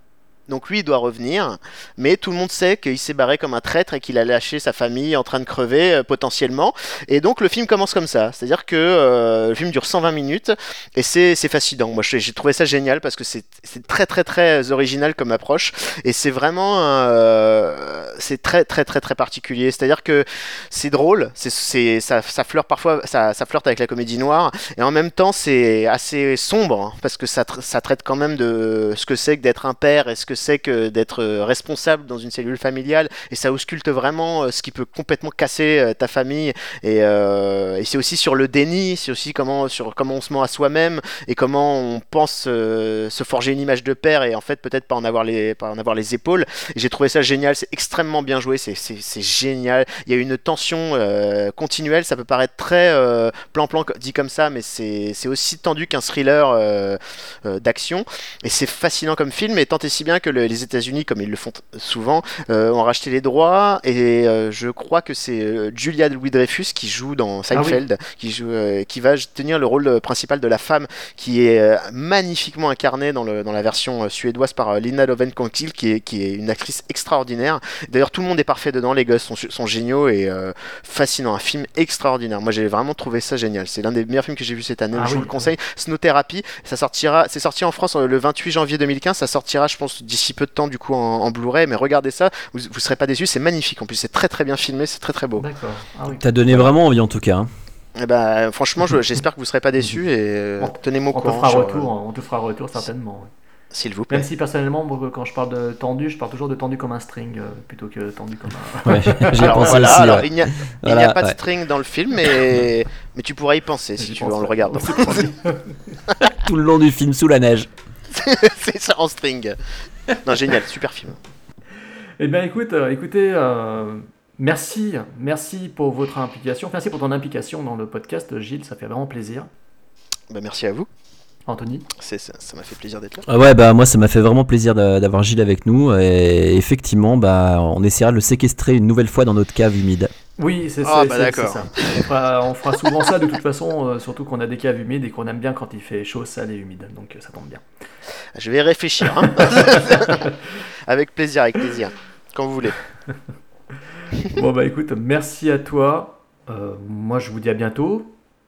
Donc lui, il doit revenir, mais tout le monde sait qu'il s'est barré comme un traître et qu'il a lâché sa famille en train de crever euh, potentiellement. Et donc le film commence comme ça, c'est-à-dire que euh, le film dure cent vingt minutes et c'est, c'est fascinant. Moi, j'ai, j'ai trouvé ça génial parce que c'est, c'est très très très original comme approche et c'est vraiment euh, c'est très très très très particulier. C'est-à-dire que c'est drôle, c'est, c'est ça, ça flirte parfois, ça, ça flirte avec la comédie noire et en même temps c'est assez sombre hein, parce que ça, ça traite quand même de ce que c'est que d'être un père et ce que c'est que d'être responsable dans une cellule familiale et ça ausculte vraiment ce qui peut complètement casser ta famille et, euh, et c'est aussi sur le déni, c'est aussi comment, sur comment on se ment à soi-même et comment on pense euh, se forger une image de père et en fait peut-être pas en avoir les, pas en avoir les épaules et j'ai trouvé ça génial, c'est extrêmement bien joué, c'est, c'est, c'est génial, il y a une tension euh, continuelle, ça peut paraître très euh, plan-plan dit comme ça mais c'est, c'est aussi tendu qu'un thriller euh, euh, d'action et c'est fascinant comme film et tant et si bien que le, les États-Unis, comme ils le font t- souvent, euh, ont racheté les droits et euh, je crois que c'est euh, Julia Louis-Dreyfus qui joue dans Seinfeld, ah oui. qui, joue, euh, qui va tenir le rôle principal de la femme qui est euh, magnifiquement incarnée dans, le, dans la version euh, suédoise par euh, Lina Lovenkongil qui est, qui est une actrice extraordinaire. D'ailleurs, tout le monde est parfait dedans, les gosses sont, sont géniaux et euh, fascinants. Un film extraordinaire. Moi, j'ai vraiment trouvé ça génial. C'est l'un des meilleurs films que j'ai vu cette année. Ah je oui, vous le conseille. Oui. Snow Therapy, ça sortira, c'est sorti en France le vingt-huit janvier deux mille quinze. Ça sortira, je pense, d'ici peu de temps du coup en, en Blu-ray, mais regardez ça, vous, vous serez pas déçus, c'est magnifique en plus, c'est très très bien filmé, c'est très très beau. D'accord. Ah oui. T'as donné vraiment envie en tout cas. Hein. Eh ben, franchement, je, j'espère que vous serez pas déçus et on, tenez-moi au on courant. Te fera sur, retour, on te fera retour certainement. Ouais. S'il vous plaît. Même si personnellement, moi, quand je parle de tendu, je parle toujours de tendu comme un string euh, plutôt que tendu comme un. Ouais, j'ai alors, pensé voilà, aussi. Alors, ouais. il n'y a, voilà, il n'y a pas ouais. de string dans le film, mais, mais tu pourras y penser si tu veux en le regardant. Tout le long du film sous la neige. C'est ça en string. Non, génial, super film. Eh bien, écoute, euh, écoutez, euh, merci, merci pour votre implication, merci pour ton implication dans le podcast, Gilles, ça fait vraiment plaisir. Bah, merci à vous. Anthony. C'est, ça, ça m'a fait plaisir d'être là. Ah ouais, bah moi ça m'a fait vraiment plaisir d'avoir Gilles avec nous et effectivement, bah on essaiera de le séquestrer une nouvelle fois dans notre cave humide. Oui, c'est, oh, c'est, bah c'est, d'accord. c'est ça. On fera, on fera souvent ça de toute façon, euh, surtout qu'on a des caves humides et qu'on aime bien quand il fait chaud, sale et humide, donc euh, ça tombe bien. Je vais y réfléchir. Hein. Avec plaisir, avec plaisir. Quand vous voulez. Bon bah écoute, merci à toi. Euh, moi je vous dis à bientôt.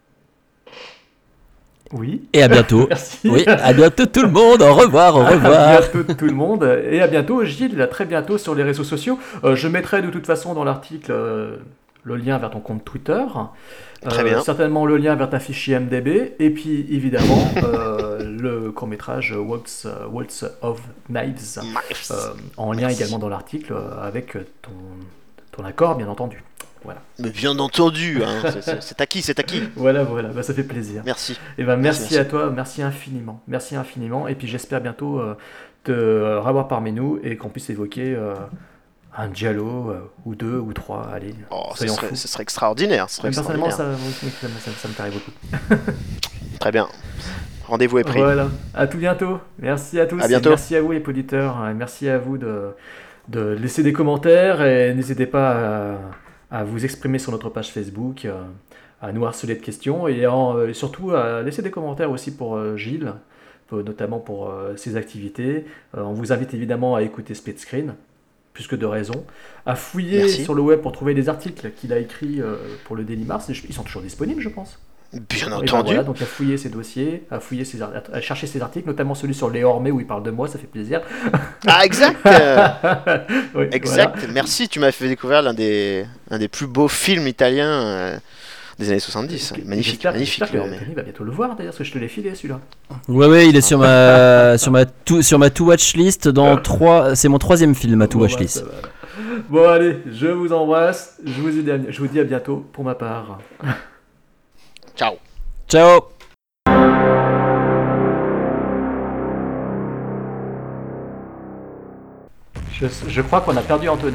Oui. Et à bientôt. Merci. Oui, à bientôt tout le monde. Au revoir, au revoir. À bientôt tout le monde. Et à bientôt, Gilles, à très bientôt sur les réseaux sociaux. Euh, je mettrai de toute façon dans l'article euh, le lien vers ton compte Twitter. Très euh, bien. Certainement le lien vers ta fiche I M D B. Et puis évidemment euh, le court-métrage Waltz, Waltz of Knives. Euh, en lien Merci. également dans l'article euh, avec ton, ton accord, bien entendu. Voilà. Mais bien entendu, hein. c'est, c'est, c'est acquis, c'est acquis. Voilà, voilà, bah, ça fait plaisir. Merci. Et ben merci, merci, à toi, merci infiniment, merci infiniment. Et puis j'espère bientôt euh, te euh, revoir parmi nous et qu'on puisse évoquer euh, un giallo euh, ou deux ou trois. Allez, oh, ce, soyons serait, fous. ce serait extraordinaire. Ce serait Personnellement, extraordinaire. ça, oui, ça, ça, ça me plairait beaucoup. Très bien. Rendez-vous est pris. Voilà. À tout bientôt. Merci à tous. À bientôt. Et merci à vous les auditeurs. Et merci à vous de de laisser des commentaires et n'hésitez pas à à vous exprimer sur notre page Facebook, euh, à nous harceler de questions et, en, euh, surtout à laisser des commentaires aussi pour euh, Gilles, euh, notamment pour euh, ses activités. Euh, on vous invite évidemment à écouter Split Screen, plus que de raison, à fouiller Merci. sur le web pour trouver les articles qu'il a écrits euh, pour le Daily Mars. Ils sont toujours disponibles, je pense. Bien Et entendu. ben voilà, donc à fouiller ses dossiers, à fouiller ses ar- à chercher ses articles, notamment celui sur les Hormés où il parle de moi, ça fait plaisir. Ah exact. euh, Oui, exact. voilà. Merci, tu m'as fait découvrir l'un des l'un des plus beaux films italiens euh, des années soixante-dix. Magnifique, J'espère, magnifique. j'espère les que Hormés. Tony va bientôt le voir d'ailleurs, parce que je te l'ai filé celui-là. Ouais, ouais, il est sur ma sur ma to, sur ma to watch list dans trois. C'est mon troisième film, ma to Bon, watch bah, list. ça va. Bon allez, je vous embrasse, je vous dis à, je vous dis à bientôt pour ma part. Ciao. Ciao. Je, je crois qu'on a perdu Anthony.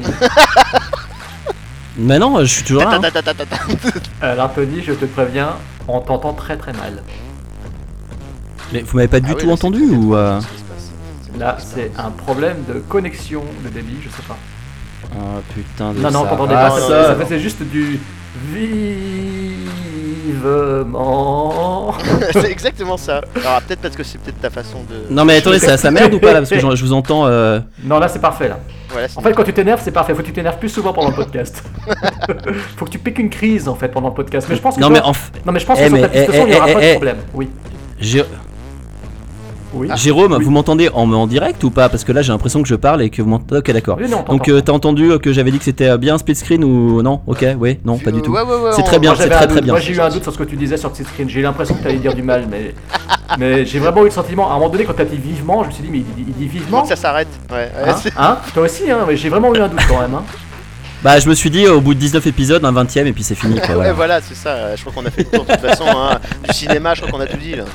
Mais non, je suis toujours là. Hein. Alors Anthony, je te préviens, on t'entend très très mal. Mais vous m'avez pas du Ah oui, tout là, entendu c'est ou euh... ce qui se passe. Là, c'est un problème de connexion de débit, je sais pas. Oh putain de Non, non, ça. t'entendais Ah, pas, ça, ça. ça faisait juste du... vi- vivement. C'est exactement ça. Alors peut-être parce que c'est peut-être ta façon de... Non mais attendez, ça, ça merde ou pas là? Parce que je, je vous entends... Euh... Non là c'est parfait là. Voilà, en fait quand tu t'énerves c'est parfait, faut que tu t'énerves plus souvent pendant le podcast. Faut que tu piques une crise en fait pendant le podcast. Mais je pense que non, toi... mais en f... non mais je pense eh, que sur mais, ta piste eh, son il n'y aura eh, pas eh, de problème. Oui. J'ai... Oui. Ah, Jérôme, oui. Vous m'entendez en, en direct ou pas? Parce que là j'ai l'impression que je parle et que vous m'entendez. Ok, d'accord. Oui, non, donc euh, t'as entendu que j'avais dit que c'était bien split screen ou non? Ok, oui, non, pas du tout. Ouais, ouais, ouais, c'est on... très bien, moi, c'est très très doute. bien. Moi j'ai eu un doute sur ce que tu disais sur split screen. J'ai eu l'impression que tu allais dire du mal, mais mais j'ai vraiment eu le sentiment. À un moment donné, quand tu as dit vivement, je me suis dit mais il, il dit vivement. Ça s'arrête. Ouais. Hein, hein toi aussi, hein. Mais j'ai vraiment eu un doute quand même. Hein. Bah je me suis dit au bout de dix-neuf épisodes, un vingtième et puis c'est fini quoi, voilà. Ouais voilà c'est ça, je crois qu'on a fait le tour de toute façon hein. Du cinéma, je crois qu'on a tout dit là.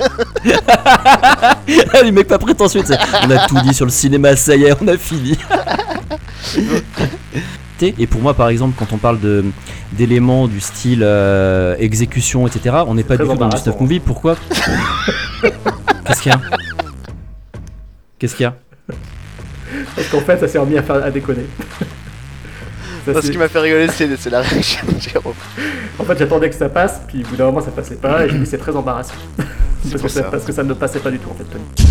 Les mecs pas prétentieux, on a tout dit sur le cinéma, ça y est, on a fini. Et pour moi par exemple quand on parle de d'éléments du style euh, exécution etc, on n'est pas du tout dans du stuff movie. Pourquoi? Qu'est-ce qu'il y a? Qu'est-ce qu'il y a? Parce qu'en fait ça s'est remis à, faire, à déconner. Ça, non, ce qui m'a fait rigoler c'est, c'est la réaction de Jérôme. En fait j'attendais que ça passe, puis au bout d'un moment ça passait pas, et j'ai dit c'est très embarrassant. parce, que ça, parce que ça ne passait pas du tout en fait Tony.